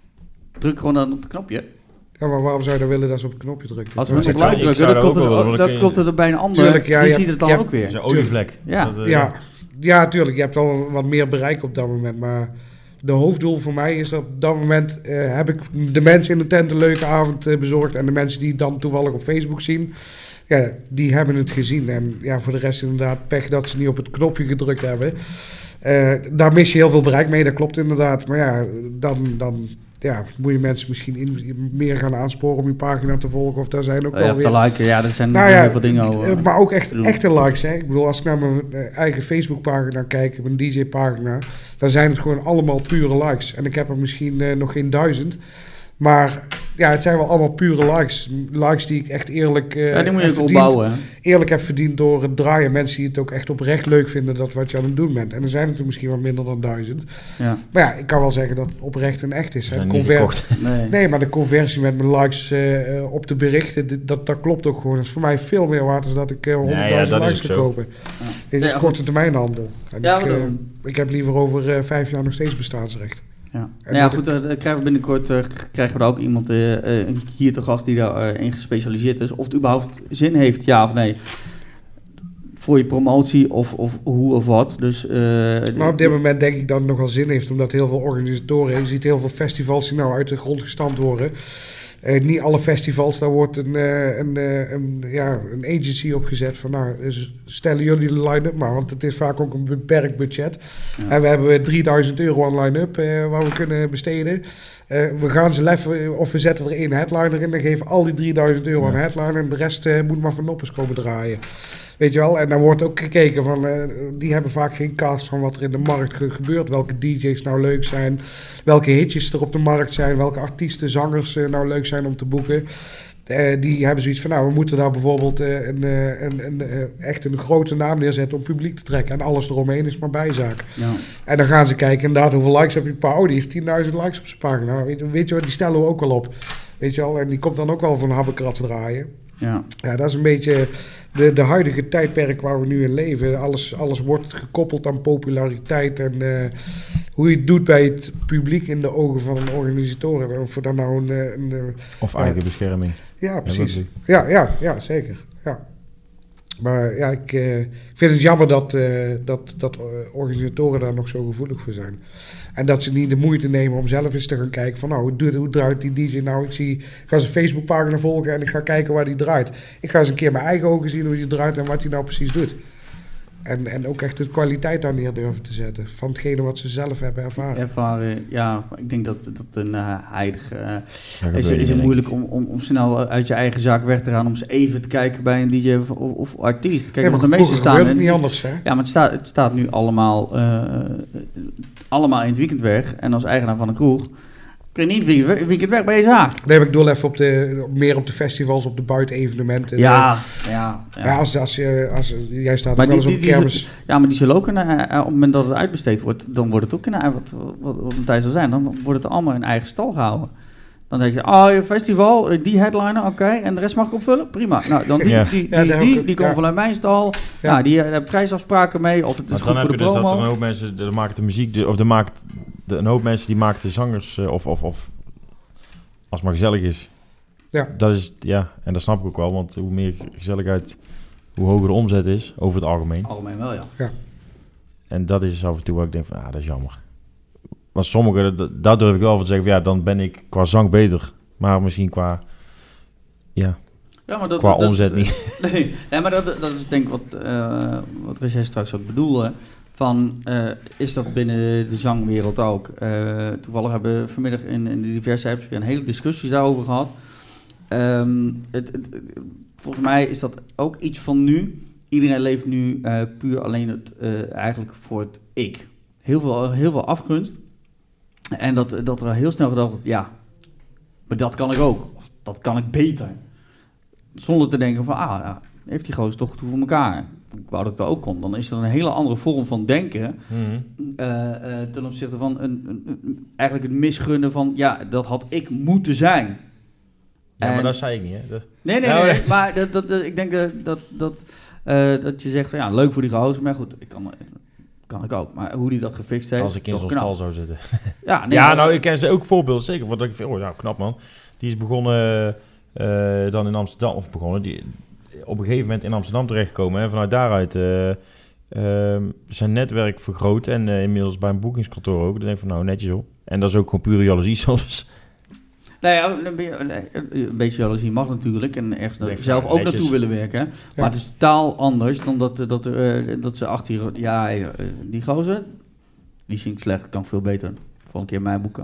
Druk gewoon dan op het knopje. ja, maar waarom zou je dan willen dat ze op het knopje drukken? Als we Dat op is- ik like zou drukken, dan dat komt ook het, wel ook- willen, dan kun je- komt het er bij een ander. Tuurlijk, ja, die je ziet hebt- het dan je ook hebt- weer. is een olievlek. Ja. Dat, uh, ja, ja, tuurlijk. Je hebt wel wat meer bereik op dat moment. Maar de hoofddoel voor mij is dat op dat moment eh, heb ik de mensen in de tent een leuke avond eh, bezorgd. En de mensen die het dan toevallig op Facebook zien, ja, die hebben het gezien. En ja, voor de rest inderdaad pech dat ze niet op het knopje gedrukt hebben. Eh, daar mis je heel veel bereik mee, dat klopt inderdaad. Maar ja, dan, dan ja, moet je mensen misschien in, meer gaan aansporen om je pagina te volgen. Of daar zijn ook Ja, wel of te weer... liken, ja, dat zijn Nou heel ja, veel dingen over. eh, maar ook echt, te doen. echte likes. Hè? Ik bedoel, als ik naar mijn eh, eigen Facebookpagina kijk, mijn D J-pagina, dan zijn het gewoon allemaal pure likes. En ik heb er misschien eh, nog geen duizend. Maar ja, het zijn wel allemaal pure likes. Likes die ik echt eerlijk, eh, Ja, die moet je heb ook verdiend, opbouwen. hè. eerlijk heb verdiend door het draaien. Mensen die het ook echt oprecht leuk vinden dat wat je aan het doen bent. En er zijn het er misschien wel minder dan duizend. Ja. Maar ja, ik kan wel zeggen dat het oprecht en echt is. Ze Hè? zijn niet Conver- verkocht. Nee. Nee, maar de conversie met mijn likes eh, eh, op de berichten, dit- dat, dat klopt ook gewoon. Dat is voor mij veel meer waard dan dat ik eh, honderdduizend dat is likes ook ga zo. kopen. Ja. Dit Ja, is goed. korte termijn handel. En Ja, ik, maar eh, dan- ik heb liever over eh, vijf jaar nog steeds bestaansrecht. Ja. En Nou ja, dat goed, eh, dan krijgen we binnenkort uh, krijgen we daar ook iemand uh, uh, hier te gast die daarin uh, gespecialiseerd is. Of het überhaupt zin heeft, ja of nee. Voor je promotie of, of hoe of wat. Dus, uh, Maar op dit moment denk ik dat het nogal zin heeft, omdat heel veel organisatoren, je ziet heel veel festivals die nou uit de grond gestampt worden. Eh, niet alle festivals, daar wordt een, uh, een, uh, een, ja, een agency opgezet van nou, dus stellen jullie de line-up maar, want het is vaak ook een beperkt budget. Ja. En we hebben drieduizend euro aan line-up uh, waar we kunnen besteden. Uh, we gaan ze leffen, of we zetten er één headliner in, dan geven al die drieduizend euro aan Ja. headliner en de rest uh, moet maar van noppers komen draaien. Weet je wel, en dan wordt ook gekeken van, uh, die hebben vaak geen cast van wat er in de markt ge- gebeurt. Welke D J's nou leuk zijn, welke hitjes er op de markt zijn, welke artiesten, zangers uh, nou leuk zijn om te boeken. Uh, die hebben zoiets van, nou, we moeten daar bijvoorbeeld uh, een, uh, een, een, uh, echt een grote naam neerzetten om publiek te trekken. En alles eromheen is maar bijzaak. Ja. En dan gaan ze kijken, inderdaad, hoeveel likes heb je? Pa, oh, die heeft tienduizend likes op zijn pagina. Nou, weet, weet je wat, die stellen we ook wel op. Weet je wel, en die komt dan ook wel van habbekrats draaien. Ja. Ja, dat is een beetje de, de huidige tijdperk waar we nu in leven. Alles, alles wordt gekoppeld aan populariteit en uh, hoe je het doet bij het publiek in de ogen van een organisator. Of er dan nou een... een, een Of ja, eigen bescherming. ja, Ja, precies. dat Ja, ja, ja, zeker. Ja. Maar ja, ik, uh, ik vind het jammer dat, uh, dat, dat uh, organisatoren daar nog zo gevoelig voor zijn. En dat ze niet de moeite nemen om zelf eens te gaan kijken van nou, hoe, doet, hoe draait die D J nou? Ik, zie, ik ga zijn Facebookpagina volgen en ik ga kijken waar die draait. Ik ga eens een keer mijn eigen ogen zien hoe die draait en wat hij nou precies doet. En, en ook echt de kwaliteit daar neer durven te zetten van hetgene wat ze zelf hebben ervaren. Ervaren, ja, ik denk dat dat een uh, heilig... Uh, Dat is, weet is ik het niet. moeilijk om, om, om snel uit je eigen zaak weg te gaan om eens even te kijken bij een D J of, of, of artiest. Kijk, Ja, want maar de meeste vroeger staan... gebeurde het en- niet anders, hè? Ja, maar het staat, het staat nu allemaal, uh, allemaal in het weekend weg. En als eigenaar van een kroeg kun je niet het weekend, weekend weg bij je zaak. Nee, maar ik doe even op de, meer op de festivals, op de buitenevenementen. Ja, ja, ja. Ja, als, als, je, als jij staat Maar ook wel die- eens op die- die- kermis. Ja, maar die zullen ook, een, uh, op het moment dat het uitbesteed wordt, dan wordt het ook in, uh, wat, wat, wat Matthijs zal zijn, dan wordt het allemaal in eigen stal gehouden. Dan denk je, oh, je festival, die headliner, oké, okay, en de rest mag ik opvullen? Prima. Nou, dan die, ja. die, die, ja, die, die, die komen ja. vanuit mijn stal. Ja. Nou, die hebben prijsafspraken mee, of het is maar goed dan voor heb de je promo. Dus dat er een hoop mensen, de maakt de muziek, de, of de maakt de, een hoop mensen die maakt de zangers, uh, of, of, of als het maar gezellig is. Ja. Dat is, ja, en dat snap ik ook wel, want hoe meer gezelligheid, hoe hoger de omzet is, over het algemeen. Algemeen wel, ja. ja. En dat is af en toe waar ik denk van, ah, dat is jammer. Maar sommigen, daar durf ik wel van te zeggen, van, ja, dan ben ik qua zang beter. Maar misschien qua, ja, ja maar dat, qua dat, omzet dat, niet. Nee, nee, maar dat, dat is denk ik wat, uh, wat Roger straks ook bedoelde. Van, uh, is dat binnen de zangwereld ook? Uh, toevallig hebben we vanmiddag in, in de diverse apps weer een hele discussie daarover gehad. Um, het, het, volgens mij is dat ook iets van nu. Iedereen leeft nu uh, puur alleen het, uh, eigenlijk voor het ik. Heel veel, heel veel afgunst. En dat, dat er heel snel gedacht wordt, ja, maar dat kan ik ook. Of dat kan ik beter. Zonder te denken van, ah, ja, heeft die gozer toch goed voor elkaar. Ik wou dat ik dat ook kon. Dan is er een hele andere vorm van denken. Mm-hmm. uh, uh, ten opzichte van een, een, een, eigenlijk het misgunnen van, ja, dat had ik moeten zijn. Ja, en, maar dat zei ik niet, hè? Dat... Nee, nee, nou, nee, nee. Maar dat, dat, dat, ik denk dat, dat, dat, uh, dat je zegt van, ja, leuk voor die gozer. Maar goed, ik kan... kan ik ook. Maar hoe die dat gefixt heeft... Als ik in zo'n knap. stal zou zitten. Ja, nee, ja maar, nou, ik ken ze ook voorbeelden, zeker. Want ik vind, oh, nou, knap man. Die is begonnen uh, dan in Amsterdam, of begonnen, die op een gegeven moment in Amsterdam terechtgekomen. En vanuit daaruit uh, uh, zijn netwerk vergroot. En uh, inmiddels bij een boekingskantoor ook. Dan denk ik van, nou, netjes op. En dat is ook gewoon pure jaloezie soms. Nou ja, een beetje jaloezie mag natuurlijk. En ergens zelf ook netjes. Naartoe willen werken. Ja. Maar het is totaal anders dan dat, dat, uh, dat ze achter je... Ja, uh, die gozer, die zingt slecht, kan veel beter. Volgende keer mijn boeken.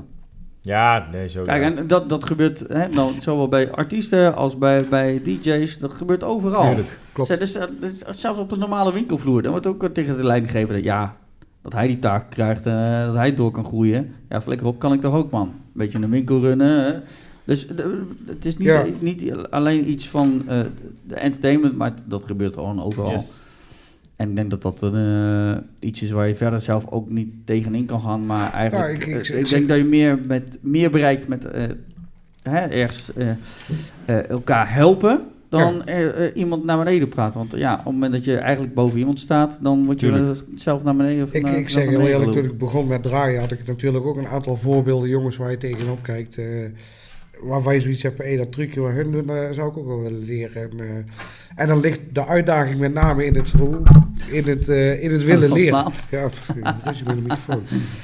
Ja, nee, zo. Kijk, en dat, dat gebeurt hè, nou, zowel bij artiesten als bij, bij D J's. Dat gebeurt overal. Tuurlijk, klopt. Zet, dus, dus, zelfs op een normale winkelvloer. Dan wordt ook tegen de leidinggever dat ja... dat hij die taak krijgt, uh, dat hij door kan groeien. Ja, flikker op, kan ik toch ook, man. Een beetje een winkel runnen. Hè? Dus de, het is niet, ja. niet alleen iets van uh, de entertainment, maar het, dat gebeurt gewoon overal. Yes. En ik denk dat dat uh, iets is waar je verder zelf ook niet tegenin kan gaan. Maar eigenlijk, ja, ik, ik, uh, ik, ik denk dat je meer, met, meer bereikt met uh, hè, ergens uh, uh, elkaar helpen... dan ja. uh, uh, iemand naar beneden praten. Want ja, op het moment dat je eigenlijk boven iemand staat... dan word je uh, zelf naar beneden... Ik, naar, ik zeg heel eerlijk, toen ik begon met draaien... had ik natuurlijk ook een aantal voorbeelden... jongens waar je tegenop kijkt... Uh, waarvan je zoiets hebt... Hey, dat trucje wat hun doen... Uh, zou ik ook wel willen leren. En, uh, en dan ligt de uitdaging met name in het... in het, uh, in het willen leren. Ja, precies met de microfoon.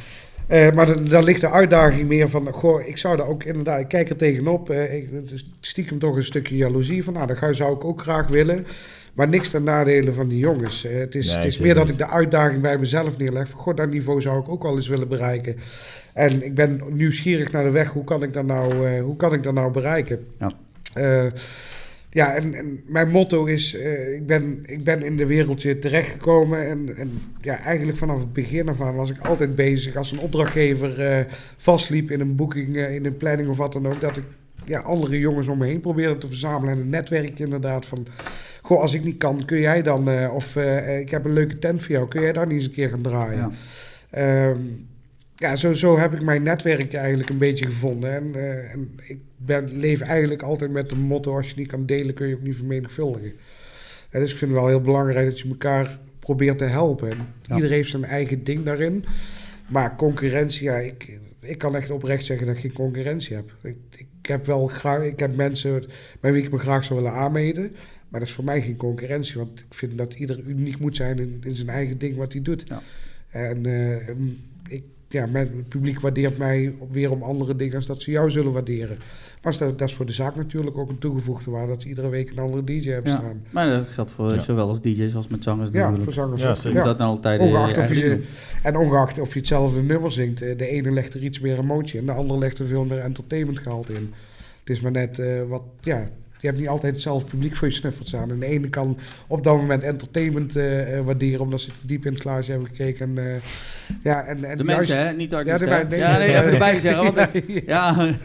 Uh, maar dan, dan ligt de uitdaging meer van... Goh, ik zou daar ook inderdaad... Ik kijk er tegenop. Uh, ik, stiekem toch een stukje jaloezie van... Nou, dat zou ik ook graag willen. Maar niks ten nadele van die jongens. Uh, het is, nee, het is meer dat ik de uitdaging bij mezelf neerleg. Van, goh, dat niveau zou ik ook wel eens willen bereiken. En ik ben nieuwsgierig naar de weg. Hoe kan ik dat nou, uh, hoe kan ik dat nou bereiken? Ja. Uh, Ja, en, en mijn motto is, uh, ik, ben, ik ben in de wereldje terechtgekomen en, en ja, eigenlijk vanaf het begin af aan was ik altijd bezig als een opdrachtgever uh, vastliep in een boeking, uh, in een planning of wat dan ook, dat ik ja, andere jongens om me heen probeerde te verzamelen en een netwerk inderdaad van, goh, als ik niet kan, kun jij dan, uh, of uh, ik heb een leuke tent voor jou, kun jij daar niet eens een keer gaan draaien? Ja. Um, Ja, zo, zo heb ik mijn netwerk eigenlijk een beetje gevonden. En, uh, en ik ben, leef eigenlijk altijd met de motto... als je niet kan delen, kun je ook niet vermenigvuldigen. En dus ik vind het wel heel belangrijk dat je elkaar probeert te helpen. Ja. Iedereen heeft zijn eigen ding daarin. Maar concurrentie, ja, ik, ik kan echt oprecht zeggen dat ik geen concurrentie heb. Ik, ik heb wel graag, ik heb mensen bij wie ik me graag zou willen aanmeten... maar dat is voor mij geen concurrentie. Want ik vind dat ieder uniek moet zijn in, in zijn eigen ding wat hij doet. Ja. En uh, ik... Ja, het publiek waardeert mij weer om andere dingen als dat ze jou zullen waarderen. Maar dat, dat is voor de zaak natuurlijk ook een toegevoegde waarde dat ze iedere week een andere D J hebben ja, staan. Maar dat geldt voor ja. zowel als D J's als met zangers. Ja, natuurlijk. voor zangers. Ja, ja. Dat nou altijd ongeacht of je, en ongeacht of je hetzelfde nummer zingt. De ene legt er iets meer emotie in, de andere legt er veel meer entertainment gehaald in. Het is maar net uh, wat, ja... Je hebt niet altijd hetzelfde publiek voor je snuffert staan. En de ene kan op dat moment entertainment uh, waarderen... omdat ze te diep in het glaasje hebben gekeken. En, uh, ja, en, en de juist, mensen, hè? Niet de artiesten. Ja, de, nee, ja, nee, even erbij zeggen. Want, ja. ja.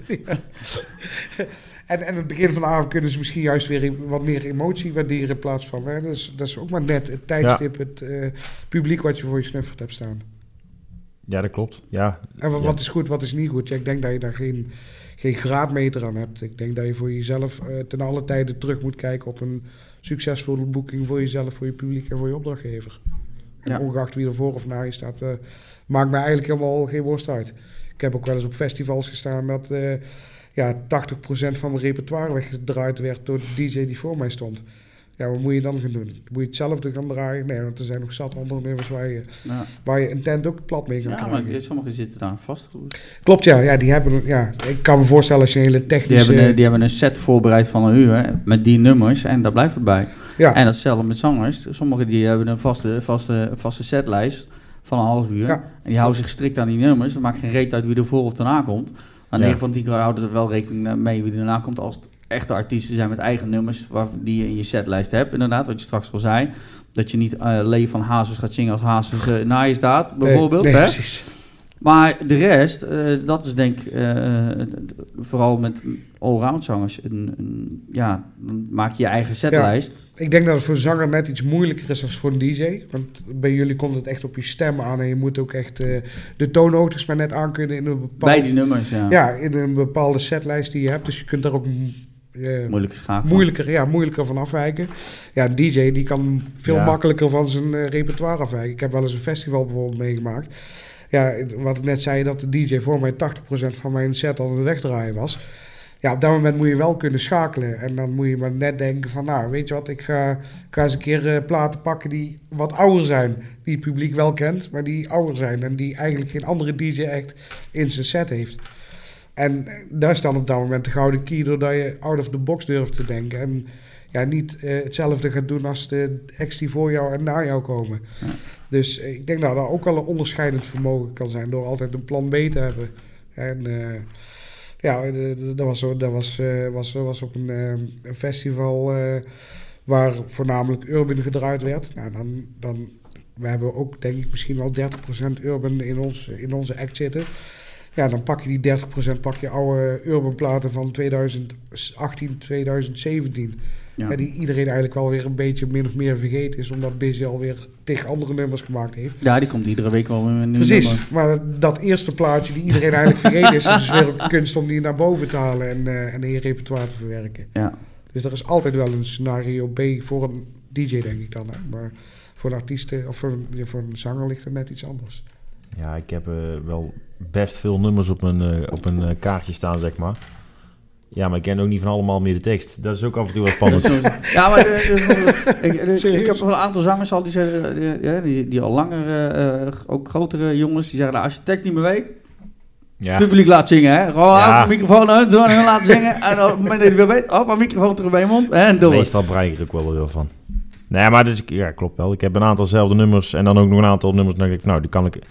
en, en aan het begin van de avond kunnen ze misschien juist weer wat meer emotie waarderen... in plaats van... Hè, dus, dat is ook maar net het tijdstip, ja. het uh, publiek wat je voor je snuffert hebt staan. Ja, dat klopt. Ja. En wat, ja. wat is goed, wat is niet goed? Ja, ik denk dat je daar geen, geen graadmeter aan hebt. Ik denk dat je voor jezelf uh, ten alle tijde terug moet kijken op een succesvolle boeking voor jezelf, voor je publiek en voor je opdrachtgever. En ja. ongeacht wie er voor of na je staat, uh, maakt mij eigenlijk helemaal geen worst uit. Ik heb ook wel eens op festivals gestaan dat uh, ja, tachtig procent van mijn repertoire weggedraaid werd door de D J die voor mij stond. Ja, wat moet je dan gaan doen? Moet je hetzelfde gaan draaien? Nee, want er zijn nog zat andere nummers waar je, ja. waar je een tent ook plat mee kan ja, krijgen. Ja, maar sommigen zitten daar vast. Klopt, ja. ja, die hebben, ja. Ik kan me voorstellen als je een hele technische... Die hebben, die hebben een set voorbereid van een uur met die nummers en daar blijft het bij. Ja. En datzelfde met zangers. Sommigen die hebben een vaste, vaste, vaste setlijst van een half uur. Ja. En die houden zich strikt aan die nummers. Dat maakt geen reet uit wie er voor of daarna komt. Maar negen ja. van die keer houden er wel rekening mee wie er daarna komt als het echte artiesten zijn met eigen nummers waar, die je in je setlijst hebt. Inderdaad, wat je straks al zei. Dat je niet uh, Lee van Hazes gaat zingen als Hazes uh, na je staat, bijvoorbeeld. Nee, nee, hè? Precies. Maar de rest, uh, dat is denk ik uh, vooral met allround zangers. Een, een, ja, dan maak je je eigen setlijst. Ja, ik denk dat het voor een zanger net iets moeilijker is dan voor een D J. Want bij jullie komt het echt op je stem aan. En je moet ook echt uh, de toonhoogtes maar net aankunnen in een bepaalde... Bij die nummers, ja. Ja, in een bepaalde setlijst die je hebt. Dus je kunt daar ook... Uh, moeilijker schakelen. Moeilijker, ja, moeilijker van afwijken. Ja, een D J die kan veel ja. makkelijker van zijn uh, repertoire afwijken. Ik heb wel eens een festival bijvoorbeeld meegemaakt. Ja, wat ik net zei, dat de D J voor mij tachtig procent van mijn set al aan het wegdraaien was. Ja, op dat moment moet je wel kunnen schakelen. En dan moet je maar net denken van, nou, weet je wat, ik ga, ik ga eens een keer uh, platen pakken die wat ouder zijn. Die het publiek wel kent, maar die ouder zijn. En die eigenlijk geen andere D J echt in zijn set heeft. En daar is dan op dat moment de gouden key, doordat je out of the box durft te denken. En ja, niet uh, hetzelfde gaat doen als de acts die voor jou en na jou komen. Ja. Dus uh, ik denk dat dat ook wel een onderscheidend vermogen kan zijn, door altijd een plan B te hebben. En uh, ja, dat was, dat was, uh, was, was op een, uh, een festival uh, waar voornamelijk urban gedraaid werd. Nou, dan, dan, we hebben ook denk ik misschien wel dertig procent urban in, ons, in onze act zitten. Ja, dan pak je die dertig procent, pak je oude urban platen van twintig achttien, twintig zeventien. Ja. Ja, die iedereen eigenlijk wel weer een beetje min of meer vergeten is, omdat Busy alweer tegen andere nummers gemaakt heeft. Ja, die komt iedere week wel een nieuw Precies, nummer. Maar dat eerste plaatje die iedereen eigenlijk vergeten is, is dus weer een kunst om die naar boven te halen en, uh, en in je repertoire te verwerken. Ja. Dus er is altijd wel een scenario B voor een D J, denk ik dan. Hè? Maar voor een artiest of voor een, voor een zanger ligt er net iets anders. Ja, ik heb uh, wel best veel nummers op een, uh, op een uh, kaartje staan, zeg maar. Ja, maar ik ken ook niet van allemaal meer de tekst. Dat is ook af en toe wel spannend. Ja, maar de, de, de, de, ik heb wel een aantal zangers al die zeggen, die, die, die al langer, uh, ook grotere jongens, die zeggen, nou, als je de tekst niet meer weet, ja. publiek laat zingen, hè. Gewoon ja. de microfoon uit, doen en laten zingen. En op het moment dat je het weer weet, op een microfoon terug bij je mond en door. Meestal bereik ik er ook wel wel van. Nee, maar dus, ja, klopt wel. Ik heb een aantal zelfde nummers en dan ook nog een aantal nummers. En dan denk ik, nou, die kan ik...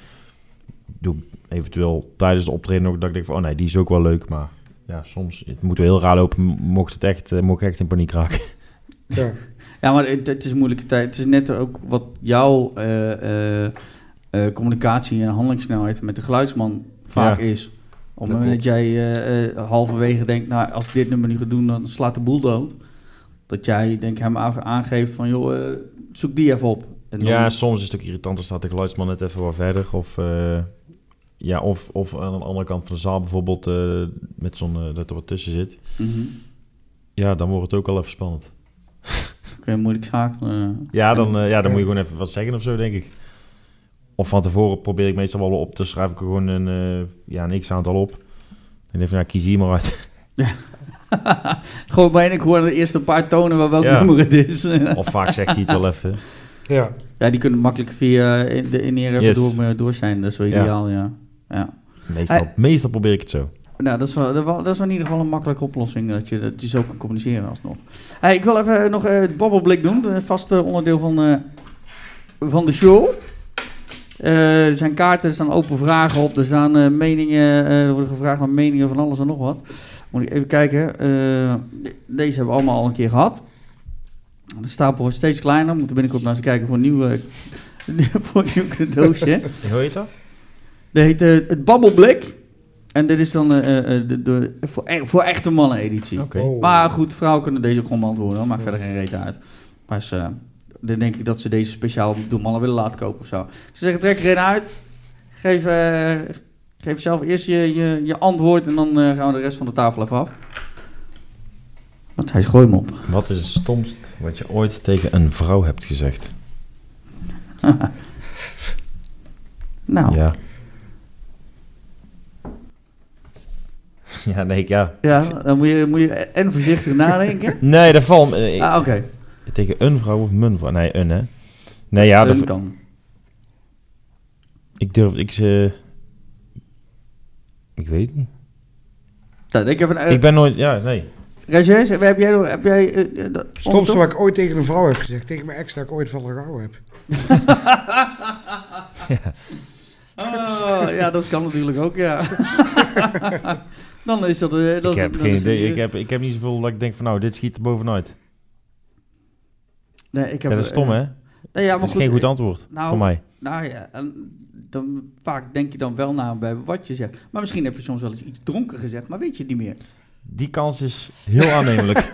Doe eventueel tijdens de optreden ook dat ik denk van, oh nee, die is ook wel leuk, maar ja, soms het moet wel heel raar lopen, mocht het echt, mocht ik echt in paniek raken. Ja, ja maar het, het is een moeilijke tijd. Het is net ook wat jouw uh, uh, uh, communicatie en handelingssnelheid met de geluidsman vaak ja, is. Op het moment dat jij uh, uh, halverwege denkt, nou, als ik dit nummer niet ga doen, dan slaat de boel dood. Dat jij denk hem aangeeft van, joh, uh, zoek die even op. En dan... Ja, soms is het ook irritant, dan staat de geluidsman net even wat verder. Of, uh, ja, of, of aan de andere kant van de zaal bijvoorbeeld, uh, met zo'n, uh, dat er wat tussen zit. Mm-hmm. Ja, dan wordt het ook wel even spannend. Kun je moeilijk schakelen. Uh, ja, dan, uh, ja, dan moet je gewoon even wat zeggen of zo, denk ik. Of van tevoren probeer ik meestal wel op, dus schrijf ik er gewoon een, uh, ja, een x-aantal op. En even, nou, kies hier maar uit. Ja. Gewoon bijna, ik hoor de eerste paar tonen waar welk ja. nummer het is. Of vaak zegt hij het wel even. Ja. Ja, die kunnen makkelijk via de in-ear even yes. door, door zijn. Dat is wel ideaal, ja. ja. ja. Meestal, hey. meestal probeer ik het zo. Nou, dat is, wel, dat is wel in ieder geval een makkelijke oplossing, dat je, dat je zo kan communiceren alsnog. Hey, ik wil even nog uh, het babbelblik doen, een vast uh, onderdeel van, uh, van de show. Uh, er zijn kaarten, er staan open vragen op, er staan uh, meningen, uh, er worden gevraagd naar meningen van alles en nog wat. Moet ik even kijken. Uh, deze hebben we allemaal al een keer gehad. De stapel wordt steeds kleiner. We moeten binnenkort naar eens kijken voor een nieuw, uh, voor een nieuw cadeautje. Hoe heet dat? Dat heet uh, het Babbelblik. En dit is dan uh, uh, de, de, voor, e- voor echte mannen editie. Okay. Oh. Maar goed, vrouwen kunnen deze ook gewoon beantwoorden. Dat maakt verder geen reet uit. Maar ze, dan denk ik dat ze deze speciaal door mannen willen laten kopen of zo. Ze zeggen, trek er een uit. Geef, uh, geef zelf eerst je, je, je antwoord en dan uh, gaan we de rest van de tafel even af. Want hij gooit me op. Wat is het stomst wat je ooit tegen een vrouw hebt gezegd? nou. Ja. Ja, nee, ja. Ja, dan moet je, moet je en voorzichtig nadenken. Nee, dat valt... Uh, ah, oké. Okay. Tegen een vrouw of mijn vrouw? Nee, een, hè? Nee, ja, dat v- kan. Ik durf... Ik, uh, ik weet het niet. Nou, denk even, uh, ik ben nooit... Ja, nee. Regis, heb jij... Heb jij uh, uh, Stomste wat ik ooit tegen een vrouw heb gezegd. Tegen mijn ex dat ik ooit van haar gehouden heb. ja. Oh, ja, dat kan natuurlijk ook, ja. Dan is dat... Uh, dat ik heb dan geen is idee. dat, ik, heb, ik heb niet zoveel dat ik denk van... Nou, dit schiet er bovenuit. Nee, ik heb... Ja, dat is stom, uh, hè? Nee, ja, maar dat is goed, geen goed antwoord nou, voor mij. Nou ja, en dan, vaak denk je dan wel na bij wat je zegt. Maar misschien heb je soms wel eens iets dronken gezegd, maar weet je het niet meer. Die kans is heel aannemelijk.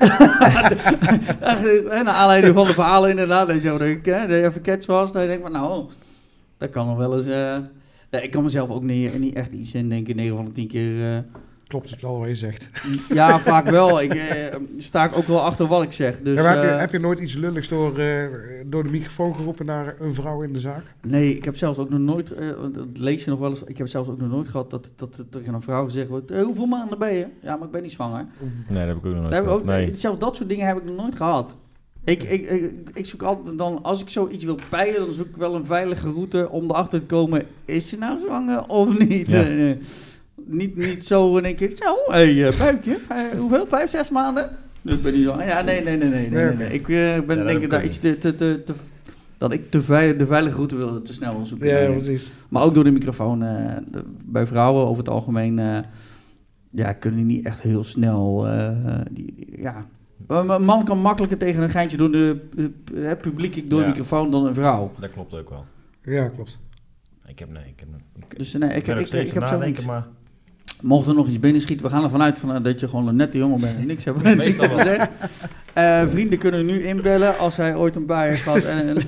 Naar aanleiding van de verhalen inderdaad. En zo denk ik, hè, dat je even catch was. Dan denk ik, nou, dat kan nog wel eens... Uh, nee, ik kan mezelf ook niet, niet echt iets in denken. negen van de tien keer... Uh, Klopt het wel wat je zegt. Ja, vaak wel. Ik uh, sta ik ook wel achter wat ik zeg. Dus, ja, heb, je, uh, heb je nooit iets lulligs door, uh, door de microfoon geroepen naar een vrouw in de zaak? Nee, ik heb zelfs ook nog nooit, uh, dat lees je nog wel eens, ik heb zelfs ook nog nooit gehad dat, dat er tegen een vrouw gezegd wordt, uh, hoeveel maanden ben je? Ja, maar ik ben niet zwanger. Nee, dat heb ik ook nog nooit heb gehad. Ook, nee. Zelfs dat soort dingen heb ik nog nooit gehad. Ik, ik, ik, ik zoek altijd dan, als ik zoiets wil peilen, dan zoek ik wel een veilige route om erachter te komen, is ze nou zwanger of niet? Ja. Uh, uh, Niet, niet zo in één keer, zo, hé, hey, buikje, uh, hoeveel? Vijf, zes maanden? Dus ik ben niet zo, ja, nee, nee, nee, nee, nee, nee, nee. Ik uh, ben ja, denk ik daar iets te, te, te, te, dat ik te veilig, de veilige route wil te snel wil zoeken. Ja, ja, precies. Maar ook door de microfoon, uh, de, bij vrouwen over het algemeen, uh, ja, kunnen die niet echt heel snel, uh, die, die, ja. Een man kan makkelijker tegen een geintje door de, uh, publiek door ja. de microfoon dan een vrouw. Dat klopt ook wel. Ja, klopt. Ik heb, nee, ik heb, ik, dus, nee, ik, ik ben ik, nog steeds ik, ik heb nadenken, maar... Mocht er nog iets binnenschieten, we gaan ervan uit van, uh, dat je gewoon een nette jongen bent en niks hebt Meestal wel. gezegd. Uh, vrienden kunnen nu inbellen als hij ooit een baai heeft gehad. En, en,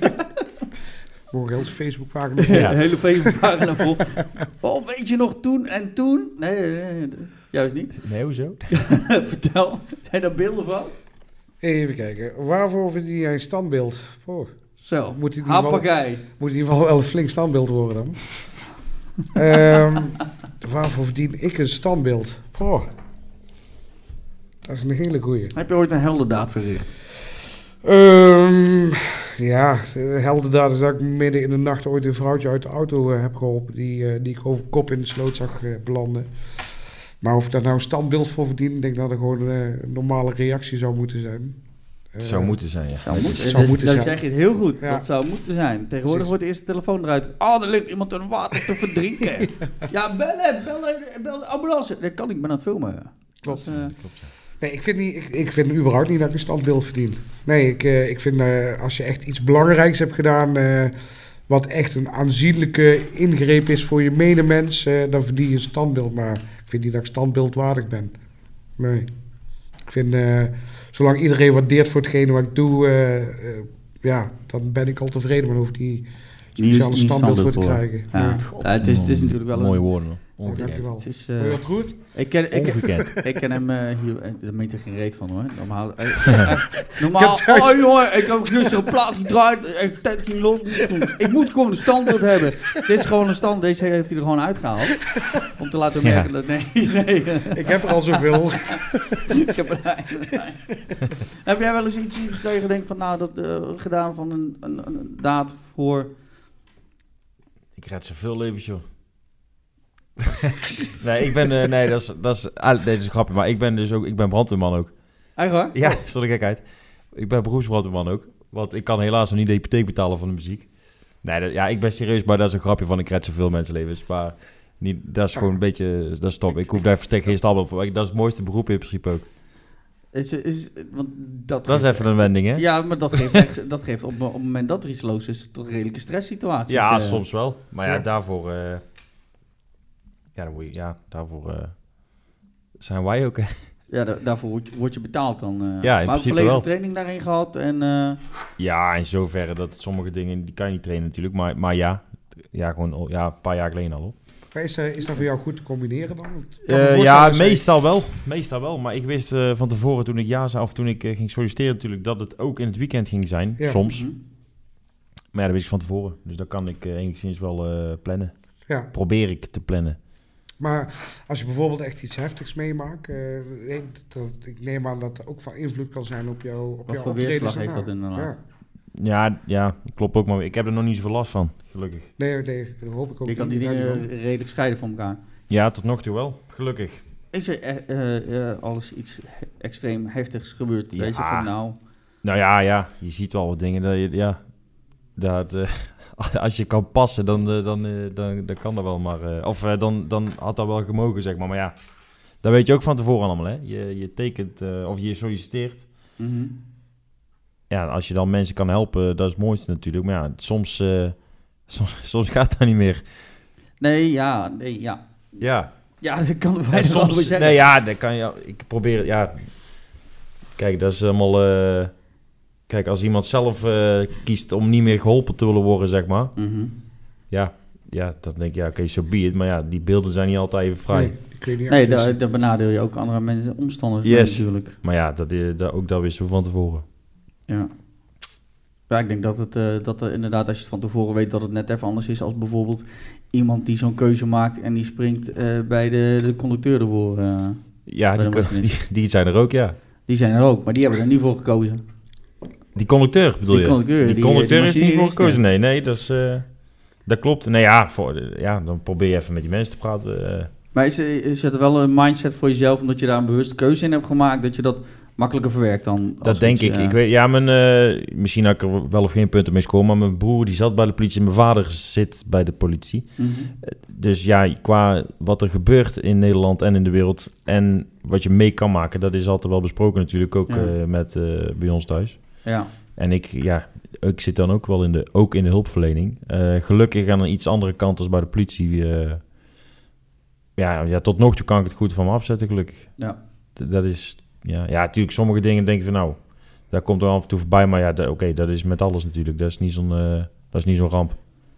Mogen heel zijn Facebookpagina vol. Ja, hele Facebookpagina vol. Oh, weet je nog toen en toen? Nee, nee, nee, juist niet. Nee, hoezo? Vertel, zijn daar beelden van? Even kijken, waarvoor verdien jij een standbeeld? Oh. Zo, moet in happagai. Moet in ieder geval wel een flink standbeeld worden dan. um, waarvoor verdien ik een standbeeld? Oh. Dat is een hele goeie. Heb je ooit een heldendaad verricht? Um, ja, de heldendaad is dat ik midden in de nacht ooit een vrouwtje uit de auto uh, heb geholpen. Die, uh, die ik over kop in de sloot zag uh, belanden. Maar of ik daar nou een standbeeld voor verdien, ik denk dat er gewoon uh, een normale reactie zou moeten zijn. Het uh, zou moeten zijn, ja. Zou moet, zou dat, moeten dat zijn. zeg je het heel goed. Ja. Dat zou moeten zijn. Tegenwoordig Precies. wordt de eerste telefoon eruit. Oh, er ligt iemand een water te verdrinken. ja. ja, bellen, bellen, bel de ambulance. Dat kan ik, ben aan het filmen. Klopt. Dus, uh, Klopt ja. Nee, ik vind, niet, ik, ik vind überhaupt niet dat ik een standbeeld verdien. Nee, ik, uh, ik vind uh, als je echt iets belangrijks hebt gedaan, uh, wat echt een aanzienlijke ingreep is voor je medemens, uh, dan verdien je een standbeeld. Maar ik vind niet dat ik standbeeldwaardig ben. Nee. Ik vind, uh, zolang iedereen waardeert voor hetgene wat ik doe, uh, uh, ja, dan ben ik al tevreden. Maar dan hoef ik niet speciale standbeeld voor te krijgen. Ja. Nee. Ja, het, is, het is natuurlijk wel mooie een... woorden. Ongekend. Het is, uh, dat goed? Ik ken, ik, Ongekend. ik ken hem uh, hier, daar meent er geen reet van hoor. Normaal, uh, uh, normaal thuis... oh jongen, ik heb gisteren een plaat gedraaid, ik tent ging los, niet goed. Ik moet gewoon een standbeeld hebben. Dit is gewoon een stand, deze heeft hij er gewoon uitgehaald. Om te laten merken ja. dat, nee, nee. Ik heb er al zoveel. ik heb er Heb jij wel eens iets, iets dat je denkt van, nou, dat uh, gedaan van een, een, een daad voor... Ik red zoveel levens, joh. nee, ik ben... Uh, nee, dat is, dat, is, ah, nee, dat is een grapje. Maar ik ben dus ook... Ik ben brandweerman ook. Echt waar? Ja, oh. Stel de gek uit. Ik ben beroepsbrandweerman ook. Want ik kan helaas nog niet de hypotheek betalen van de muziek. Nee, dat, ja, ik ben serieus. Maar dat is een grapje van ik red zoveel mensenlevens. Maar niet, dat is gewoon een beetje... Dat is top. Ik hoef daar versterkt geen standbeeld voor. Dat is het mooiste beroep in principe ook. Is, is, want dat dat geeft, is even een wending, hè? Ja, maar dat geeft, echt, dat geeft op, op het moment dat er iets los is, toch een redelijke stresssituatie. Ja, uh, soms wel. Maar ja, ja. daarvoor... Uh, ja, dan moet je, ja, daarvoor uh, zijn wij ook, hè? Ja, da- daarvoor word je, word je betaald dan. Uh, Ja, in maar principe volledige wel. training daarin gehad en... Uh, ja, in zoverre dat sommige dingen, die kan je niet trainen natuurlijk. Maar, maar ja, ja, gewoon ja, een paar jaar geleden al op. Maar is, uh, is dat voor jou goed te combineren dan? Uh, ja, meestal wel. Meestal wel. Maar ik wist uh, van tevoren toen ik ja zei, of toen ik uh, ging solliciteren natuurlijk, dat het ook in het weekend ging zijn. Ja. Soms. Mm-hmm. Maar ja, dat wist ik van tevoren. Dus dat kan ik uh, enigszins wel uh, plannen. Ja. Probeer ik te plannen. Maar als je bijvoorbeeld echt iets heftigs meemaakt, uh, ik, dat, ik neem aan dat het ook van invloed kan zijn op jou. Op Wat jouw voor weerslag heeft dat inderdaad? Ja. Ja, ja, klopt ook. Maar ik heb er nog niet zoveel last van, gelukkig. Nee, nee, dat hoop ik ook je niet. Je kan die dingen redelijk scheiden van elkaar. Ja, tot nog toe wel, gelukkig. Is er uh, uh, alles iets he- extreem heftigs gebeurd? Ja. Weet je van nou... Nou ja, ja, je ziet wel wat dingen. Dat je, ja, dat, uh, als je kan passen, dan, uh, dan, uh, dan, dan kan dat wel. Maar, uh, of uh, dan, dan had dat wel gemogen, zeg maar. Maar ja, dat weet je ook van tevoren allemaal. Hè? Je, je tekent uh, of je solliciteert. Mm-hmm. Ja, als je dan mensen kan helpen, dat is het mooiste natuurlijk. Maar ja, soms, uh, soms, soms gaat dat niet meer. Nee, ja, nee, ja. Ja. Ja, dat kan wij soms wel zeggen. Nee, ja, dat kan je. Ik probeer, ja. Kijk, dat is allemaal. Uh, kijk, als iemand zelf uh, kiest om niet meer geholpen te willen worden, zeg maar. Mm-hmm. Ja, ja, dan denk ik, ja, oké, okay, so be it. Maar ja, die beelden zijn niet altijd even vrij. Nee, ik weet niet nee daar, daar benadeel je ook andere mensen, omstanders yes. natuurlijk. Maar ja, dat, dat, ook dat wisten we van tevoren. Ja. Ja, ik denk dat het uh, dat er inderdaad, als je het van tevoren weet, dat het net even anders is als bijvoorbeeld iemand die zo'n keuze maakt en die springt uh, bij de, de conducteur ervoor. Uh, ja, die, die, die zijn er ook, ja. Die zijn er ook, maar die hebben er niet voor gekozen. Die conducteur bedoel die je? Conducteur, die, die conducteur die is niet voor gekozen, nee. nee. Nee, dat, is, uh, dat klopt. Nee, ja, voor, ja, dan probeer je even met die mensen te praten. Uh. Maar is, is het wel een mindset voor jezelf, omdat je daar een bewuste keuze in hebt gemaakt, dat je dat makkelijker verwerkt dan? Dat denk iets, ik. Uh... ik weet, ja, mijn, uh, misschien had ik er wel of geen punten mee scoren, maar mijn broer die zat bij de politie en mijn vader zit bij de politie. Mm-hmm. Dus ja, qua wat er gebeurt in Nederland en in de wereld en wat je mee kan maken, dat is altijd wel besproken natuurlijk, ook ja. uh, met, uh, bij ons thuis. Ja. En ik, ja, ik zit dan ook wel in de, ook in de hulpverlening. Uh, gelukkig aan een iets andere kant als bij de politie. Uh, ja, ja, tot nog toe kan ik het goed van me afzetten, gelukkig. Ja. D- dat is, ja, ja, natuurlijk sommige dingen denk ik van nou, daar komt er af en toe voorbij. Maar ja, oké, okay, dat is met alles natuurlijk. Dat is niet zo'n, uh, dat is niet zo'n ramp.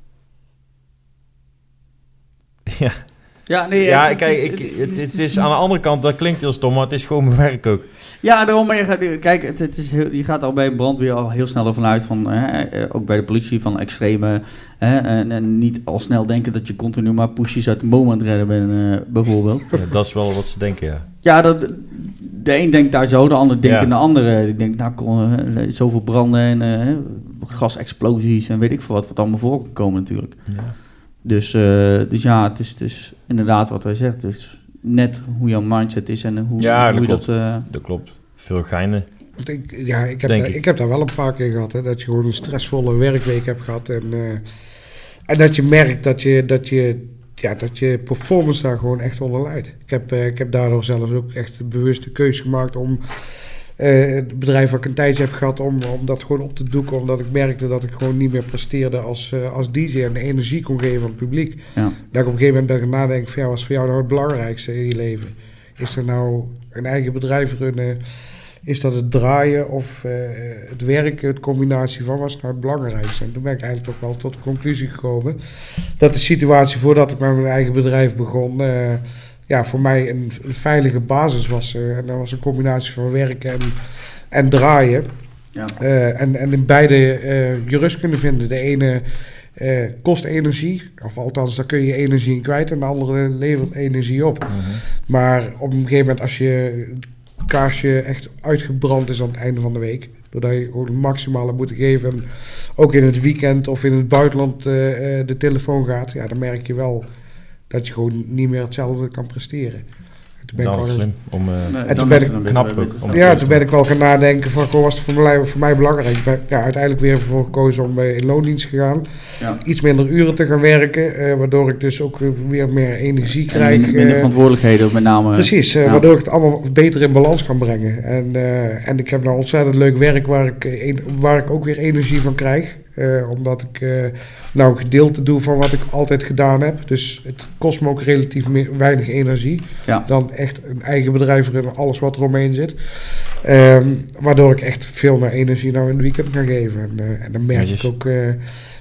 ja. Ja, nee, ja het, kijk, is, ik, het, het, het, het is, is aan de andere kant, dat klinkt heel stom, maar het is gewoon mijn werk ook. Ja, daarom, maar je gaat, kijk, het, het is heel, je gaat al bij brandweer al heel snel ervan uit, van, hè, ook bij de politie, van extreme, hè, en, en niet al snel denken dat je continu maar pushjes uit de boom aan het redden bent, uh, bijvoorbeeld. Ja, dat is wel wat ze denken, ja. Ja, dat, de een denkt daar zo, de ander denkt ja. in de andere. Die denkt, nou, kon, uh, zoveel branden en uh, gasexplosies en weet ik veel wat, wat allemaal voor kan komen natuurlijk. Ja. Dus, uh, dus ja, het is, het is inderdaad wat hij zegt. Dus net hoe jouw mindset is en hoe, ja, hoe dat je klopt. dat... Uh, dat klopt. Veel geinen. Ik, ja, ik heb, Denk daar, ik. ik heb daar wel een paar keer gehad. Hè, dat je gewoon een stressvolle werkweek hebt gehad. En, uh, en dat je merkt dat je, dat je, ja, dat je performance daar gewoon echt onder leidt. Ik heb, uh, ik heb daardoor zelfs ook echt een bewuste keuze gemaakt om... Uh, het bedrijf wat ik een tijdje heb gehad om, om dat gewoon op te doeken. Omdat ik merkte dat ik gewoon niet meer presteerde als, uh, als D J en de energie kon geven aan het publiek. Ja. Dat ik op een gegeven moment dacht nadenk van ja, wat is voor jou nou het belangrijkste in je leven? Is er nou een eigen bedrijf runnen? Is dat het draaien of uh, het werken, het combinatie van, wat is nou het belangrijkste? En toen ben ik eigenlijk toch wel tot de conclusie gekomen dat de situatie voordat ik met mijn eigen bedrijf begon... Uh, ja, voor mij een, een veilige basis was. Uh, en dat was een combinatie van werken en, en draaien. Ja. Uh, en, en in beide uh, je rust kunnen vinden. De ene uh, kost energie, of althans daar kun je energie in kwijt. En de andere levert energie op. Mm-hmm. Maar op een gegeven moment als je kaarsje echt uitgebrand is aan het einde van de week... doordat je gewoon het maximale moet geven... en ook in het weekend of in het buitenland uh, uh, de telefoon gaat... ja, dan merk je wel... dat je gewoon niet meer hetzelfde kan presteren. En toen ben dat is ik slim. Om, uh, Nee, en toen dan ben is ik het een knap beetje ook, beter om- staan. ja, toen ben ik wel gaan nadenken van, goh, was het voor mij, voor mij belangrijk. Ik ben ja, uiteindelijk weer voor gekozen om uh, in loondienst te gaan. Ja. Iets minder uren te gaan werken, uh, waardoor ik dus ook weer meer energie En krijg. minder, minder uh, verantwoordelijkheden met name. Precies, uh, ja. waardoor ik het allemaal beter in balans kan brengen. En, uh, en ik heb nou ontzettend leuk werk waar ik, uh, een, waar ik ook weer energie van krijg. Uh, omdat ik uh, nou een gedeelte doe van wat ik altijd gedaan heb. Dus het kost me ook relatief meer, weinig energie. Ja. Dan echt een eigen bedrijf runnen, alles wat er omheen zit. Um, waardoor ik echt veel meer energie nou in het weekend kan geven. En, uh, en dan merk Netjes. ik ook uh,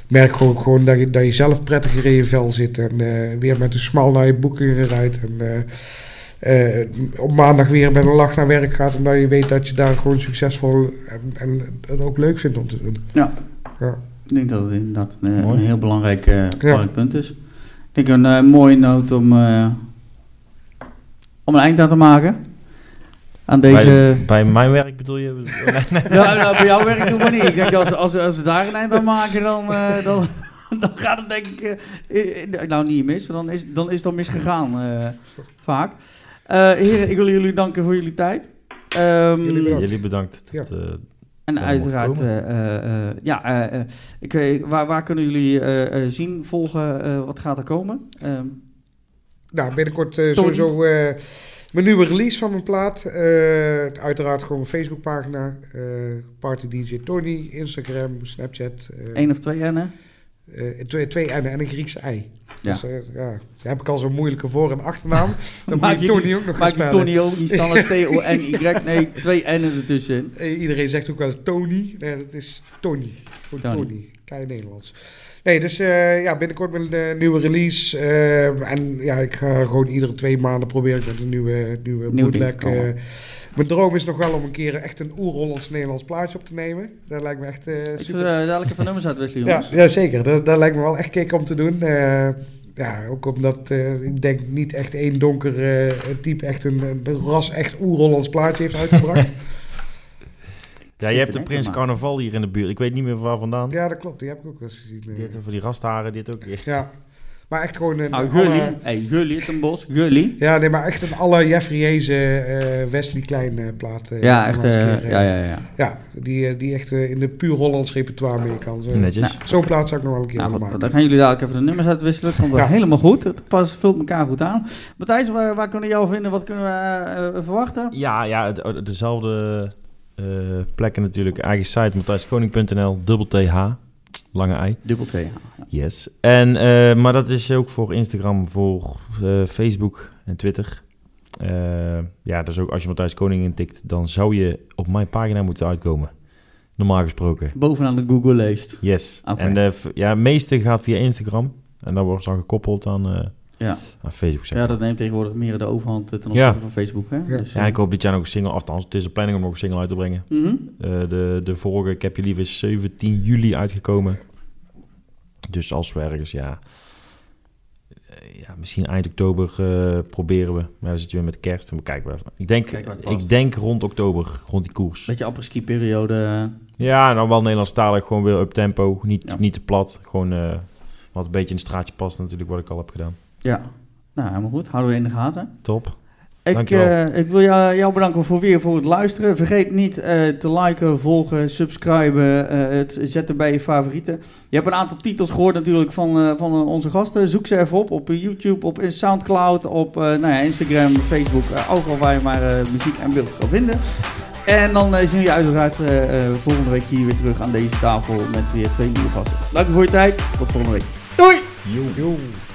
merk gewoon, gewoon dat, je, dat je zelf prettiger in je vel zit. En uh, weer met een smal naar je boekingen rijdt. En uh, uh, op maandag weer met een lach naar werk gaat. Omdat je weet dat je daar gewoon succesvol en, en het ook leuk vindt om te doen. Ja. Ja. Ik denk dat het inderdaad een, een heel belangrijk, uh, belangrijk ja. punt is. Ik denk een uh, mooie noot om, uh, om een eind aan te maken. Aan deze... Bij, bij mijn werk bedoel je? nou, nou, bij jouw werk doen we niet. Ik denk als, als, als we daar een eind aan maken, dan, uh, dan, dan gaat het denk ik... Uh, nou, niet mis, dan is, dan is het al misgegaan uh, vaak. Uh, heren, ik wil jullie danken voor jullie tijd. Um, jullie bedankt. Jullie bedankt. Ja. Dat, uh, En uiteraard, uh, uh, ja, uh, ik, uh, waar, waar kunnen jullie uh, uh, zien, volgen, uh, wat gaat er komen? Um, nou, binnenkort uh, sowieso uh, mijn nieuwe release van mijn plaat. Uh, uiteraard gewoon mijn Facebookpagina, uh, Party D J Tony, Instagram, Snapchat. Uh, Eén of twee N'en? Uh, twee, twee N'en en een Griekse ei. Ja. Dus uh, ja, dan heb ik al zo'n moeilijke voor- en achternaam. Dan maak moet je Tony ook nog gaan spellen. Maak je Tony ook niet standaard T O N Y, nee, twee N'en ertussen. Uh, iedereen zegt ook wel Tony. Nee, dat is Tony. Tony. Tony. Kei Nederlands. Nee, dus uh, ja, binnenkort met een uh, nieuwe release. Uh, en ja, ik ga gewoon iedere twee maanden proberen met een nieuwe, nieuwe Nieuw bootleg. Uh, mijn droom is nog wel om een keer echt een oer-Hollands-Nederlands plaatje op te nemen. Dat lijkt me echt uh, super. Ik zal uh, dadelijk even nummers uitwisselen, jongens. Ja, ja zeker. Dat, dat lijkt me wel echt kick om te doen. Uh, ja, ook omdat uh, ik denk niet echt één donker uh, type echt een, een ras echt oer-Hollands plaatje heeft uitgebracht. Ja, je hebt de Prins Carnaval hier in de buurt. Ik weet niet meer waar vandaan. Ja, dat klopt. Die heb ik ook wel eens gezien. Die heeft voor die rastharen, dit ook weer. Ja. Maar echt gewoon een... Nou, Gully. Alle... Hey, Gully, ten Bos. Gully. Ja, nee, maar echt een alle Jeffrey Eze, uh, Wesley Klein uh, plaat. Uh, ja, echt. Uh, keer, uh, ja, ja, ja. Ja, die, uh, die echt uh, in de puur Hollands repertoire mee kan. Zo. Netjes. Nou, zo'n plaat zou ik nog wel een keer nou, maken. Dan gaan jullie dadelijk even de nummers uitwisselen. Het komt wel ja. helemaal goed. Het pas, vult elkaar goed aan. Matthijs, waar, waar kunnen we jou vinden? Wat kunnen we uh, verwachten? Ja, ja het, dezelfde... Uh, plekken natuurlijk, eigen site matthijskoning punt n l, dubbel T H, lange ei. Dubbel T H, ja. Yes. En, uh, maar dat is ook voor Instagram, voor uh, Facebook en Twitter. Uh, ja, dus ook als je Matthijs Koning intikt, dan zou je op mijn pagina moeten uitkomen. Normaal gesproken. Bovenaan de Google-lijst. Yes. Okay. En de ja, meeste gaat via Instagram. En dan wordt dan gekoppeld aan... Uh, Ja. aan Facebook, zeg ja, dat neemt tegenwoordig meer de overhand ten opzichte ja. van Facebook. Hè? Ja. Dus, ja, ik hoop dit jaar nog een single, althans, het is de planning om nog een single uit te brengen. Mm-hmm. Uh, de, de vorige, Ik heb je lief, is zeventien juli uitgekomen. Dus als we ergens, ja, uh, ja misschien eind oktober uh, proberen we. Maar dan zitten we weer met kerst en we kijken wel. Ik denk, ik denk rond oktober, rond die koers. Beetje apres-ski periode. Ja, nou wel Nederlandstalig, gewoon weer up tempo, niet, ja. niet te plat. Gewoon uh, wat een beetje in het straatje past natuurlijk, wat ik al heb gedaan. Ja, nou helemaal goed. Houden we in de gaten. Top. Ik, uh, ik wil jou, jou bedanken voor weer voor het luisteren. Vergeet niet uh, te liken, volgen, subscriben, uh, het zetten bij je favorieten. Je hebt een aantal titels gehoord natuurlijk van, uh, van uh, onze gasten. Zoek ze even op op YouTube, op Soundcloud, op uh, nou ja, Instagram, Facebook. Uh, overal waar je maar uh, muziek en beeld kan vinden. En dan uh, zien we je uiteraard uh, uh, volgende week hier weer terug aan deze tafel met weer twee nieuwe gasten. Dank je voor je tijd. Tot volgende week. Doei! Yo. Yo.